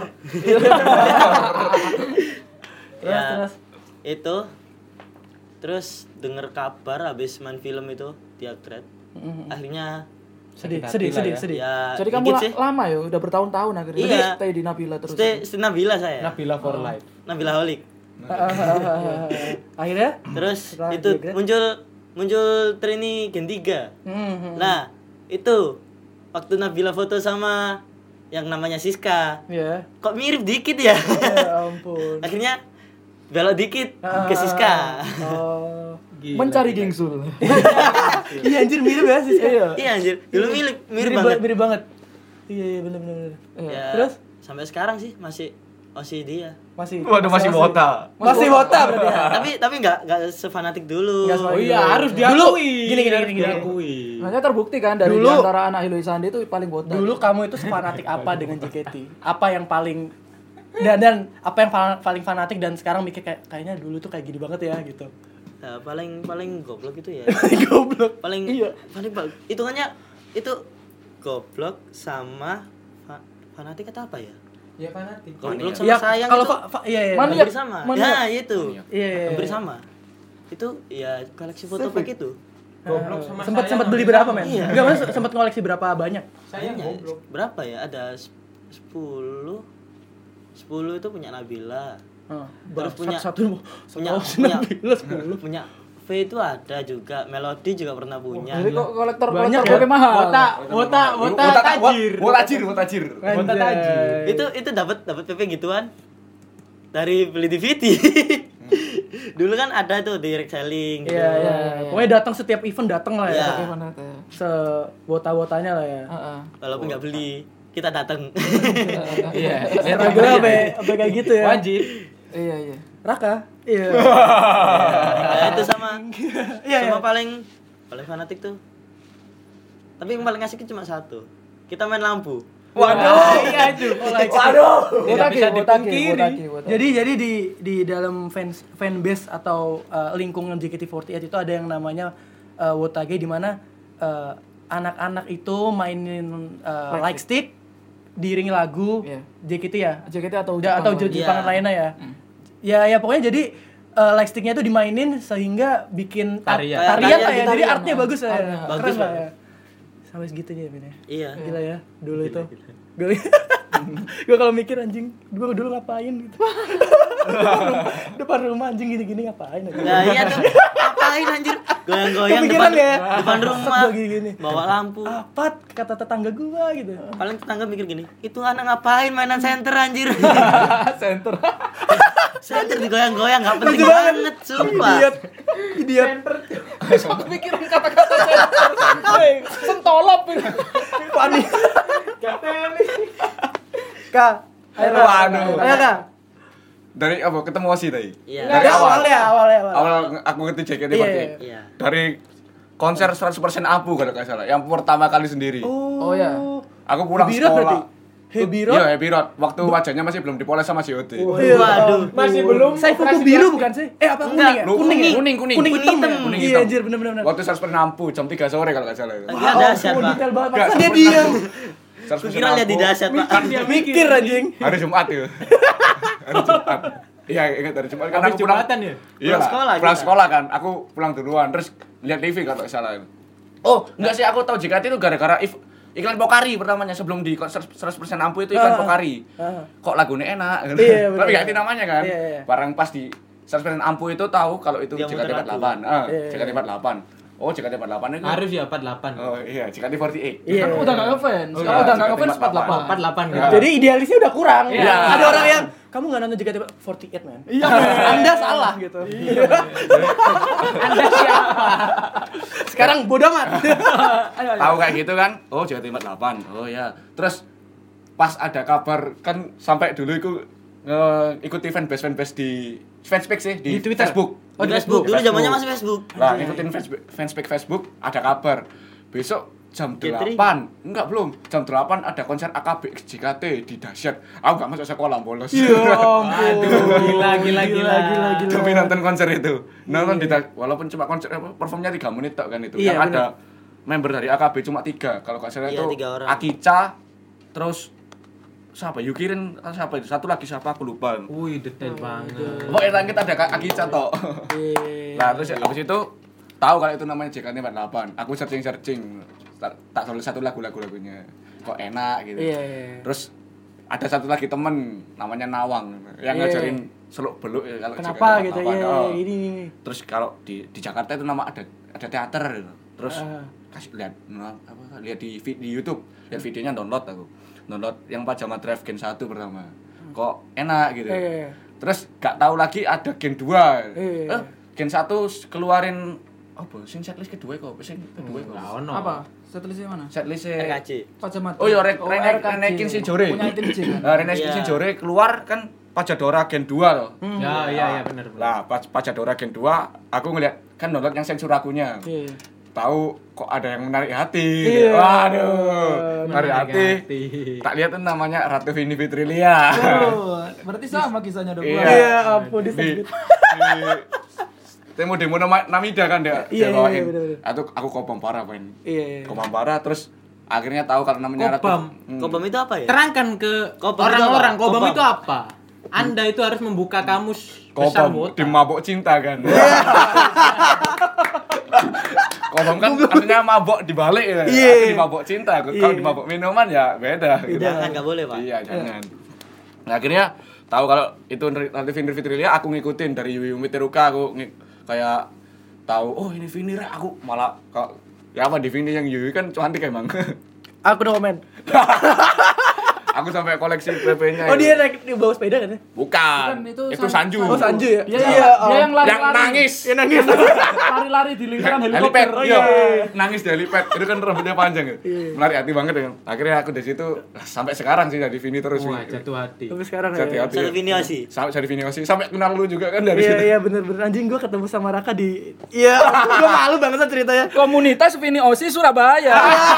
Terus, Ya, terus. itu terus denger kabar habis main film itu di Upgrade. Akhirnya Sedih, Sakit sedih, hati lah sedih, ya. sedih. ya Jadi kamu dikit la- sih. lama ya, udah bertahun-tahun akhirnya. Iya. Stay di Nabila terus. Stay, stay Nabila saya. Nabila for life. Nabila Holik. Akhirnya? Terus Setelah itu Upgrade? muncul muncul trainee Gen tiga. Hmm. Nah, itu waktu Nabila foto sama yang namanya Siska. Ya. Kok mirip dikit ya? Ya ampun. Akhirnya belok dikit Ah. ke Siska. Oh. Gila, Mencari gila. gengsul. Iya anjir mirip ya sih. Iya. Iya anjir, dulu mirip mirip ba- banget. Mirip banget. Iya, iya benar benar. benar. Ya, Terus? sampai sekarang sih masih masih dia. Masih. Waduh masih wota. Masih wota berarti ya. tapi tapi nggak nggak sefanatik dulu. Nggak Oh sefanatik. iya, harus Dulu, diakui. gini, gini, Harus gini, gini. diakui. Makanya terbukti kan dari Dulu- di antara anak Hilo Isande itu paling botak. Dulu kamu itu fanatik apa dengan J K T? Apa yang paling dan dan apa yang fa- paling fanatik dan sekarang mikir kayak kayaknya dulu tuh kayak gini banget ya gitu. Ya, paling paling goblok itu ya. Goblok. paling Iya. paling bag- hitungannya itu Goblok sama fa- fanatik atau apa ya? Ya fanatik. Goblok sama Ya, sayang kalau itu fa- fa- iya iya. Maniak. hampir sama. Maniak. Ya, itu. Iya, iya. Hampir sama. Itu ya koleksi foto pack itu. Goblok sama sempat sayang sempat beli hampir berapa, sama. men? Iya. Enggak, Mas, sempat koleksi berapa banyak? Sayang Banyak. goblok. Berapa ya? Ada sep- sepuluh. sepuluh itu punya Nabila. Heeh. Terus punya- satu punya- punya punya- sepuluh. Punya V itu ada juga. Melody juga pernah punya. Jadi kok kolektor Banyak kolektor ya? P P mahal. Wota, wota, wota tajir. Wota tajir, wota tajir. Wota tajir. Itu itu dapat dapat P P gituan dari beli D V D. Dulu kan ada tuh direct selling gitu. Iya, iya. iya. Pokoknya datang setiap event datang lah ya. Iya. Oke, mana tuh? Sebota-botanya lah ya. Heeh. Walaupun nggak beli, kita datang. Iya. Struggle apa apa kayak gitu ya. Wajib. Iya, iya. Raka. Iya. Nah, itu sama. Iya, sama iya. paling paling fanatik tuh. Tapi yang paling asik cuma satu. Kita main lampu. Waduh, iya itu. Waduh. Tidak bisa Wotake, dipungkiri. wotake, wotake. Jadi jadi di di dalam fans fanbase atau uh, lingkungan J K T empat delapan itu ada yang namanya uh, Wotage, di mana uh, anak-anak itu mainin uh, Light light stick diiringi lagu Iya. J K T ya. J K T atau Ya, atau Jepang. Jepang Iya. lainnya ya. Ya ya pokoknya jadi uh, light sticknya itu dimainin sehingga bikin art- Tarian. tarian Tarian, lah ya. Jadi tarian, artnya nah. bagus ya. Artnya. Keren Bagus lah lah. ya. Sampai segitunya ya, Ben ya. Iya. Gila ya dulu itu. Gue gue kalau mikir anjing, gue dulu ngapain gitu. Depan rumah anjing gini-gini ngapain aja. Nah, iya tuh. Ngapain anjir? Goyang-goyang Kepikiran depan, ya? depan rumah. Set gini-gini. Bawa lampu. Apa kata tetangga gua gitu. Paling tetangga mikir gini, itu anak ngapain mainan center anjir? Center. Center digoyang-goyang nggak penting Lucu banget. banget, sumpah. Idiot. Idiot. Aku pikirin kata-kata center. Sentolop ini. Panik. Kak, ayo Kak. Waduh. Ayo Kak. Dari apa? Ketemu Osi tadi. Iya. Dari Dari awal. awalnya, awalnya, awal. Awal aku ngerti J K T Iya, empat iya. delapan. Iya. Dari konser seratus persen Abu kalau nggak salah, yang pertama kali sendiri. Oh, ya. Aku pulang Happy Road sekolah. berarti? Happy Road? Iya, Happy Road. Waktu wajahnya masih belum dipoles sama C O D. Iya. Waduh. Masih belum Saya foto operasi biru plastik. bukan sih? Eh apa Enggak, kuning ya? lu- Kuning ya? kuning, kuning. Kuning hitam. Kuning ya? hitam. Kuning Iya hitam. anjir bener-bener. Waktu seratus persen Ampu jam tiga sore kalau nggak salah itu. Lagi ada dahsyat, full Pak. detail banget. Nggak, Masa dia sempurna. diam? seratus persen Kira lihat di Ampu. dahsyat, Pak. Kan dia Mikir anjing. Hari Jumat itu. Hari Jumat. Iya, ingat hari Jumat karena Habis aku pulang. Jumatan ya? Iya, Pulang sekolah pulang kita. sekolah kan. Aku pulang duluan terus lihat T V kalau nggak salah. Oh, enggak sih, aku tahu J K T itu gara-gara if, iklan Pokari pertamanya sebelum di konser seratus persen Ampu itu iklan Ah, Pokari. ah. Kok lagunya enak. Iya, bener. Tapi ganti namanya kan. Iya, iya. Barang pas di seratus persen Ampu itu tahu kalau itu Dia J K T muter empat delapan. lagu. Ah, Iya, J K T empat delapan. Oh, J K T empat delapan itu. Harus ya empat puluh delapan. Oh iya, J K T empat delapan. Iya. Kan udah gak ngefans. Oh, Kalau iya, udah gak J K T ngefans empat puluh delapan. empat puluh delapan Iya. kan. Jadi idealisnya udah kurang. Iya. Ada orang yang kamu nggak nonton J K T empat delapan, man. Iya, Anda salah gitu. Anda siapa? Sekarang bodoh amat. Ayo, ayo. Tahu kayak gitu kan? Oh, J K T empat delapan. Oh ya. Terus pas ada kabar kan sampai dulu itu nge- ikuti fanbase fanbase di fanspage sih di, Di Twitter. Facebook. Oh, di Facebook. Dulu zamannya masih Facebook. Lah, ngikutin fanspage fanspage Facebook ada kabar. Besok jam G tiga. delapan. Enggak belum. Jam delapan ada konser A K B X J K T di Dahsyat. Aku enggak masuk sekolah bolos. Ya ampun. Gila, gila, gila. gila, gila. Tapi nonton konser itu. Nonton di Dah- walaupun cuma konser apa, performnya tiga menit tok kan itu. Iya, Yang ada member dari A K B cuma tiga. Kalau nggak salah Iya, itu tiga orang. Akica, terus siapa? Yukirin siapa itu? Satu lagi siapa aku lupa. Wih, detail banget. Pokoknya kita ada Kak Akica tok. Iya. Nah, terus habis itu tahu kalau itu namanya J K T empat delapan. Aku searching-searching tak, tak tulis satu lagu-lagu lagunya. Kok enak gitu. Iya, iya. Terus ada satu lagi temen namanya Nawang yang Iya. ngajarin seluk beluk ya kalau Kenapa J K T gitu? empat delapan. Iya, Oh. ini ini. Terus kalau di di Jakarta itu nama ada ada teater gitu. Terus Ah. kasih lihat nah, apa lihat di vi- di YouTube, lihat videonya download aku. Download yang Pajama Drive Gen satu pertama. Kok enak gitu. Iya. Terus gak tahu lagi ada Gen dua. Iya. Eh, Gen satu keluarin apa? Sing setlist kedua kok, sing kedua kok. Lah ono. Apa? Setlistnya mana? Setlistnya R K C. Pajamat. Oh iya, Re- Oh, Rene- R K C. Renekin si Jore. Punya Itin J kan? Nah, Renekin Iya. si Jore keluar kan Pajadora Gen dua loh. Ya, iya, iya benar. Lah, pas Pajadora Gen dua, aku ngeliat kan download yang sensor akunya. Iya. Tahu kok ada yang menarik hati. Iya. Waduh, menarik hati. hati. Tak lihat tuh namanya Ratu Vini Fitrilia. Oh, berarti sama kisahnya dong. Iya. Iya, ampun Di, disebut. di Temu demo nama Namida kan dia, Iya, dia iya, bawain. iya, bener-bener. Aku aku kopong parah main. Iya, iya. Kopong parah terus akhirnya tahu kalau namanya Kobam. Radif. Hmm. Kobam itu apa ya? Terangkan ke Kobam itu orang-orang apa? kobam Kobam. itu apa? Anda itu harus membuka kamus besar Kobam wota. di mabok cinta kan. Kobam kan artinya mabok dibalik ya. Iya. Aku di mabok cinta. Kalau di mabok minuman ya beda. gitu. Jangan, nggak boleh, Pak. Iya, jangan. Nah, akhirnya tahu kalau itu nanti Vini Fitrilia aku ngikutin dari Yumi Yumi Teruka aku ng- kayak tahu oh ini Vini Rek, aku malah kok ya apa di Vini yang Yumi kan cantik emang. Aku udah komen. Aku sampai koleksi P P-nya. Oh dia naik di bawa sepeda kan ya? Bukan. Bukan, itu itu Sanju. Oh Sanju ya? Dia, Iya. dia yang lari-lari. Yang nangis. Yang nangis. Lari-lari di lingkaran Helipad. helikopter. Oh, Iya. iya. Nangis di helipad. Itu kan rambutnya panjang ya. Menarik hati banget ya. Akhirnya aku dari situ sampai sekarang sih jadi Vini terus. Wah, Vini. jatuh hati. Sampai sekarang Jati ya. hati. Satu Vini Osi. Sampai jadi Vini Osi. Sampai kenal lu juga kan dari Iya situ. iya bener-bener anjing gue ketemu sama Raka di iya gue malu banget ceritanya Komunitas Vini Osi Surabaya.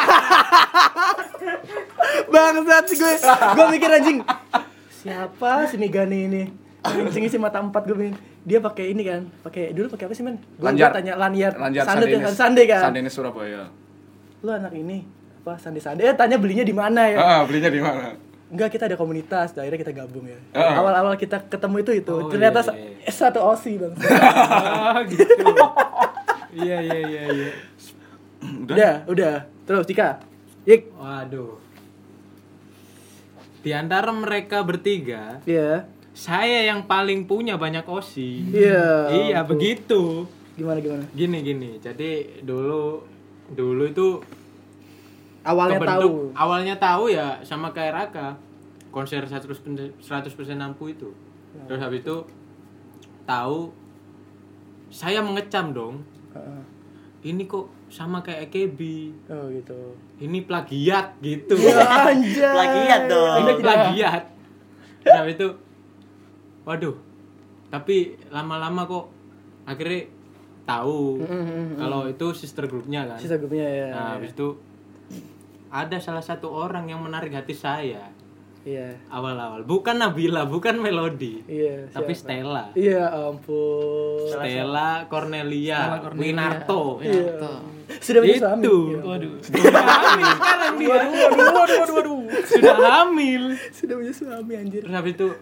bangsat gue gue mikir anjing siapa si Megane ini anjing isi mata empat gue mikir dia pakai ini kan pakai dulu pakai apa sih men gue Lanjar. tanya lanyar Lanjar sandet ya Sandenes. kan sande kan Sandenes Surabaya. lu anak ini apa sande sande eh tanya belinya di mana ya Ah, belinya di mana? enggak kita ada komunitas akhirnya kita gabung ya Ah. awal-awal kita ketemu itu itu Oh, ternyata iya, sa- iya, iya. eh, satu osi bang Ah, gitu. Iya, iya, iya, iya. udah udah terus Tika Yik Waduh. Di antara mereka bertiga, iya saya yang paling punya banyak osi. iya Iya, ampun. begitu. gimana gimana Gini gini. Jadi dulu dulu itu awalnya kebentuk- tahu awalnya tahu ya sama kayak Raka. Konser seratus persen Nampu itu. Terus habis itu tahu saya mengecam dong. Heeh. Ini kok sama kayak A K B. oh gitu Ini plagiat gitu. ya anjay Plagiat dong. Ini plagiat. Terus habis itu waduh. Tapi lama-lama kok akhirnya tahu Mm-mm. kalau itu sister groupnya kan. sisa grupnya ya Nah, habis itu ada salah satu orang yang menarik hati saya iya awal-awal. Bukan Nabila, bukan Melody, iya tapi siapa? Stella. iya ampun Stella Cornelia, Stella Cornelia. Winarto. iya sudah punya suami Itu. Iya. Waduh. Sudah hamil sekarang dia. Waduh, waduh, waduh, waduh, waduh. Sudah hamil. sudah punya suami anjir Terus habis itu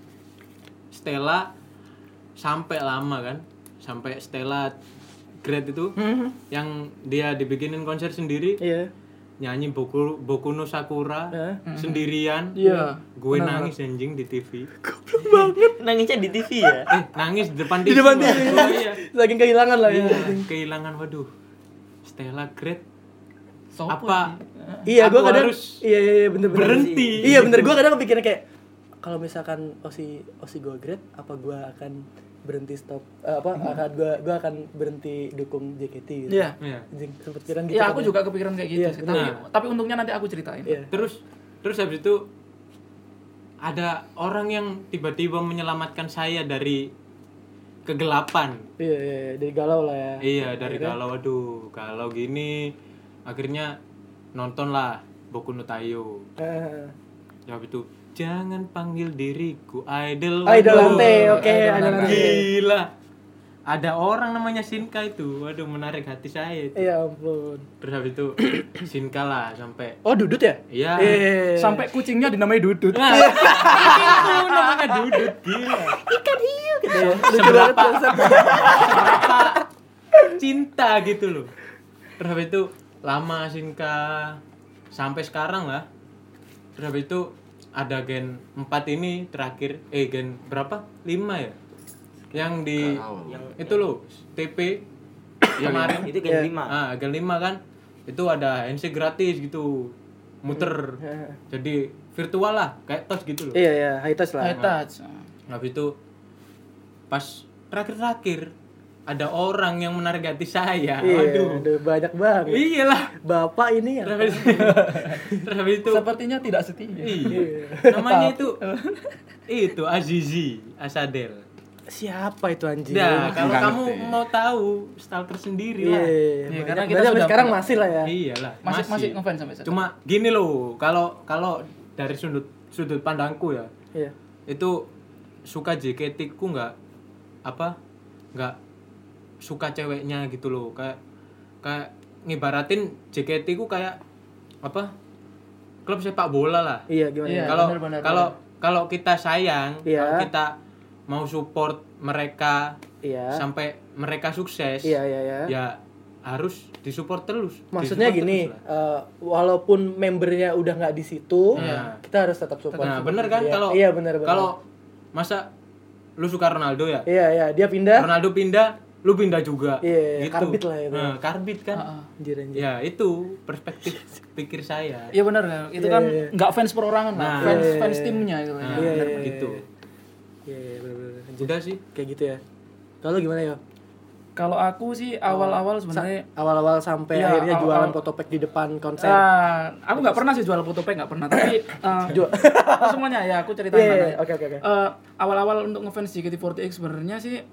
Stella sampai lama kan, sampai Stella Great itu yang dia dibikinin konser sendiri, iya nyanyi Boku Boku no Sakura Hah? sendirian. Iya. Gue nangis anjing di T V. Nangisnya di T V ya. Eh, nangis di depan T V. di depan Bang. T V Oh, iya. saking kehilangan lah ya Iya, kehilangan waduh. Stella Great Sopo apa sih? iya Aku gue kadang harus iya iya iya, bener bener berhenti. iya bener gue kadang kepikiran kayak kalau misalkan osi osi gue great apa gue akan berhenti stop eh, apa akan gue gue akan berhenti dukung J K T gitu Iya. Iya. anjing sempet pikiran gitu Iya, kan aku ya. juga kepikiran kayak gitu Iya, sih. benar. Tapi, tapi untungnya nanti aku ceritain. iya Terus terus habis itu ada orang yang tiba-tiba menyelamatkan saya dari kegelapan. iya iya iya, dari galau lah ya Iya, dari Akhirnya- galau aduh, galau gini akhirnya nonton lah Boku no Tayo. Eh, Ya itu jangan panggil diriku idol. Idolante, Waduh, oke, Idolante. Idolante. Gila. Ada orang namanya Shinka itu. Waduh, menarik hati saya itu. iya ampun Terus habis itu Shinka lah sampai oh dudut ya iya. iya Sampai kucingnya dinamai Dudut. Nah, itu namanya Dudut gila. ikan hiu gitu ya Seberapa seberapa cinta gitu loh. Terus habis itu lama Shinka sampai sekarang lah. Terus habis itu ada gen empat ini terakhir eh gen berapa? lima ya? Yang di Yang itu loh T P kemarin itu gen lima. ah gen lima kan itu ada N C gratis gitu muter jadi virtual lah kayak touch gitu loh. iya iya high touch lah High touch. Habis itu pas terakhir-terakhir ada orang yang menarik hati saya. iya Aduh. aduh, banyak banget Iyalah. bapak ini ya Terus habis terus habis itu Sepertinya tidak setia. iya. Namanya itu itu Azizi Asadel. siapa itu anjing Nah, kalau Nggak kamu ngerti. mau tahu stalker sendiri iya lah. iya, Iya, banyak- karena kita banyak, sudah sekarang punya- masih lah ya Iyalah, Masih masih ngefans sampai sekarang. Cuma gini loh, kalau kalau dari sudut sudut pandangku ya, iya itu suka J K T ku nggak apa nggak suka ceweknya gitu loh, kayak kayak ngibaratin J K T ku kayak apa klub sepak bola lah. Iya, gimana? Iya. Kalau benar, benar, kalau kalau kita sayang, Iya. kalau kita mau support mereka Iya. sampai mereka sukses, Iya, iya, iya. ya harus disupport terus. Maksudnya Disupport gini, terus lah. eh, walaupun membernya udah nggak di situ, Iya. kita harus tetap support. Nah, bener kan Iya. kalau Iya, bener, bener. kalau masa lu suka Ronaldo ya? Iya, iya, dia pindah. Ronaldo pindah, lu pindah juga. Iya, gitu. karbit lah itu. Nah, karbit kan. Heeh. Anjir, anjir. Ya, itu perspektif pikir saya. Iya benar kan. Itu Iya, kan iya. nggak fans perorangan lah, Nah. fans Iya, fans iya, timnya gitu. Nah, kan. Iya, bener iya, begitu. Iya, iya, bener-bener. Udah sih. Kayak gitu ya. Kalau gimana ya? Kalau aku sih awal-awal sebenarnya Awal-awal sampai Iya, akhirnya awal- jualan awal- fotopack di depan konser. Ah, aku nggak pernah sih jual fotopack, nggak pernah. Tapi uh, Jual. aku semuanya ya aku ceritain Iya, mana. iya, oke, oke, oke. Eh, awal-awal untuk ngefans J K T empat delapan sebenarnya sih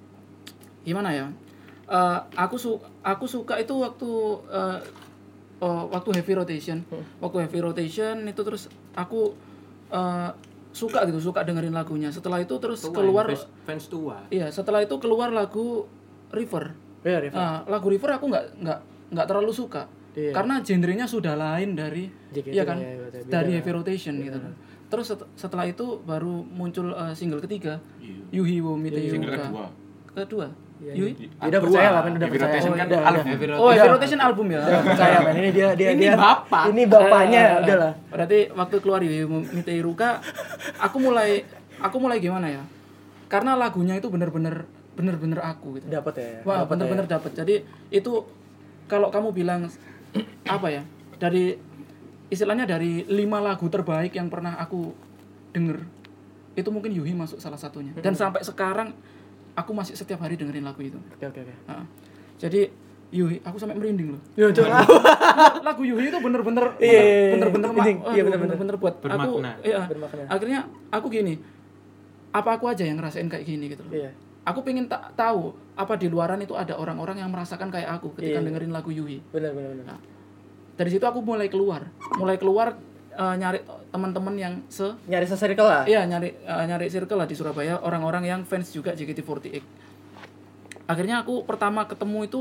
gimana ya? Eh, aku su aku suka itu waktu eh, oh, waktu heavy rotation. Hmm. Waktu heavy rotation itu terus aku eh, suka gitu, suka dengerin lagunya. Setelah itu terus Tua, keluar fans, fans tua. iya, setelah itu keluar lagu River. Iya, Riva. Nah, lagu River aku nggak nggak nggak terlalu suka. Iya. Karena genrenya sudah lain dari J K T iya kan? ya, betul, beda Dari lah. heavy rotation gitu kan. Terus set- setelah itu baru muncul eh, single ketiga Yuhi wo Mite Single Yuka. kedua. Kedua. Iya, Yuhi. Ya udah percaya lah, kan udah Heavy percaya. rotation kan Udah, album. udah. Heavy Oh, heavy rotation. rotation album ya. Udah percaya, man. Ini dia dia Ini dia. bapak. Ini bapaknya, Eh, udahlah. Berarti waktu keluar Yuhi wo Mite Yuka, aku mulai aku mulai gimana ya? Karena lagunya itu bener-bener bener-bener aku gitu. Dapat ya. Wah, Dapet bener-bener ya. dapat. Jadi itu kalau kamu bilang apa ya? Dari istilahnya dari lima lagu terbaik yang pernah aku denger, itu mungkin Yuhi masuk salah satunya. Dan sampai sekarang aku masih setiap hari dengerin lagu itu. Oke, oke, oke. Nah, jadi Yuhi, aku sampai merinding loh. Yo, coba. Lagu Yuhi itu bener-bener Iya, iya, iya. bener-bener Ini, mak- iya, aduh, bener-bener. bener-bener buat aku. Bermakna. Iya. Bermakna. Akhirnya aku gini, apa aku aja yang ngerasain kayak gini gitu loh. Iya. Aku pengen tak tahu apa di luaran itu ada orang-orang yang merasakan kayak aku ketika Iya. dengerin lagu Yuhi. Benar, benar, benar. Nah, dari situ aku mulai keluar, mulai keluar eh, nyari teman-teman yang se, Nyari se-circle lah. iya nyari eh, nyari circle lah di Surabaya, orang-orang yang fans juga J K T empat delapan. Akhirnya aku pertama ketemu itu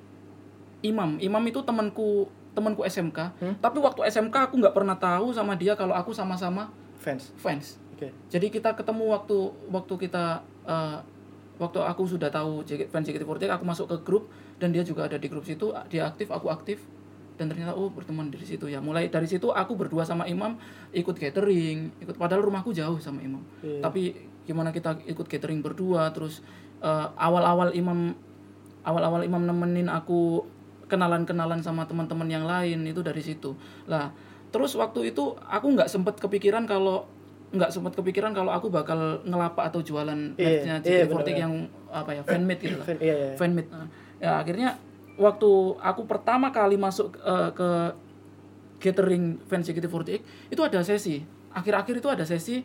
Imam. Imam itu temanku temanku S M K. Hmm? Tapi waktu S M K aku nggak pernah tahu sama dia kalau aku sama-sama Fans. fans. Oke. Jadi kita ketemu waktu waktu kita eh, waktu aku sudah tahu J K, fans J K T empat delapan, aku masuk ke grup dan dia juga ada di grup situ, dia aktif, aku aktif dan ternyata oh berteman dari situ ya. Mulai dari situ aku berdua sama Imam ikut catering, ikut padahal rumahku jauh sama Imam. Iya. Tapi gimana kita ikut catering berdua terus eh, awal-awal Imam awal-awal Imam nemenin aku kenalan-kenalan sama teman-teman yang lain itu dari situ. Lah, terus waktu itu aku nggak sempet kepikiran kalau nggak sempat kepikiran kalau aku bakal ngelapak atau jualan Iya, merch-nya J K T iya, empat delapan bener-bener. yang apa ya fanmade gitu lah. Fan, iya, iya. Fanmade. Nah, ya akhirnya waktu aku pertama kali masuk eh, ke catering fans J K T empat delapan itu ada sesi. Akhir-akhir itu ada sesi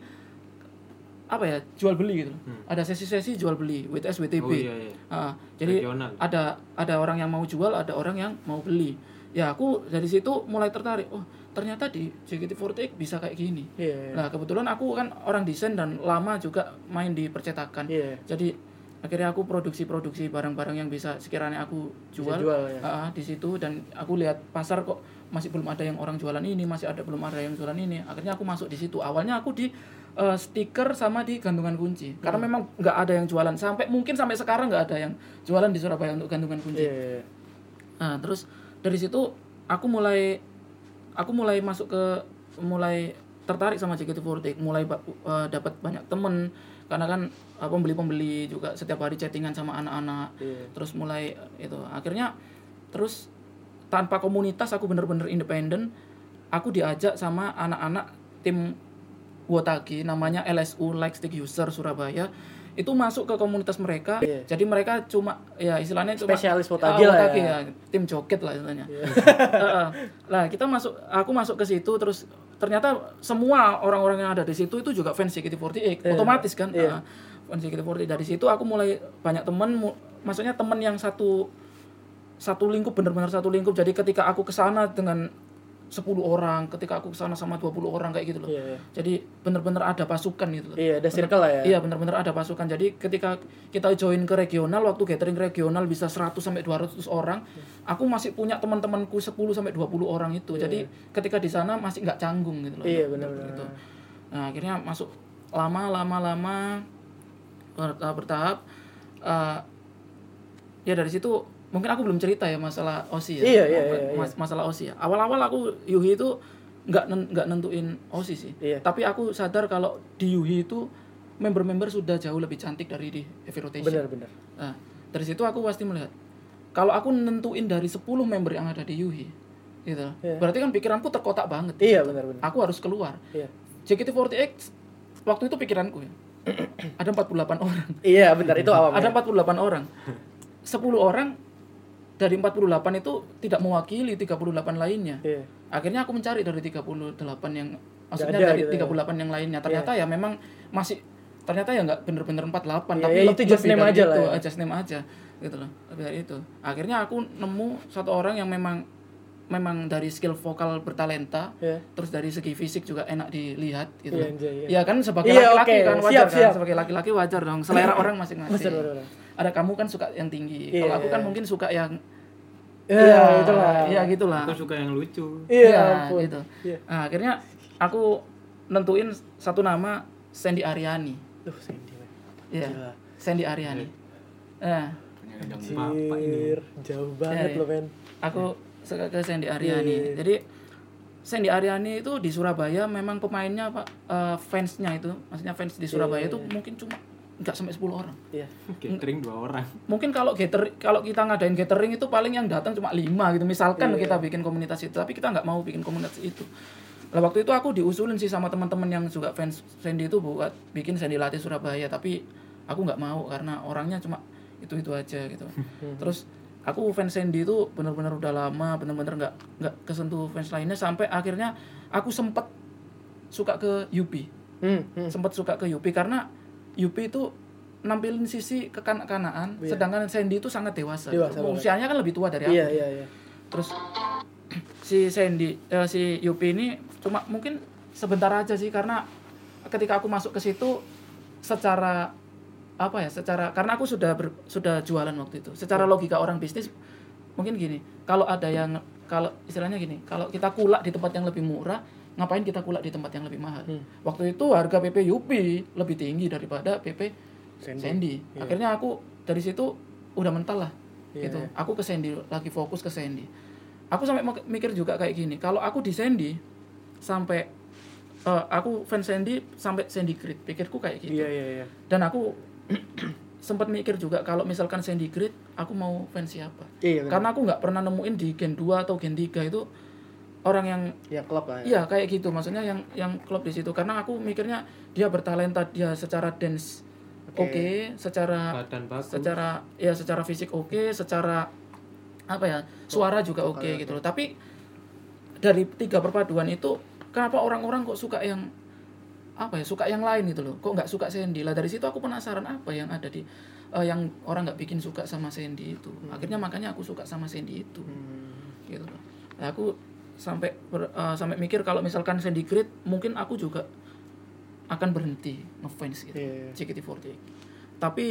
apa ya jual beli gitu. Hmm. Ada sesi-sesi jual beli W T S W T B. Oh iya iya. Ah, jadi Regional. ada ada orang yang mau jual, ada orang yang mau beli. Ya aku dari situ mulai tertarik. Oh ternyata di J K T empat delapan bisa kayak gini. Iya. Nah kebetulan aku kan orang desain dan lama juga main di percetakan. Iya. Jadi akhirnya aku produksi-produksi barang-barang yang bisa sekiranya aku Bisa jual, jual, ya. ah, di situ dan aku lihat pasar kok masih belum ada yang orang jualan ini, masih ada belum ada yang jualan ini. Akhirnya aku masuk di situ. Awalnya aku di eh, stiker sama di gantungan kunci. Karena Hmm. memang nggak ada yang jualan sampai mungkin sampai sekarang nggak ada yang jualan di Surabaya untuk gantungan kunci. Iya, iya. Nah, terus dari situ aku mulai aku mulai masuk ke mulai tertarik sama J K T empat delapan, mulai ba- uh, dapat banyak temen karena kan uh, pembeli-pembeli juga setiap hari chattingan sama anak-anak. Iya. Terus mulai itu akhirnya terus tanpa komunitas aku bener-bener independen, aku diajak sama anak-anak tim Wotagi namanya L S U Like Stick User Surabaya itu masuk ke komunitas mereka. Iya. Jadi mereka cuma ya istilahnya cuma Spesialis Ah, Wotagi lah Wotagi ya. ya, tim joget lah istilahnya. Heeh. Lah kita masuk, aku masuk ke situ terus ternyata semua orang-orang yang ada di situ itu juga fans J K T empat delapan, Iya. otomatis kan. Iya. Heeh. Fans J K T empat delapan dari situ aku mulai banyak temen, mu- maksudnya temen yang satu satu lingkup benar-benar satu lingkup. Jadi ketika aku kesana dengan sepuluh orang, ketika aku kesana sama dua puluh orang kayak gitu loh. Iya, iya. Jadi bener-bener ada pasukan gitu loh. Iya, ada circle lah ya. Iya, bener-bener ada pasukan. Jadi ketika kita join ke regional, waktu gathering regional bisa seratus sampai dua ratus orang, aku masih punya teman-temanku sepuluh sampai dua puluh orang itu. Jadi ketika di sana masih nggak canggung gitu loh. Iya, benar-benar. Gitu. Nah, akhirnya masuk lama lama lama bertahap bertahap uh, ya dari situ mungkin aku belum cerita ya masalah O S I ya. Iya, iya, iya, iya. Mas- masalah O S I ya. Awal-awal aku Yuhi itu nggak nen- nggak nentuin O S I sih. Iya. Tapi aku sadar kalau di Yuhi itu member-member sudah jauh lebih cantik dari di Heavy Rotation. Benar-benar. Nah, dari situ aku pasti melihat kalau aku nentuin dari sepuluh member yang ada di Yuhi gitu. Iya. Berarti kan pikiranku terkotak banget. di Iya, situ. benar-benar. Aku harus keluar. Iya. J K T empat delapan waktu itu pikiranku ya. Ada empat puluh delapan orang. Iya, benar itu awalnya. Ada empat puluh delapan orang. sepuluh orang dari empat puluh delapan itu tidak mewakili tiga puluh delapan lainnya. Iya. Akhirnya aku mencari dari tiga puluh delapan yang maksudnya ada dari gitu ya. tiga puluh delapan yang lainnya. Ternyata ya memang masih ternyata ya nggak bener-bener empat puluh delapan Iya, tapi ya, lebih itu just lebih name dari aja itu, lah ya. eh, just name aja gitu loh. Lebih dari itu. Akhirnya aku nemu satu orang yang memang memang dari skill vokal bertalenta, Iya. terus dari segi fisik juga enak dilihat gitu. Iya, loh. anjay, iya. Ya kan sebagai Iya, laki-laki oke. kan wajar Siap, kan siap. sebagai laki-laki wajar dong. Selera orang masing-masing. Betul, betul, betul. Ada kamu kan suka yang tinggi. Iya, Kalau aku kan iya. mungkin suka yang Iya, itulah. Iya gitulah. Aku suka yang lucu. Iya, ampun. gitu. Iya. Nah, akhirnya aku nentuin satu nama Sandy Aryani. Duh, Sandy. Pak. Iya. Gila. Sandy Aryani. Nah, Yang bapak ini. Anjir, jauh banget Iya, loh, men. aku suka ke Sandy Aryani. Iya. Jadi Sandy Aryani itu di Surabaya memang pemainnya Pak eh, fansnya itu, maksudnya fans di Surabaya Iya, itu mungkin cuma nggak sampai sepuluh orang. Iya. Catering dua orang. Mungkin kalau gathering kalau kita ngadain gathering itu paling yang datang cuma lima gitu. Misalkan Iya. kita bikin komunitas itu, tapi kita nggak mau bikin komunitas itu. Lah waktu itu aku diusulin sih sama teman-teman yang juga fans Sandy itu buat bikin Sandy Latih Surabaya, tapi aku nggak mau karena orangnya cuma itu-itu aja gitu. Terus aku fans Sandy itu benar-benar udah lama, benar-benar nggak nggak kesentuh fans lainnya sampai akhirnya aku sempet suka ke U P. Hmm, hmm. Sempat suka ke U P karena U P itu nampilin sisi kekanak-kanakan, Iya. sedangkan Sandy itu sangat dewasa. Dewasa banget. Usianya kan lebih tua dari aku. Iya, iya, iya. Terus si Sandy, eh, si U P ini cuma mungkin sebentar aja sih karena ketika aku masuk ke situ secara apa ya? Secara karena aku sudah ber- sudah jualan waktu itu. Secara logika orang bisnis mungkin gini, kalau ada yang kalau istilahnya gini, kalau kita kulak di tempat yang lebih murah, ngapain kita kulak di tempat yang lebih mahal? Hmm. Waktu itu harga P P U P lebih tinggi daripada P P Sandy. Sandy. Iya. Akhirnya aku dari situ udah mental lah. Iya, Gitu. iya. Aku ke Sandy, lagi fokus ke Sandy. Aku sampai mek- mikir juga kayak gini, kalau aku di Sandy sampai eh, aku fans Sandy sampai Sandy Grid, pikirku kayak gitu. Iya, iya, iya. Dan aku sempat mikir juga kalau misalkan Sandy Grid, aku mau fans siapa? Iya, benar. Karena aku nggak pernah nemuin di Gen dua atau Gen tiga itu orang yang Ya klub lah ya. iya kayak gitu, maksudnya yang yang klub di situ. Karena aku mikirnya dia bertalenta, dia secara dance oke, Oke. secara Badan bagus. secara ya secara fisik oke, secara apa ya suara juga oke gitu loh. Tapi dari tiga perpaduan itu kenapa orang-orang kok suka yang apa ya suka yang lain gitu loh, kok nggak suka Sandy lah. Dari situ aku penasaran apa yang ada di eh, yang orang nggak bikin suka sama Sandy itu. Akhirnya makanya aku suka sama Sandy itu Hmm. gitu loh. Nah, aku sampai ber- eh, sampai mikir kalau misalkan Sandy Grid mungkin aku juga akan berhenti ngefans gitu Iya. J K T empat delapan. Tapi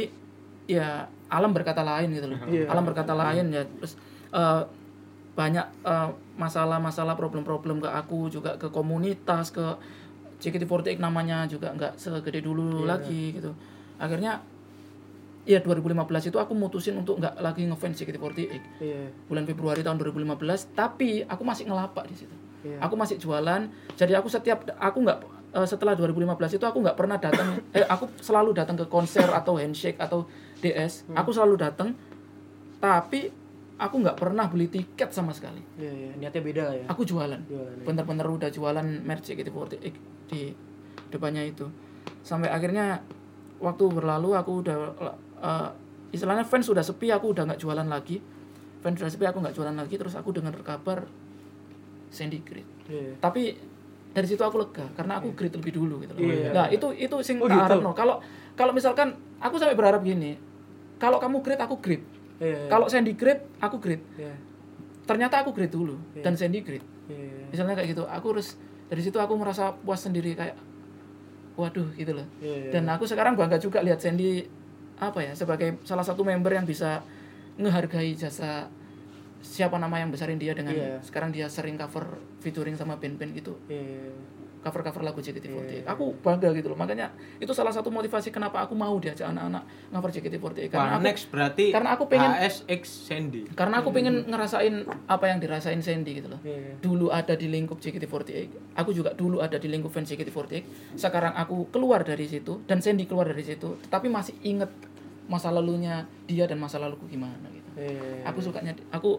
ya alam berkata lain gitu loh. Iya. Alam berkata lain ya. Terus eh, banyak eh, masalah-masalah problem-problem ke aku juga ke komunitas, ke J K T empat delapan namanya juga nggak segede dulu Iya. lagi gitu. Akhirnya ya dua ribu lima belas itu aku mutusin untuk nggak lagi ngefans J K T empat delapan. Iya. Bulan Februari tahun dua ribu lima belas, tapi aku masih ngelapak di situ. Iya. Aku masih jualan. Jadi aku setiap aku nggak eh, setelah dua ribu lima belas itu aku nggak pernah datang eh aku selalu datang ke konser atau handshake atau D S. Hmm. Aku selalu datang. Tapi aku nggak pernah beli tiket sama sekali. Iya, iya. Niatnya beda lah ya. Aku jualan. Jualan, ya. Bener-bener udah jualan merch J K T empat delapan di depannya itu. Sampai akhirnya waktu berlalu aku udah eh, istilahnya fans sudah sepi, aku udah nggak jualan lagi. Fans sudah sepi, aku nggak jualan lagi. Terus aku dengar kabar Sandy Grid. Iya. Tapi dari situ aku lega karena aku grid lebih dulu gitu loh. Iya. Nah, itu itu sing Oh, tak gitu. harapno. Kalau kalau misalkan aku sampai berharap gini, kalau kamu grid aku grid. Iya. Kalau Sandy grid aku grid. Iya. ternyata aku grade dulu Iya. dan Sandy grade. Iya. Misalnya kayak gitu, aku harus dari situ aku merasa puas sendiri kayak waduh gitu loh. Iya. Dan aku sekarang bangga juga lihat Sandy apa ya sebagai salah satu member yang bisa ngehargai jasa siapa nama yang besarin dia dengan Iya. sekarang dia sering cover featuring sama band-band gitu. Iya. Cover-cover lagu J K T empat delapan. Iya. Aku bangga gitu loh. Makanya itu salah satu motivasi kenapa aku mau diajak anak-anak cover J K T empat delapan karena Wah, aku next berarti karena aku pengen- A S X Sandy. karena aku pengen ngerasain apa yang dirasain Sandy gitu loh. Iya. Dulu ada di lingkup J K T empat delapan, aku juga dulu ada di lingkup fans J K T empat delapan. Sekarang aku keluar dari situ dan Sandy keluar dari situ, tetapi masih inget masa lalunya dia dan masa laluku gimana gitu. Iya. Aku sukanya aku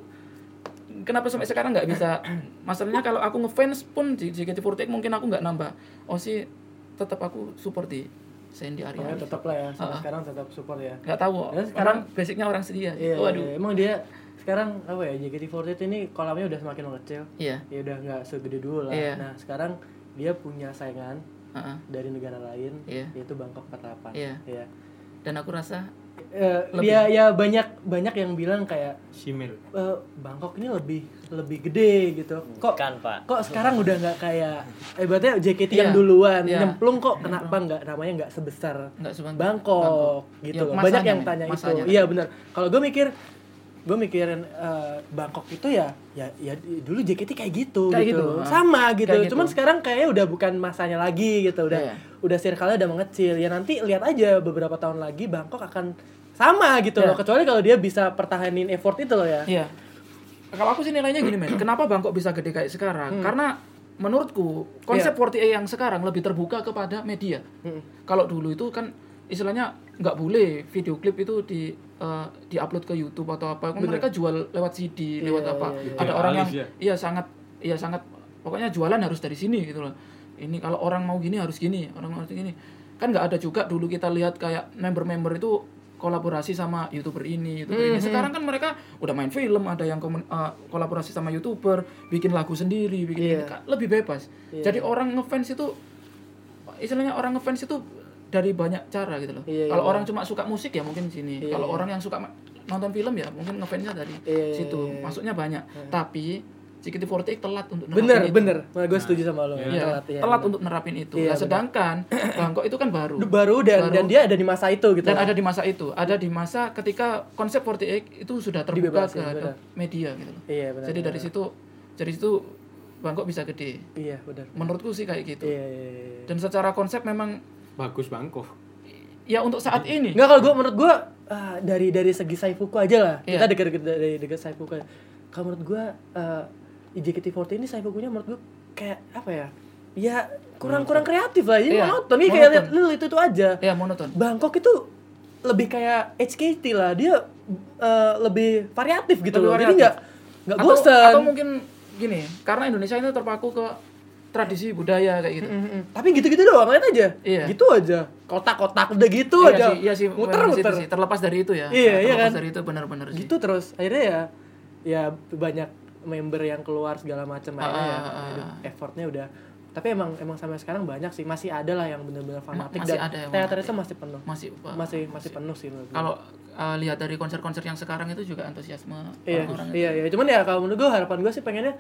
kenapa sampai sekarang nggak bisa masalahnya kalau aku ngefans pun di J K T empat delapan mungkin aku nggak nambah. Oh sih tetap aku support di Sandy Pokoknya Ariani. tetap lah ya, sampai Ah. sekarang tetap support ya. Nggak tahu. Dan Orang sekarang- basicnya orang setia. Iya, Waduh. iya, emang dia sekarang apa ya, J K T empat delapan ini kolamnya udah semakin mengecil. Iya. Ya udah nggak segede dulu lah. Iya. Nah, sekarang dia punya saingan Heeh. dari negara lain, Iya. yaitu Bangkok empat puluh delapan. Iya. Iya. Dan aku rasa Eh, Lebih. dia ya banyak banyak yang bilang kayak Simil. eh, Bangkok ini lebih lebih gede gitu. Kok Kan, Pak. kok sekarang udah nggak kayak eh berarti J K T yang Iya, duluan iya. nyemplung kok kenapa nggak namanya nggak sebesar nggak cuma Bangkok gitu Ya, loh. masanya, Banyak yang men, tanya itu. masanya. Iya benar. Kalau gue mikir gue mikirin eh, Bangkok itu ya ya ya dulu J K T kayak gitu Kayak gitu. gitu, ah. Sama gitu. Kayak gitu. Cuman sekarang kayaknya udah bukan masanya lagi gitu. Udah Iya. udah circle-nya udah mengecil. Ya nanti lihat aja beberapa tahun lagi Bangkok akan sama gitu Iya. loh. Kecuali kalau dia bisa pertahanin effort itu loh ya. Iya. Kalau aku sih nilainya gini, men. Kenapa Bangkok bisa gede kayak sekarang? Hmm. Karena menurutku konsep Iya. empat delapan yang sekarang lebih terbuka kepada media. Hmm. Kalau dulu itu kan istilahnya nggak boleh video klip itu di uh, di-upload ke YouTube atau apa. Kan mereka jual lewat C D, Iya, lewat apa. iya, iya. Ada orang yang Alis, ya. iya sangat iya sangat pokoknya jualan harus dari sini gitu loh. Ini kalau orang mau gini harus gini, orang mau harus gini. Kan nggak ada juga dulu kita lihat kayak member-member itu kolaborasi sama YouTuber ini, YouTuber ini. Sekarang kan mereka udah main film, ada yang komun- uh, kolaborasi sama YouTuber, bikin lagu sendiri, bikin Iya. ini. Ka- lebih bebas. Iya. Jadi orang ngefans itu istilahnya orang ngefans itu dari banyak cara gitu loh. Iya, Kalau iya. orang cuma suka musik ya mungkin sini. Iya, Kalau iya. orang yang suka ma- nonton film ya mungkin ngefansnya dari Iya, situ. iya, iya. Masuknya banyak. Tapi J K T empat delapan telat untuk nerapin Bener, itu. bener. Nah, gue setuju sama lo. Iya, Telat, iya, telat bener. untuk nerapin itu. Iya, Nah, bener. sedangkan Bangkok itu kan baru. baru dan Baru. dan dia ada di masa itu gitu. Dan ada di masa itu, ada di masa ketika konsep empat delapan itu sudah terbuka Dibebasin, ke benar. media gitu loh. Iya, benar. Jadi dari situ dari situ Bangkok bisa gede. Iya, benar. Menurutku sih kayak gitu. Iya, iya, iya. Dan secara konsep memang Bagus Bangkok. ya untuk saat ini. Enggak, kalau gue menurut gue ah, dari dari segi Saifuku aja lah. Iya. Kita dekat-dekat dari dekat Saifuku. Kalau menurut gue uh, J K T empat delapan ini Saifukunya menurut gue kayak apa ya? Ya kurang-kurang kreatif lah. Ini Iya, monoton. Ini kayak lihat monoton. lu itu itu aja. Ya monoton. Bangkok itu lebih kayak H K T lah. Dia uh, lebih variatif gitu Lebih loh. Jadi variatif. nggak nggak Atau- bosan. Atau mungkin gini, karena Indonesia itu terpaku ke tradisi budaya kayak gitu. Mm-mm. Tapi gitu-gitu doang, lihat aja. Iya. Gitu aja. Kotak-kotak udah gitu Iya aja. sih, iya sih, Muter-muter. benar sih, terlepas dari itu ya. Iya, iya terlepas kan? dari itu benar-benar sih. Gitu terus. Akhirnya ya ya banyak member yang keluar segala macam akhirnya ya. Ah, ah, Hidup ah. effortnya udah. Tapi emang emang sampai sekarang banyak sih, masih ada lah yang benar-benar fanatik masih dan ada yang teater fanatik. itu masih penuh. Masih Pak. Masih masih penuh sih menurut gue. Kalau uh, lihat dari konser-konser yang sekarang itu juga antusiasme Iya, orang-orang iya, iya. Cuman ya kalau menurut gue harapan gue sih pengennya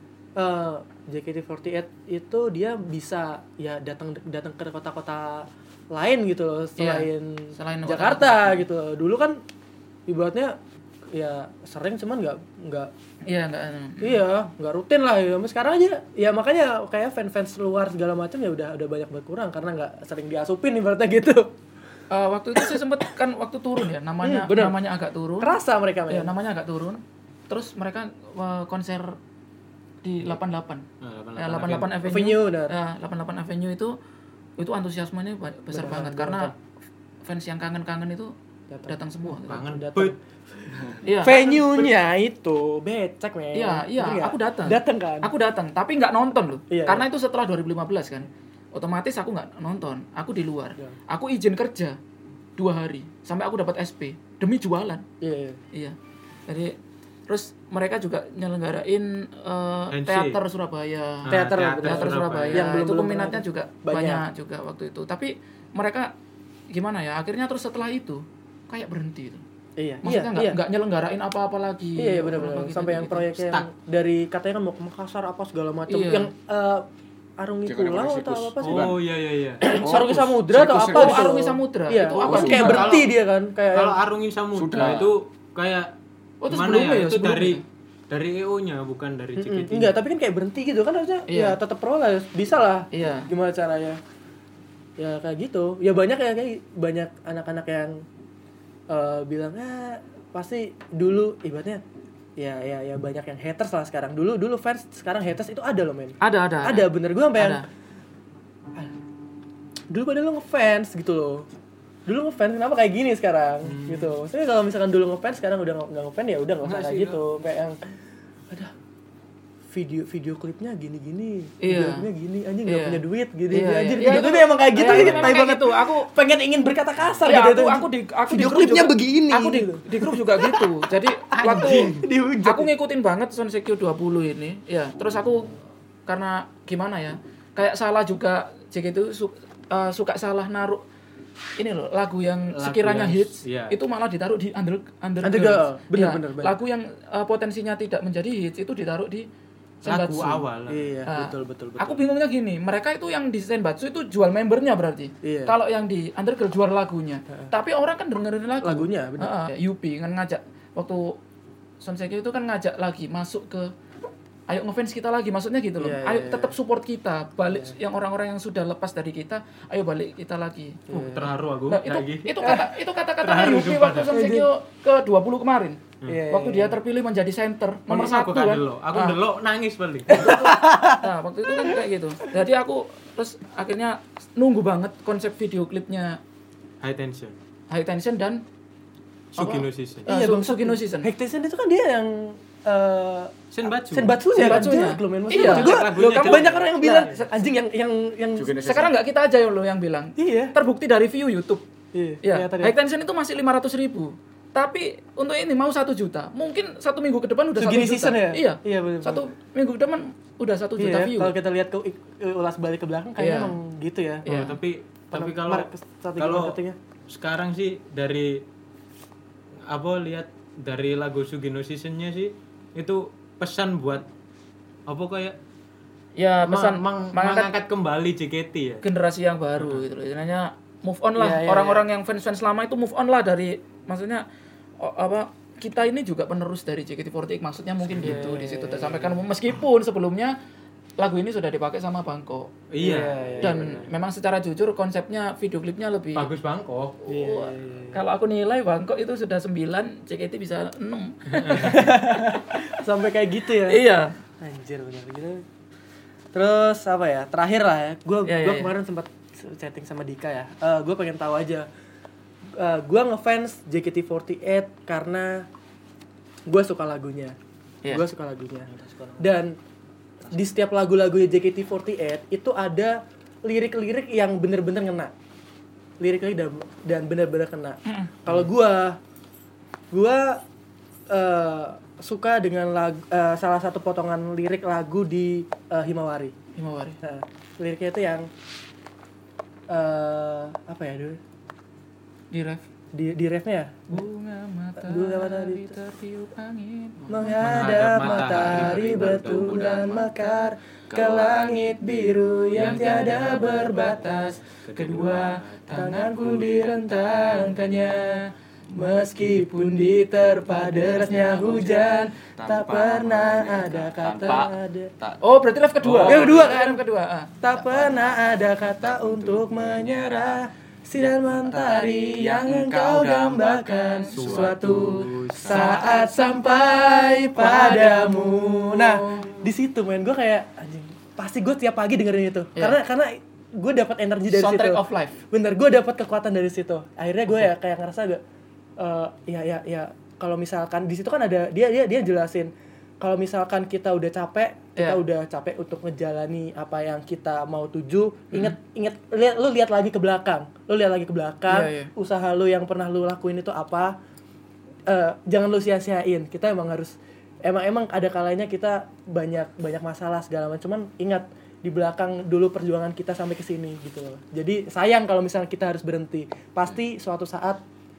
eh, J K T empat delapan itu dia bisa ya datang datang ke kota-kota lain gitu loh selain, selain Jakarta gitu loh. Dulu kan ibaratnya ya sering cuman nggak nggak Iya, enggak. iya nggak rutin lah ya. Mas sekarang aja ya makanya kayak fans-fans luar segala macam ya udah udah banyak berkurang karena nggak sering diasupin ibaratnya gitu. Uh, waktu itu saya sempet kan waktu turun ya, namanya Hmm, bener. namanya agak turun. Kerasa mereka Ya, main. namanya agak turun. Terus mereka uh, konser di delapan puluh delapan. Nah, Ya, delapan puluh delapan Avenue. Avenue, benar. Ya, delapan puluh delapan Avenue itu itu antusiasmenya ba- besar Benar, banget benar, karena fans yang kangen-kangen itu Datang. datang semua. gitu. Kangen Datang. bet. Iya. Venue-nya itu becek men. Iya, iya, Ngerti nggak? aku datang. Datang kan? Aku datang, tapi nggak nonton loh. Iya, Karena itu setelah dua ribu lima belas kan. Otomatis aku nggak nonton, aku di luar. Iya. Aku izin kerja dua hari sampai aku dapat S P demi jualan. Iya, iya. Iya. Jadi terus mereka juga nyelenggarain eh, N C. teater Surabaya. Nah, Teater, Teater Surabaya. Yang belum- itu belum peminatnya pernah. juga Banyak. banyak. juga waktu itu. Tapi mereka gimana ya? Akhirnya terus setelah itu kayak berhenti itu. Iya, Maksudnya iya, nggak iya. nggak nyelenggarain apa-apa lagi. Iya, iya benar-benar. Apa-apa Sampai yang gitu. proyeknya yang Stuck. dari katanya kan mau ke Makassar apa segala macam. Iya. Yang eh, Arungi Jangan Pulau apa, atau siklus. apa sih? Oh iya iya iya. Arungi Samudra atau Siklus, apa siklus. gitu. Oh, Arungi loh. Samudra. Iya, Itu apa apa? kayak Sudah. berhenti Kalau- dia kan kayak Kalau Arungin Samudra Sudah. itu kayak Oh, itu gimana sebelumnya ya? ya, Itu sebelumnya. dari dari E O-nya bukan dari J K T. Mm-mm. Enggak, tapi kan kayak berhenti gitu kan harusnya. Iya. Ya tetap pro lah, bisa lah. Iya. Gimana caranya? Ya kayak gitu. Ya banyak ya kayak banyak anak-anak yang eh, bilang ah pasti dulu ibaratnya ya ya ya banyak yang haters lah sekarang. Dulu dulu fans, sekarang haters itu ada loh men. Ada, ada. Ada bener gue sampai yang Ada. "Ah, dulu pada lo ngefans gitu loh. Dulu ngefans kenapa kayak gini sekarang gitu. Maksudnya kalau misalkan dulu ngefans sekarang udah nggak nggak ngefans ya udah nggak usah Enggak kayak sih, gitu. Kayak yang ada video video klipnya gini-gini, Iya. video klipnya gini, anjing nggak Iya. punya duit gini, Iya, anjir iya. video Iya, klipnya itu- emang kayak gitu, iya, gitu, itu tai memang kayak banget. gitu. Aku pengen ingin berkata kasar Ya, gitu. aku, itu. aku di aku video di grup klipnya juga- begini. Aku di gitu. di grup juga gitu. Jadi waktu Dihujat. aku ngikutin banget Sonsekyo dua puluh ini. Ya, terus aku karena gimana ya? Kayak salah juga J K T itu su- eh, suka salah naruh ini loh lagu yang Lagu sekiranya yang- hits iya. itu malah ditaruh di under under Undergirl. Bener, Ya, bener, bener. lagu yang eh, potensinya tidak menjadi hits itu ditaruh di Lagu Senbatsu. awal. lah. Iya, Ah, betul betul betul. Aku bingungnya gini, mereka itu yang di Senbatsu itu jual membernya berarti. Iya. Kalau yang di Undergirl jual lagunya. Tapi orang kan dengerin lagu. Lagunya, bener. Heeh. Yupi kan ngajak waktu Sonsekyo itu kan ngajak lagi masuk ke ayo ngefans kita lagi, maksudnya gitu loh. Iya, iya, ayo iya. tetap support kita, balik yang orang-orang yang sudah lepas dari kita, ayo balik kita lagi. Uh, terharu aku Nah, itu lagi. itu kata itu kata-kata Terharu Yupi sumpah waktu dah. Sonsekyo ke dua puluh kemarin. Iya, Waktu iya, dia terpilih menjadi center nomor Menurut satu aku kan kan. delok. Aku Ah. delok nangis balik. Nah, waktu itu kan kayak gitu. Jadi aku terus akhirnya nunggu banget konsep video klipnya High tension. High Tension dan Sugino Season. Iya, Su- Sugino Season. Hectation itu kan dia yang eh Senbatsu. Senbatsu ya kan Senbatsunya. jelek loh men. Iya. Maksudnya gua- Lagunya loh, kamu jelek. banyak orang yang bilang Nah, anjing yang yang yang Juga Season. Sekarang nggak kita aja loh yang bilang. Iya. Terbukti dari view YouTube. Iya, Ya, kelihatan ya. High Tension itu masih lima ratus ribu. Tapi untuk ini mau satu juta. Mungkin satu minggu ke depan udah satu Sugino juta. Season ya? Iya. Iya, bener, Satu minggu ke depan udah satu juta Iya, view. kalau kita lihat ke ulas balik ke belakang kayaknya Iya. emang gitu ya. Iya. Oh, tapi tapi Mar- kalau mar- strategi kalau marketingnya. sekarang sih dari apa lihat dari lagu Sugino Season-nya sih itu pesan buat apa kayak Ya, ma- pesan mang- mengangkat mengangkat kembali J K T ya. generasi yang baru gitu loh. Istilahnya move on lah. Iya, iya, Orang-orang yang fans-fans lama itu move on lah dari maksudnya o- apa kita ini juga penerus dari J K T empat delapan maksudnya mungkin gitu di situ tersampaikan meskipun sebelumnya lagu ini sudah dipakai sama Bangkok. Iya. Dan memang secara jujur konsepnya video klipnya lebih Bagus Bangkok. Wah, kalau aku nilai Bangkok itu sudah sembilan, J K T bisa enam. Sampai kayak gitu ya. Iya. Anjir bener gitu. Terus apa ya? Terakhir lah ya. Gue Iya, gua iya, kemarin sempat chatting sama Dika ya. Eh gue pengen tahu aja. Eh gue ngefans J K T empat delapan karena gue suka lagunya. Iya. Gue suka lagunya. Dan di setiap lagu-lagunya J K T empat delapan itu ada lirik-lirik yang bener-bener ngena. Lirik-lirik dan dan bener-bener kena. Kalau gue gue eh, suka dengan lagu, eh, salah satu potongan lirik lagu di eh, Himawari. Himawari. Nah, liriknya itu yang eh apa ya dulu? Di ref. Di di refnya ya? Bunga matahari, Bunga matahari tertiup angin. Menghadap matahari bertulan mekar ke langit biru yang tiada berbatas. Kedua tanganku direntangkannya, meskipun diterpa derasnya hujan, tak pernah ada kata Tanpa- ada. tak- Oh, berarti ref kedua. Oh. Yang kedua kan? Ref kedua. Ah. Tak pernah ada kata untuk menyerah. Sinar mentari yang engkau dambakan suatu saat sampai padamu. Nah, di situ men gue kayak anjing. Pasti gue tiap pagi dengerin itu. Iya. Karena karena gue dapat energi dari Soundtrack situ. of life. Bener, gue dapat kekuatan dari situ. Akhirnya gue ya kayak ngerasa gak eh ya ya ya kalau misalkan di situ kan ada dia dia dia jelasin kalau misalkan kita udah capek, kita Iya. udah capek untuk ngejalani apa yang kita mau tuju, inget inget lihat lu lihat lagi ke belakang. Lu lihat lagi ke belakang, Iya, iya. usaha lu yang pernah lu lakuin itu apa? Eh, jangan lu sia-siain. Kita emang harus emang emang ada kalanya kita banyak banyak masalah segala macam. Cuman ingat di belakang dulu perjuangan kita sampai ke sini gitu loh. Jadi sayang kalau misalnya kita harus berhenti. Pasti suatu saat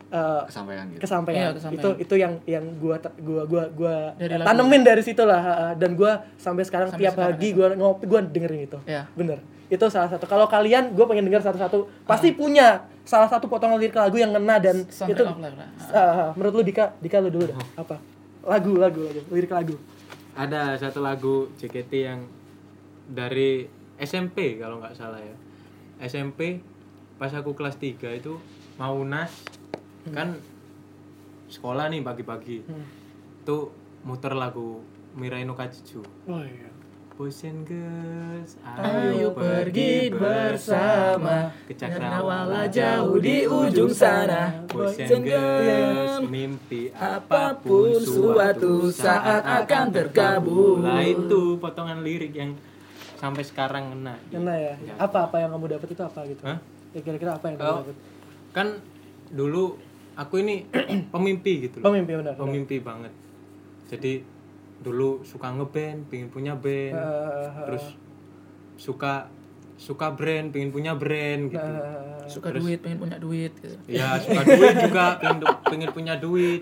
uh, Kesampaian gitu. kesampaian. Iya, kesampaian. Itu itu yang yang gua ta- gua gua gua Dari lagu. tanemin dari situ lah uh, dan gua sampai sekarang Sampai tiap sekarang pagi itu. gua ngopi gua dengerin itu. Iya. Bener. Itu salah satu. Kalau kalian gua pengen denger satu-satu pasti punya salah satu potongan lirik lagu yang ngena dan Soundtrack itu of life lah. uh, menurut lu Dika, Dika lu dulu dah. Apa? Lagu lagu lagu lirik lagu. Ada satu lagu J K T yang dari S M P kalau nggak salah ya. S M P pas aku kelas tiga itu mau U N A S kan sekolah nih pagi-pagi. Hmm. Tuh muter lagu Mirai no Kajuju. Oh iya. Boys and girls, Ayo pergi bersama ke Cakrawala jauh di ujung sana. Boys Boys and and girls, girls, mimpi apapun suatu saat akan terkabul. Nah itu potongan lirik yang sampai sekarang ngena. Ngena ya. Apa apa yang kamu dapat itu apa gitu? Hah? Ya kira-kira apa yang kamu Oh, dapat? kan dulu aku ini pemimpi gitu loh. Pemimpi benar. benar. Pemimpi banget. Jadi dulu suka ngeband, pengen punya band. Uh, Terus suka suka brand, pengen punya brand gitu. uh, Suka duit, pengen punya duit gitu. Ya suka duit juga, pengen, pengen punya duit.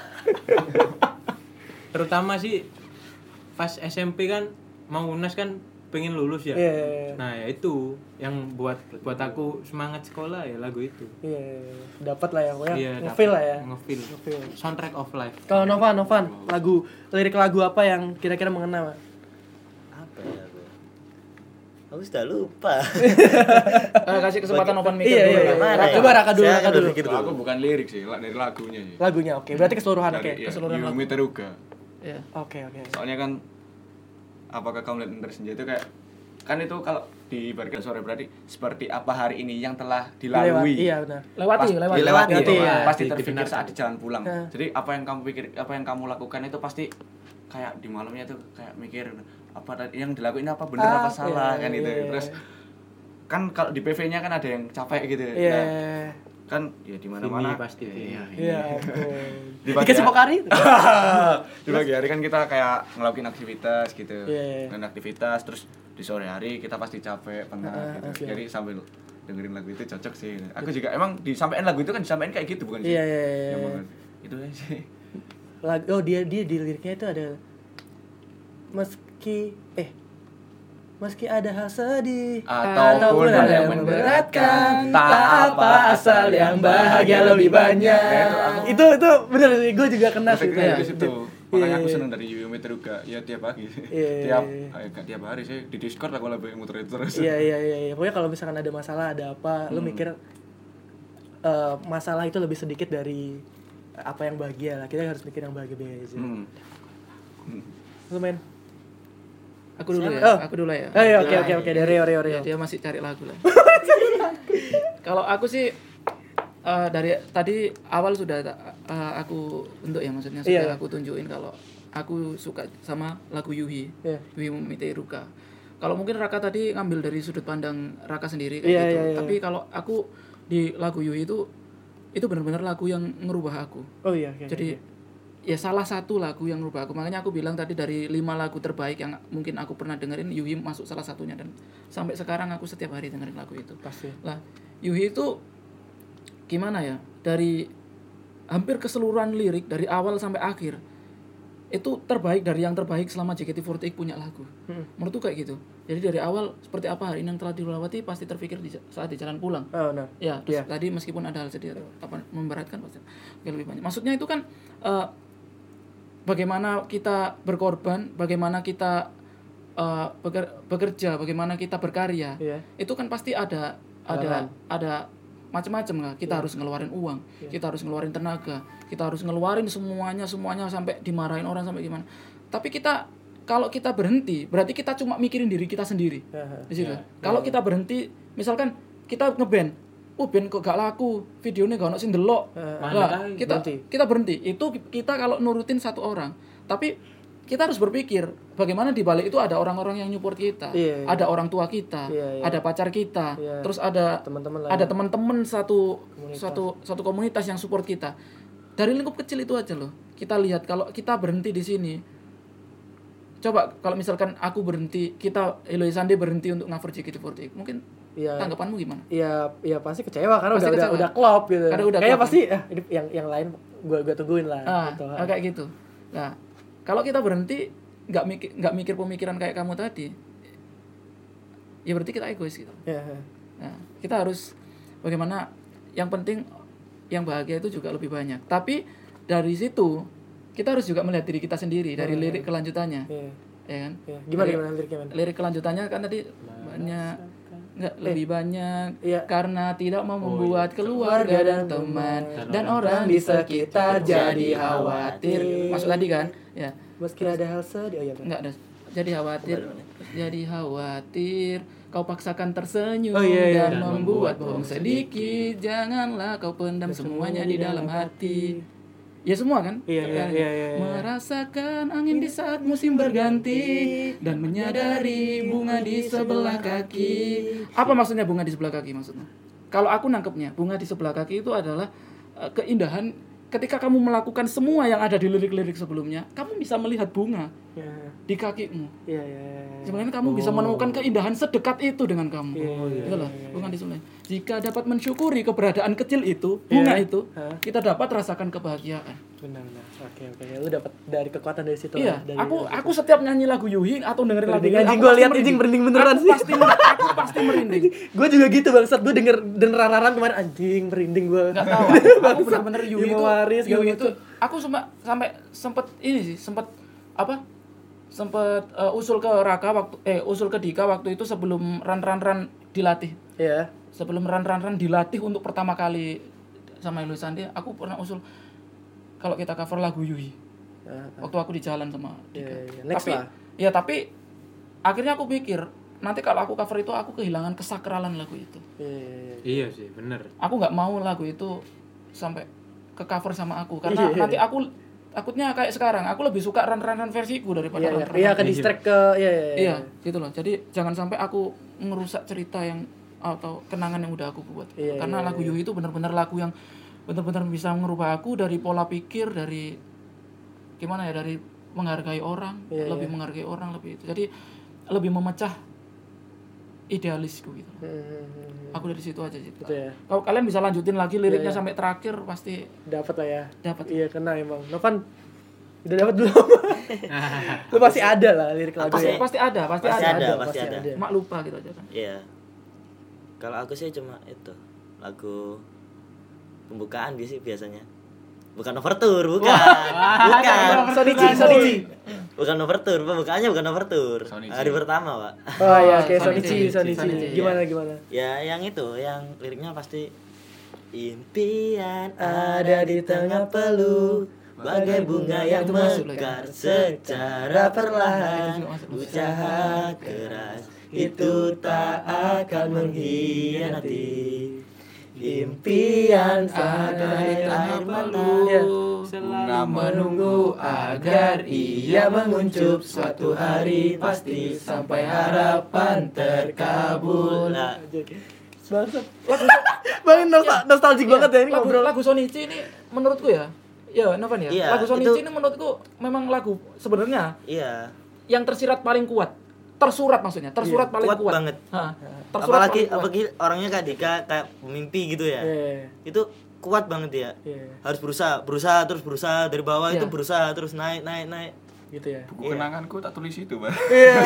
Terutama sih pas S M P kan mau U N A S kan pengen lulus ya. Iya, iya, iya. Nah ya itu yang buat buat aku semangat sekolah ya lagu itu. Iya, dapat lah ya, pokoknya Iya, ngefeel lah ya. Ngefeel. Ngefeel. Soundtrack of life. Kalau Novan, Novan, lagu lirik lagu apa yang kira-kira mengena? Pak? Apa ya aku? Aku sudah lupa. Eh, kasih kesempatan Novan mikir Iya, dulu. iya, ya. iya. Mana ya? Coba Raka dulu, Saya Raka akan dulu. berpikir Kalau dulu. aku bukan lirik sih, la- dari lagunya sih. Lagunya, oke. Berarti keseluruhan, oke. Dari ya, keseluruhan lagu. Yumi Teruga. Iya. Oke, oke. Soalnya kan apakah kamu lihat Enter Senja itu kayak kan itu kalau diibaratkan sore berarti seperti apa hari ini yang telah dilalui. Iya, benar. Lewati, Pas- lewati. dilewati, Lewati, itu, ya. pasti Di- terpikir dibenarkan. saat di jalan pulang. Nah. Jadi apa yang kamu pikir, apa yang kamu lakukan itu pasti kayak di malamnya tuh kayak mikir apa tadi yang dilakuin apa bener Ah, apa salah iya, kan itu. iya. Terus kan kalau di P V-nya kan ada yang capek gitu. Iya. Nah, kan ya di mana-mana Vini pasti. Iya. Iya. Di pagi Dikasih hari- pokari? di pagi hari kan kita kayak ngelakuin aktivitas gitu. Iya, iya. Ngelakuin aktivitas terus di sore hari kita pasti capek, penat Ah, gitu. oke. Jadi sambil dengerin lagu itu cocok sih. Aku juga emang disampaikan lagu itu kan disampaikan kayak gitu bukan sih? Iya, iya, iya. Yang banget. Itu aja sih. Lagu, oh dia dia di liriknya itu ada meski eh meski ada hal sedih Ataupun hal yang memberatkan, tak apa asal yang bahagia lebih banyak. Itu itu bener sih, gue juga kena sih. Efeknya itu. dari situ. Iya, Makanya aku iya. seneng dari Yumi Teruga. Ya tiap pagi. Iya, tiap iya. eh, nggak tiap hari sih di Discord aku lebih muter itu terus. Iya iya iya iya. Pokoknya kalau misalkan ada masalah, ada apa, lu mikir eh, masalah itu lebih sedikit dari apa yang bahagia lah. Kita harus mikir yang bahagia aja. Hmm. Lu men. Aku dulu ya. Oh. Aku dulu ya. Oh iya oke oke oke dari Rio Rio Rio. Ya, dia masih cari lagu lah. Kalau aku sih eh, dari tadi awal sudah eh, aku bentuk ya maksudnya sudah Iya. aku tunjukin kalau aku suka sama lagu Yuhi. Iya. Yuhi Mumite Ruka. Kalau mungkin Raka tadi ngambil dari sudut pandang Raka sendiri kayak Iya, gitu. iya, iya. Tapi kalau aku di lagu Yuhi itu itu benar-benar lagu yang ngerubah aku. Oh iya oke. Jadi oke. ya salah satu lagu yang merubah aku. Makanya aku bilang tadi dari lima lagu terbaik yang mungkin aku pernah dengerin, Yuhi masuk salah satunya dan sampai sekarang aku setiap hari dengerin lagu itu. Pasti. Lah, Yuhi itu gimana ya? Dari hampir keseluruhan lirik dari awal sampai akhir itu terbaik dari yang terbaik selama J K T empat delapan punya lagu. Hmm. Menurutku kayak gitu. Jadi dari awal seperti apa hari ini yang telah dilewati pasti terpikir di, saat di jalan pulang. Oh benar. Ya, terus Iya. tadi meskipun ada hal sedih atau apa memberatkan pasti oke, lebih banyak. Maksudnya itu kan eh, bagaimana kita berkorban, bagaimana kita eh, beker- bekerja, bagaimana kita berkarya. Iya. Itu kan pasti ada ada ada macam-macam lah. Kita harus ngeluarin uang, kita harus ngeluarin tenaga, kita harus ngeluarin semuanya semuanya sampai dimarahin orang sampai gimana. Tapi kita kalau kita berhenti, berarti kita cuma mikirin diri kita sendiri. Aha. Di situ. Kalau kita berhenti, misalkan kita ngeband, oh band kok gak laku, videonya gak ono sing delok. Lah, kita berhenti. kita berhenti. Itu kita kalau nurutin satu orang, tapi kita harus berpikir bagaimana di balik itu ada orang-orang yang support kita, Iya, iya. ada orang tua kita, Iya, iya. ada pacar kita, Iya. terus ada Teman-teman lain. ada teman-teman satu satu satu komunitas yang support kita. Dari lingkup kecil itu aja loh. Kita lihat kalau kita berhenti di sini. Coba kalau misalkan aku berhenti, kita Eloy Sande berhenti untuk cover J K T empat delapan, mungkin Iya. Tanggapanmu gimana? Iya, iya pasti kecewa karena Pasti udah, kecewa. udah udah klop gitu. Karena udah Kayaknya klop, pasti eh, ini yang yang lain gua gua tungguin lah Ah, gitu. ah, kayak gitu. Nah, kalau kita berhenti nggak mikir nggak mikir pemikiran kayak kamu tadi, ya berarti kita egois gitu. Iya. Nah, kita harus bagaimana? Yang penting yang bahagia itu juga lebih banyak. Tapi dari situ kita harus juga melihat diri kita sendiri dari lirik kelanjutannya, Iya. ya kan? Iya. Gimana Dari- gimana liriknya, Man? Lirik kelanjutannya kan tadi banyak nggak lebih banyak Iya. karena tidak mau membuat keluarga dan teman dan orang di sekitar jadi khawatir. Masuk tadi kan? Ya. Meski ada hal sedih, oh iya. Kan? Enggak ada. Jadi khawatir. Jadi khawatir. Kau paksakan tersenyum Oh, iya, iya. dan membuat bohong sedikit. Janganlah kau pendam semuanya di dalam hati. Ya semua kan? Iya, iya, Kan? iya, iya, iya. Merasakan angin di saat musim berganti dan menyadari bunga di sebelah kaki. Apa maksudnya bunga di sebelah kaki maksudnya? Kalau aku nangkepnya, bunga di sebelah kaki itu adalah eh, keindahan ketika kamu melakukan semua yang ada di lirik-lirik sebelumnya, kamu bisa melihat bunga Iya. di kakimu. Iya, iya. iya. Sebenarnya kamu bisa menemukan keindahan sedekat itu dengan kamu. Oh, iya, Itulah, bunga di sebelah. Jika dapat mensyukuri keberadaan kecil itu, bunga Iya. itu, Hah? kita dapat rasakan kebahagiaan. Benar, benar. Oke, oke. Lu dapat dari kekuatan dari situ. Iya, lah, dari aku dari aku setiap nyanyi lagu Yuhi atau dengerin lagu Merinding, Yuhi, anjing, aku gua pasti lihat anjing merinding beneran Aku sih. Pasti mer- aku pasti merinding. Gue juga gitu bangsat, gue denger denger raran kemarin anjing merinding gue. Nggak tahu, aku, aku benar-benar Yuhi itu, Waris, Yuhi gitu. itu, aku sempat sampai sempet ini sih, sempet apa? Sempet uh, usul ke Raka waktu eh usul ke Dika waktu itu sebelum run run run dilatih. Iya. Sebelum run run run dilatih untuk pertama kali sama Eloy Sandi, aku pernah usul kalau kita cover lagu Yuhi. Ah, Waktu aku di jalan sama Iya, Dika. iya. Next tapi lah. ya tapi akhirnya aku pikir nanti kalau aku cover itu aku kehilangan kesakralan lagu itu. Iya, iya, iya. Iya sih, bener. Aku nggak mau lagu itu sampai ke cover sama aku karena Iya. nanti aku takutnya kayak sekarang aku lebih suka run run run versiku daripada Iya, run iya. run Iya, ke distract ke iya, iya. iya gitu loh. Jadi jangan sampai aku ngerusak cerita yang atau kenangan yang udah aku buat. Iya, Karena iya, lagu iya. Yuhi itu benar-benar lagu yang benar-benar bisa merubah aku dari pola pikir, dari gimana ya, dari menghargai orang, Iya, lebih iya. menghargai orang lebih itu. Jadi lebih memecah idealisku gitu. Hmm, hmm, hmm. Aku dari situ aja sih. Gitu ya. Kalau kalian bisa lanjutin lagi liriknya Iya, iya. sampai terakhir pasti Dapat lah ya. dapat. Iya, kena emang. Novan udah dapat belum? Lu pasti ada lah lirik lagu Pasti, ya. pasti ada, pasti, Pasti ada. ada, pasti ada. Mak lupa gitu aja kan. Iya. Kalau aku sih cuma itu lagu pembukaan sih biasanya. Bukan overture, bukan. Bukan. Sonichi, Sonichi. Bukan overture, pembukaannya bukan overture. Sonichi. Hari pertama, Pak. Oh iya, oke Sonichi, Sonichi, Sonichi. Sonichi, Gimana gimana? Ya, yang itu, yang liriknya pasti impian Ada di tengah peluk, bagai bunga yang Itu masuk lagi. mekar secara perlahan, Itu masuk. usaha keras itu tak akan mengkhianati. Impian Ada di air tengah mata peluk, Selalu menunggu agar ia menguncup, suatu hari pasti sampai harapan terkabul. Nah, Bangsat. Banget nostal nostalgic banget ya ini lagu, ngobrol. lagu Sonichi ini menurutku ya, ya Novan ya. Iya, lagu Sonichi itu- ini menurutku memang lagu sebenarnya iya. yang tersirat paling kuat, tersurat maksudnya, tersurat paling kuat kuat. banget. Ha, tersurat Apalagi paling kuat. apalagi orangnya Kak Dika kayak pemimpi gitu ya. Iya. Itu kuat banget ya. Iya. Harus berusaha, berusaha terus berusaha dari bawah Iya. itu berusaha terus naik naik naik. Gitu ya. Buku kenanganku tak tulis itu, Bang. Iya.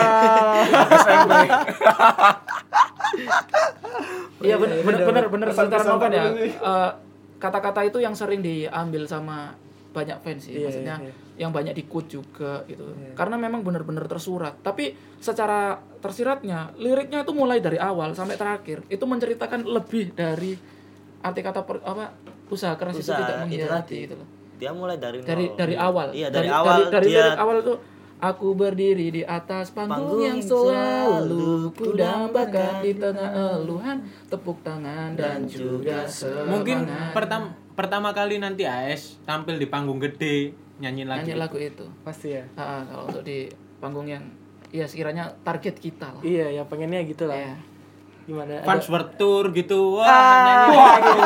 Iya benar benar benar benar secara Pesan-pesan Novan ya. dulu sih. Eh, kata-kata itu yang sering diambil sama banyak fans sih, Iya, maksudnya iya, iya. yang banyak di quote juga gitu. Iya. Karena memang benar-benar tersurat. Tapi secara tersiratnya, liriknya itu mulai dari awal sampai terakhir itu menceritakan lebih dari arti kata per, apa usaha keras itu Usaha, tidak itu mengkhianati tadi. gitu loh. Dia mulai dari Dari nol. dari awal. Iya, dari, awal dari, dari dia lirik awal itu aku berdiri di atas panggung, Panggung yang yang selalu selalu ku dambakan di tengah eluhan, tepuk tangan dan juga semangat. Mungkin pertama pertama kali nanti A S tampil di panggung gede nyanyiin lagu. nyanyi lagu itu. Pasti ya. Ah, kalau untuk di panggung yang ya sekiranya target kita lah. Iya, ya pengennya gitu lah. Iya. Gimana? Fans Ada- World Tour gitu. Wah, Ah, nyanyi lagu.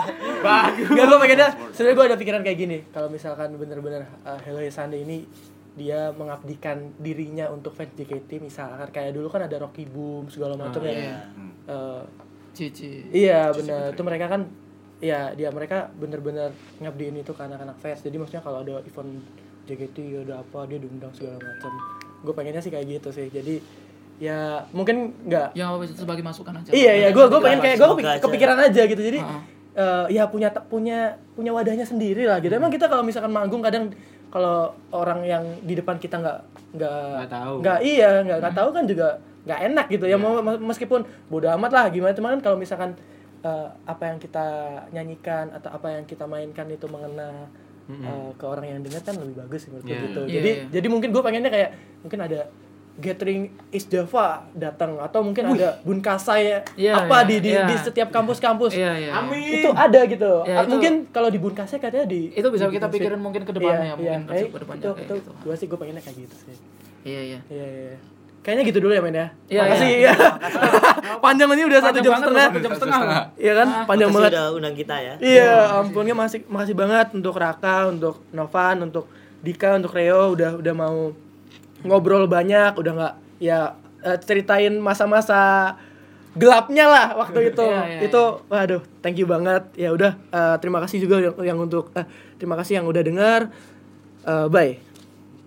Bagus. Gak, gue pengennya sebenarnya gue ada pikiran kayak gini. Kalau misalkan bener-bener uh, Hello Sunday ini dia mengabdikan dirinya untuk fans J K T, misalkan kayak dulu kan ada Rocky Boom segala macam Oh, ya. iya. Eh, Cici. iya benar, itu mereka kan ya dia mereka bener-bener ngabdiin itu ke anak-anak fans. Jadi maksudnya kalau ada event J K T ada apa dia diundang segala macam. Gue pengennya sih kayak gitu sih. Jadi ya mungkin nggak Ya apa sebagai masukan aja. iya iya gue gue pengen kayak gue Semoga aja. kepikiran aja gitu. Jadi Heeh. eh, ya punya punya punya wadahnya sendiri lah gitu. Emang kita kalau misalkan manggung kadang kalau orang yang di depan kita nggak nggak Nggak tahu. nggak iya nggak nggak tahu kan juga nggak enak gitu ya. Mau meskipun bodo amat lah gimana, cuman kan kalau misalkan eh, apa yang kita nyanyikan atau apa yang kita mainkan itu mengena eh, ke orang yang dengar kan lebih bagus sih menurut gue Iya. gitu. Iya, Jadi iya. jadi mungkin gue pengennya kayak mungkin ada gathering East Java datang atau mungkin ada Bunkasai Iya, apa iya, di di, iya. di setiap kampus-kampus. Iya, iya. Amin. Itu ada gitu. Ya, Ah, itu- mungkin kalau di Bunkasai katanya di Itu bisa di- kita di- pikirin mungkin ke depannya, iya, mungkin iya. ke depannya itu, kayak itu, gitu. Gue sih gue pengennya kayak gitu sih. Iya, iya. Iya, iya. iya. Kayaknya gitu dulu ya men ya. Iya, Makasih iya. ya. Panjang ini udah satu Panjang jam banget, setengah. satu jam setengah. Iya kan? Panjang Makasih banget. udah undang kita ya. Iya, ampunnya masih makasih banget untuk Raka, untuk Novan, untuk Dika, untuk Reo udah udah mau ngobrol banyak, udah nggak ya eh, ceritain masa-masa gelapnya lah waktu itu. Iya, iya, Itu waduh, thank you banget. Ya udah eh, terima kasih juga yang, yang untuk eh, terima kasih yang udah dengar. Eh, bye.